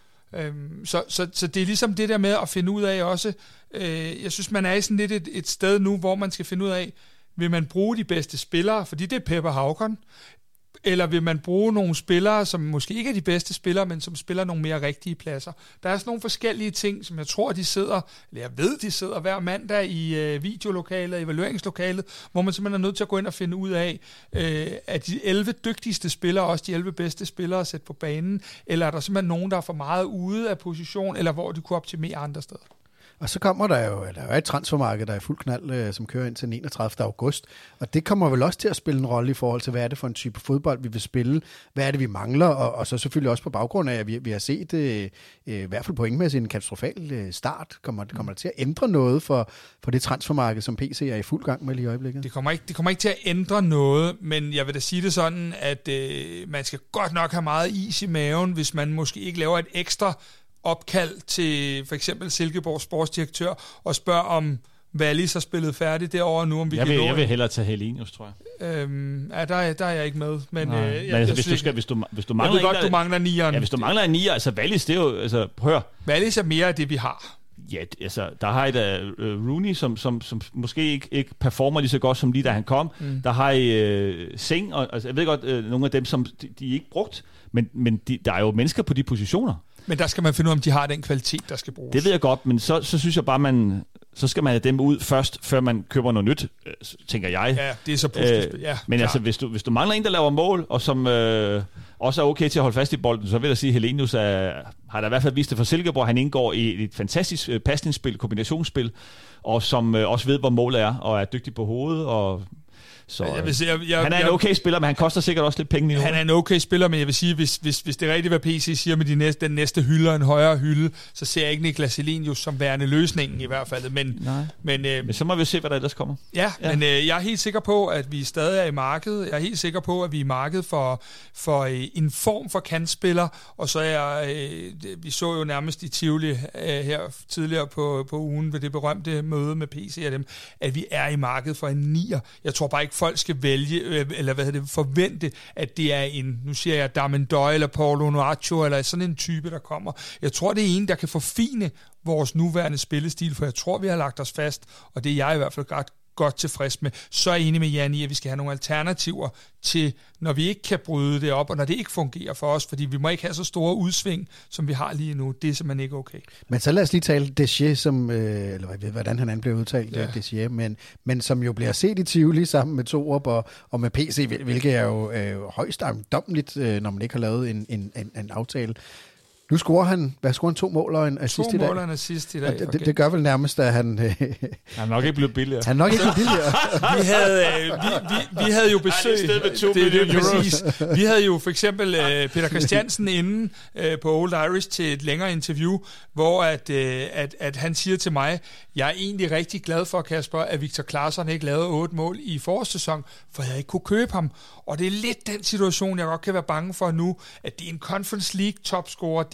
Så, så, så det er ligesom det der med at finde ud af også, øh, jeg synes man er i sådan lidt et, et sted nu, hvor man skal finde ud af, vil man bruge de bedste spillere, fordi det er Pep og Håkon, eller vil man bruge nogle spillere, som måske ikke er de bedste spillere, men som spiller nogle mere rigtige pladser. Der er sådan nogle forskellige ting, som jeg tror, de sidder, eller jeg ved, de sidder hver mandag i øh, videolokalet, evalueringslokalet, hvor man simpelthen er nødt til at gå ind og finde ud af, øh, at de elleve dygtigste spillere, også de elleve bedste spillere at sætte på banen, eller er der simpelthen nogen, der er for meget ude af position, eller hvor de kunne optimere andre steder.
Og så kommer der jo, der er jo et transfermarked, der er fuld knald, øh, som kører ind til den enogtredivte august. Og det kommer vel også til at spille en rolle i forhold til, hvad er det for en type fodbold, vi vil spille, hvad er det, vi mangler, og, og så selvfølgelig også på baggrund af, at vi, vi har set øh, øh, i hvert fald pointmæssigt en katastrofal øh, start. Kommer, kommer der til at ændre noget for, for det transfermarked, som P C er i fuld gang med lige i øjeblikket?
Det kommer ikke, det kommer ikke til at ændre noget, men jeg vil da sige det sådan, at øh, man skal godt nok have meget is i maven, hvis man måske ikke laver et ekstra opkald til for eksempel Silkeborgs sportsdirektør og spørger om Wallis har spillet færdigt derovre nu, om vi
jeg
kan
vil,
nå.
Jeg vil hellere tage Helenius, tror jeg.
Øhm, ja, der, der er jeg ikke med. Men, øh, jeg,
men altså,
jeg
hvis, du skal, hvis, du, hvis du mangler
jeg ved godt,
en,
du mangler nieren.
Ja, hvis du mangler en nier, altså Wallis, det er jo, altså, hør.
Wallis er mere af det, vi har.
Ja, altså, der har I da uh, Rooney, som, som, som måske ikke, ikke performer lige så godt, som lige da han kom. Mm. Der har I uh, Seng, og altså, jeg ved godt, uh, nogle af dem, som de, de er ikke brugt, men, men de, der er jo mennesker på de positioner.
Men der skal man finde ud af, om de har den kvalitet, der skal bruges.
Det ved jeg godt, men så, så synes jeg bare, man så skal man have dem ud først, før man køber noget nyt, tænker jeg.
Ja, det er så puslespil. Ja,
men klar. Altså, hvis du, hvis du mangler en, der laver mål, og som øh, også er okay til at holde fast i bolden, så vil jeg sige, at Helenius er, har da i hvert fald vist det for Silkeborg. Han indgår i et fantastisk øh, pasningsspil, kombinationsspil, og som øh, også ved, hvor målet er, og er dygtig på hovedet, og så, jeg vil sige, jeg, jeg, han er en okay jeg, spiller, men han koster sikkert også lidt penge.
Han er en okay spiller, men jeg vil sige, hvis, hvis, hvis det er rigtigt, hvad P C siger med de næste, den næste hylde og en højere hylde, så ser jeg ikke Niklas Helenius som værende løsningen i hvert fald. Men, men, øh,
men så må vi se, hvad der ellers kommer.
Ja, ja. men øh, jeg er helt sikker på, at vi stadig er i markedet. Jeg er helt sikker på, at vi er i markedet for, for øh, en form for kantspiller, og så er jeg, øh, vi så jo nærmest i Tivoli øh, her tidligere på, på ugen ved det berømte møde med P C og dem, at vi er i markedet for en nier. Jeg tror bare ikke, folk skal vælge, eller hvad hedder det, forvente, at det er en, nu siger jeg, Damendøj eller Paulo Onuachu, eller sådan en type, der kommer. Jeg tror, det er en, der kan forfine vores nuværende spillestil, for jeg tror, vi har lagt os fast, og det er jeg i hvert fald ret godt tilfreds med. Så er jeg enig med Jan i, at vi skal have nogle alternativer til, når vi ikke kan bryde det op, og når det ikke fungerer for os, fordi vi må ikke have så store udsving, som vi har lige nu. Det er simpelthen ikke okay.
Men så lad os lige tale Deschamps, som, øh, eller jeg ved, hvordan han bliver udtalt, ja. Deschamps, men, men som jo bliver set i Tivoli sammen med Torup og, og med P C, hvilket er jo øh, højst ejendommeligt, øh, når man ikke har lavet en, en, en, en aftale. Nu scorer han, hvad scorer han, to mål og en assist i dag?
To mål og en assist i dag,
okay. det, det gør vel nærmest, at han... Øh,
han er nok ikke blevet billigere.
Han er nok ikke blevet billigere.
vi, havde, øh, vi, vi, vi havde jo besøg... det, det, det, præcis. Vi havde jo for eksempel øh, Peter Christiansen inde øh, på Old Irish til et længere interview, hvor at, øh, at, at han siger til mig, jeg er egentlig rigtig glad for, Kasper, at Victor Claesson ikke lavede otte mål i forårssæson, for jeg ikke kunne købe ham. Og det er lidt den situation, jeg godt kan være bange for nu, at det er en Conference League topscorer, det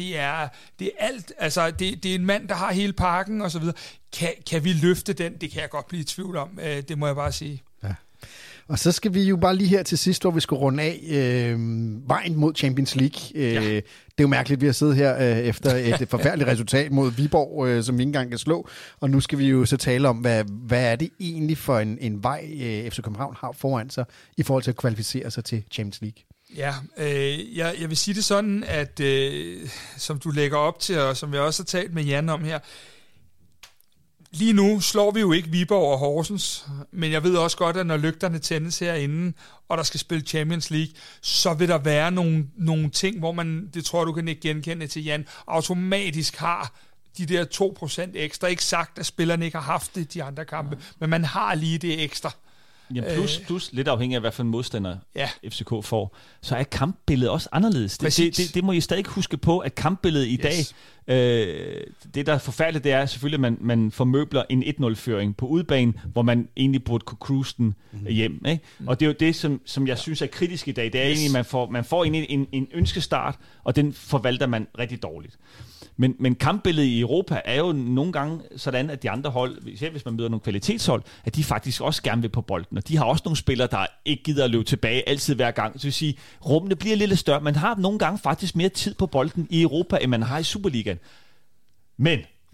det er, det er alt, altså det, det er en mand, der har hele pakken og så videre. Kan, kan vi løfte den? Det kan jeg godt blive i tvivl om, øh, det må jeg bare sige. Ja.
Og så skal vi jo bare lige her til sidst, hvor vi skal runde af, øh, vejen mod Champions League. Øh, ja. Det er jo mærkeligt, vi har siddet her øh, efter et forfærdeligt resultat mod Viborg, øh, som vi ikke engang kan slå. Og nu skal vi jo så tale om, hvad, hvad er det egentlig for en, en vej, øh, F C København har foran sig, i forhold til at kvalificere sig til Champions League.
Ja, øh, jeg, jeg vil sige det sådan, at øh, som du lægger op til, og som vi også har talt med Jan om her, lige nu slår vi jo ikke Viborg og Horsens, men jeg ved også godt, at når lygterne tændes herinde, og der skal spille Champions League, så vil der være nogle, nogle ting, hvor man, det tror du kan ikke genkende til Jan, automatisk har de der to procent ekstra. Ikke sagt, at spillerne ikke har haft det de andre kampe, men man har lige det ekstra.
Ja, plus, plus lidt afhængig af, hvad for en modstander
ja.
F C K får, så er kampbilledet også anderledes. Det, det, det, det må I stadig huske på, at kampbilledet i yes. dag, øh, det der er forfærdeligt, det er selvfølgelig, at man, man formøbler en et nul-føring på udebane, hvor man egentlig burde kunne cruise den mm. hjem. Ikke? Mm. Og det er jo det, som, som jeg synes er kritisk i dag. Det er yes. egentlig, at man får, man får en, en, en ønskestart, og den forvalter man rigtig dårligt. Men, men kampbilledet i Europa er jo nogle gange sådan, at de andre hold, især hvis man møder nogle kvalitetshold, at de faktisk også gerne vil på bolden. Og de har også nogle spillere, der ikke gider at løbe tilbage altid hver gang. Så vil sige, rummene bliver lidt større. Man har nogle gange faktisk mere tid på bolden i Europa, end man har i Superligaen. Men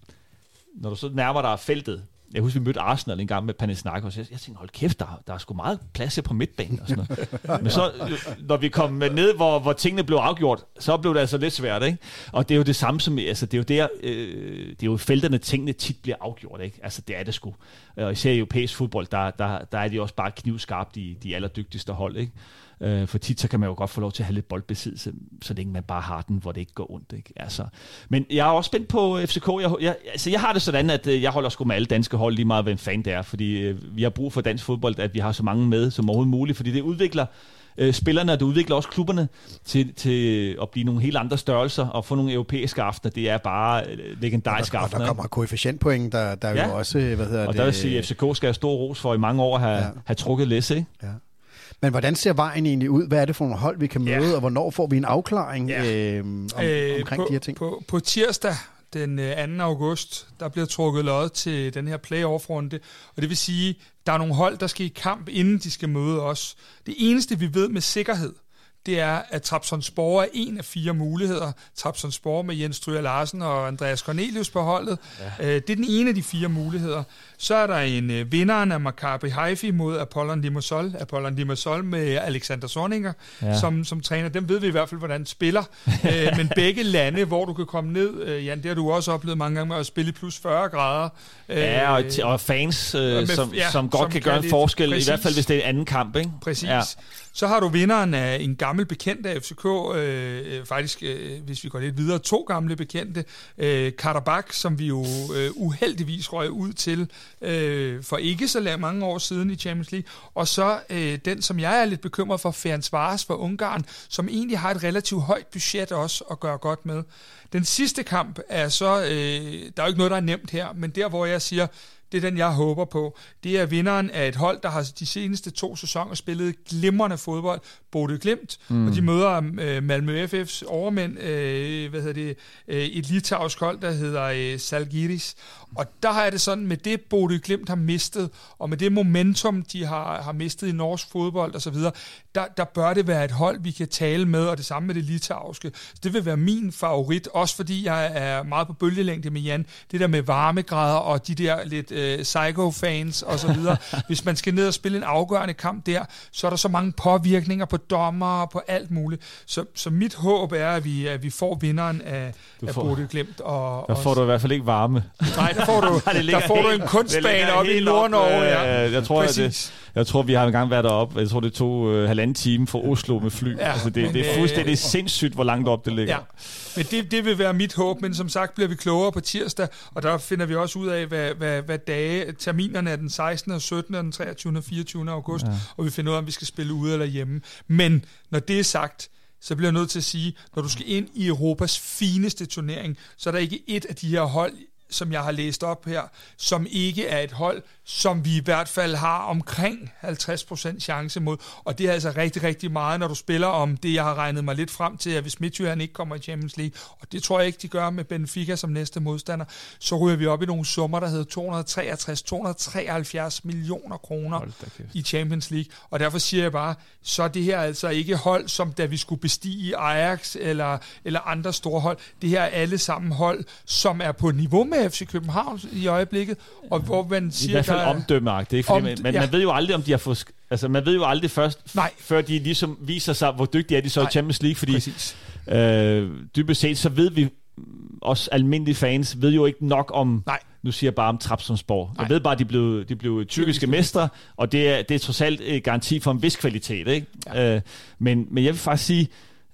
når du så nærmer dig feltet, jeg husker, vi mødte Arsenal en gang med Panathinaikos, jeg, jeg tænkte, hold kæft, der, der er sgu meget plads her på midtbanen og sådan noget. Men så, når vi kom ned, hvor, hvor tingene blev afgjort, så blev det altså lidt svært, ikke? Og det er jo det samme som, altså det er jo der, øh, det er jo felterne, tingene tit bliver afgjort, ikke? Altså det er det sgu. Og især i europæisk fodbold, der, der, der er de også bare knivskarpe, de, de allerdygtigste hold, ikke? Øh, for tit så kan man jo godt få lov til at have lidt boldbesiddelse, så længe man bare har den, hvor det ikke går ondt, ikke? Altså, men jeg er også spændt på F C K. Jeg, jeg, altså jeg har det sådan, at jeg holder sgu med alle danske hold lige meget, hvem fan det er, fordi øh, vi har brug for dansk fodbold, at vi har så mange med som overhovedet muligt, fordi det udvikler øh, spillerne, og det udvikler også klubberne til, til at blive nogle helt andre størrelser og få nogle europæiske aftener. Det er bare øh, legendariske aftener.
Og der kommer koefficientpoint, der, der
ja.
jo også, hvad hedder
og
det?
der vil sige, at F C K skal have stor ros for i mange år at have, ja. have trukket læs, ikke?
Ja. Men hvordan ser vejen egentlig ud? Hvad er det for nogle hold, vi kan møde, ja. og hvornår får vi en afklaring
ja.
øh, om,
øh,
omkring
på,
de her ting?
På, på tirsdag, den anden august, der bliver trukket lod til den her playoff-runde, og det vil sige, der er nogle hold, der skal i kamp, inden de skal møde os. Det eneste, vi ved med sikkerhed, det er, at Trabzonspor er en af fire muligheder. Trabzonspor med Jens Stryger Larsen og Andreas Cornelius på holdet. Ja. Det er den ene af de fire muligheder. Så er der en uh, vinderen af Maccabi Haifa mod Apollon Limassol. Apollon Limassol med Alexander Zorniger ja. som, som træner. Dem ved vi i hvert fald, hvordan spiller. uh, men begge lande, hvor du kan komme ned, uh, Jan, det har du også oplevet mange gange med at spille i plus fyrre grader. Uh,
ja, og, t- og fans, uh, med, som, ja, som godt som kan gøre en forskel, præcis. I hvert fald hvis det er en anden kamp. Ikke?
Præcis. Ja. Så har du vinderen af en gammel bekendt af F C K, øh, faktisk, øh, hvis vi går lidt videre, to gamle bekendte, øh, Karabakh, som vi jo øh, uheldigvis røg ud til øh, for ikke så mange år siden i Champions League, og så øh, den, som jeg er lidt bekymret for, Ferencvaros fra Ungarn, som egentlig har et relativt højt budget også at gøre godt med. Den sidste kamp er så, øh, der er jo ikke noget, der er nemt her, men der, hvor jeg siger, det er den, jeg håber på. Det er vinderen af et hold, der har de seneste to sæsoner spillet glimrende fodbold, Bodø Glimt, mm. og de møder øh, Malmö F F's overmænd, øh, hvad hedder det, øh, et litauisk hold, der hedder øh, Žalgiris. Og der har jeg det sådan, med det Bodø Glimt har mistet, og med det momentum, de har, har mistet i norsk fodbold og så videre, der, der bør det være et hold, vi kan tale med, og det samme med det litauiske. Så det vil være min favorit, også fordi jeg er meget på bølgelængde med Jan. Det der med varmegrader og de der lidt øh, psycho-fans og så videre. Hvis man skal ned og spille en afgørende kamp der, så er der så mange påvirkninger på dommer og på alt muligt. Så, så mit håb er, at vi, at vi får vinderen af, af Bodø Glimt. Og,
der får og, du i hvert fald ikke varme.
Nej, der får du, der får du en kunstbane oppe i Nord-Norge. Ja.
Jeg tror, det, jeg tror, vi har engang været deroppe. Jeg tror, det tog uh, halvanden time fra Oslo med fly. Ja, altså, det, men, det er fuldstændig øh, sindssygt, hvor langt op det ligger.
Ja. Men det, det vil være mit håb, men som sagt bliver vi klogere på tirsdag, og der finder vi også ud af, hvad, hvad, hvad dage, terminerne er den sekstende og syttende og den treogtyvende og fireogtyvende august, ja. Og vi finder ud af, om vi skal spille ude eller hjemme. Men når det er sagt, så bliver jeg nødt til at sige, når du skal ind i Europas fineste turnering, så er der ikke et af de her hold, som jeg har læst op her, som ikke er et hold, som vi i hvert fald har omkring halvtreds procent chance mod, og det er altså rigtig, rigtig meget, når du spiller om det, jeg har regnet mig lidt frem til, at hvis Midtjylland ikke kommer i Champions League, og det tror jeg ikke, de gør med Benfica som næste modstander, så ryger vi op i nogle summer, der hedder to hundrede og treogtres til to hundrede og treoghalvfjerds millioner kroner i Champions League, og derfor siger jeg bare, så er det her altså ikke hold, som da vi skulle bestige Ajax eller, eller andre store hold. Det her er alle sammen hold, som er på niveau med F C København i øjeblikket, og hvor man siger,
i hvert fald omdømmeagtigt, ikke? Fordi
om,
man, man,
ja.
man ved jo aldrig, om de har fået... Altså, man ved jo aldrig først,
Nej.
før de ligesom viser sig, hvor dygtige er de så
Nej.
i Champions League, fordi øh, dybest set, så ved vi, os almindelige fans, ved jo ikke nok om...
Nej.
Nu siger jeg bare om Trabzonspor. Jeg ved bare, at de blev, de blev tyrkiske mestre, og det er, det er trods alt en garanti for en vis kvalitet, ikke? Ja. Øh, men, men jeg vil faktisk sige,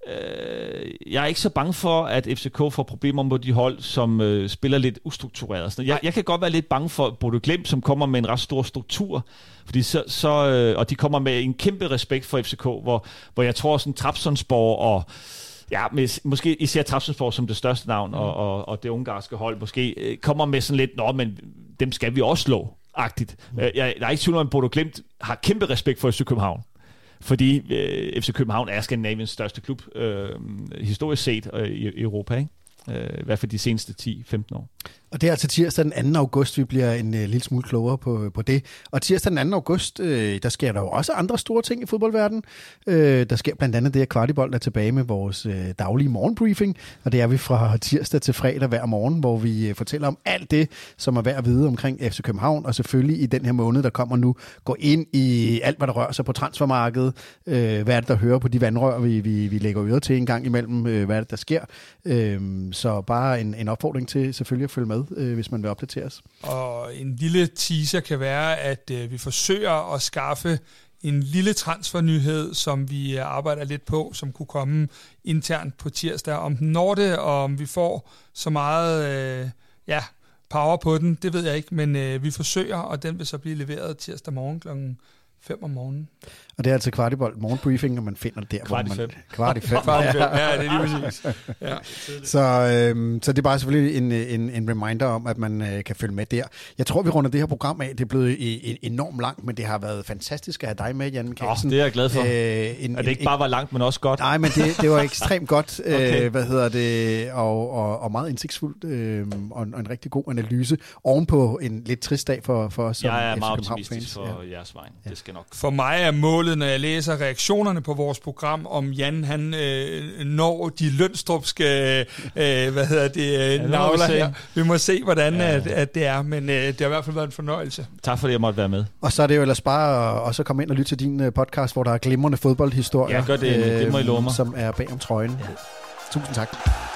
øh, jeg er ikke så bange for, at F C K får problemer med de hold, som øh, spiller lidt ustruktureret. Jeg, jeg kan godt være lidt bange for Bodø Glimt, som kommer med en ret stor struktur, fordi så, så, øh, og de kommer med en kæmpe respekt for F C K, hvor, hvor jeg tror, sådan Trabzonspor og ja, med, måske især Trabzonspor som det største navn, mm. og, og, og det ungarske hold måske øh, kommer med sådan lidt, nå, men dem skal vi også slå, agtigt. Mm. Jeg, jeg er ikke tvivl om, at Bodø Glimt har kæmpe respekt for F C København, fordi øh, F C København er Skandinaviens største klub, øh, historisk set øh, i, i Europa, ikke? Øh, i hvert fald de seneste ti til femten år.
Og det er altså tirsdag den anden august, vi bliver en uh, lille smule klogere på, på det. Og tirsdag den anden august, øh, der sker der jo også andre store ting i fodboldverdenen. Øh, der sker blandt andet det, at Kvartibold er tilbage med vores øh, daglige morgenbriefing. Og det er vi fra tirsdag til fredag hver morgen, hvor vi øh, fortæller om alt det, som er værd at vide omkring F C København. Og selvfølgelig i den her måned, der kommer nu, går ind i alt, hvad der rører sig på transfermarkedet. Øh, hvad er det, der hører på de vandrør, vi, vi, vi lægger øre til en gang imellem. Øh, hvad er det, der sker? Øh, så bare en, en opfordring til selvfølgelig at følge med, hvis man vil opdateres.
Og en lille teaser kan være, at øh, vi forsøger at skaffe en lille transfernyhed, som vi arbejder lidt på, som kunne komme internt på tirsdag. Om den når det, og om vi får så meget øh, ja, power på den, det ved jeg ikke, men øh, vi forsøger, og den vil så blive leveret tirsdag morgen klokken fem om morgen.
Og det er altså Kvartibold morgenbriefing, og man finder det der,
kvart
hvor
i
man...
fem.
Kvart i fem.
Kvart i fem, ja, det er lige præcis. Ja,
så, øhm, så det er bare selvfølgelig en, en, en reminder om, at man øh, kan følge med der. Jeg tror, vi runder det her program af. Det er blevet i, i, enormt langt, men det har været fantastisk at have dig med, Jan Mikkelsen.
Oh, det er jeg glad for.
Øh, en,
at det ikke bare var langt, men også godt.
Nej, men det, det var ekstremt godt,
okay.
øh, hvad hedder det, og, og, og meget indsigtsfuldt, øh, og, og en rigtig god analyse, ovenpå en lidt trist dag for, for os som
jeg er
F C
meget
København
optimistisk
fans.
for ja. jeres vej. Ja. Det skal nok.
For mig er målet, når jeg læser reaktionerne på vores program, om Jan, han øh, når de Lønstrupske, øh, hvad hedder det,
ja,
navler
vi
her. Vi må se, hvordan
ja.
at, at det er, men øh, det har i hvert fald været en fornøjelse.
Tak fordi jeg måtte være med.
Og så er det jo ellers bare at også komme ind og lytte til din podcast, hvor der er glimrende fodboldhistorier,
ja, gør det, øh, det må I love mig.
som er bag om trøjen. Ja. Tusind tak.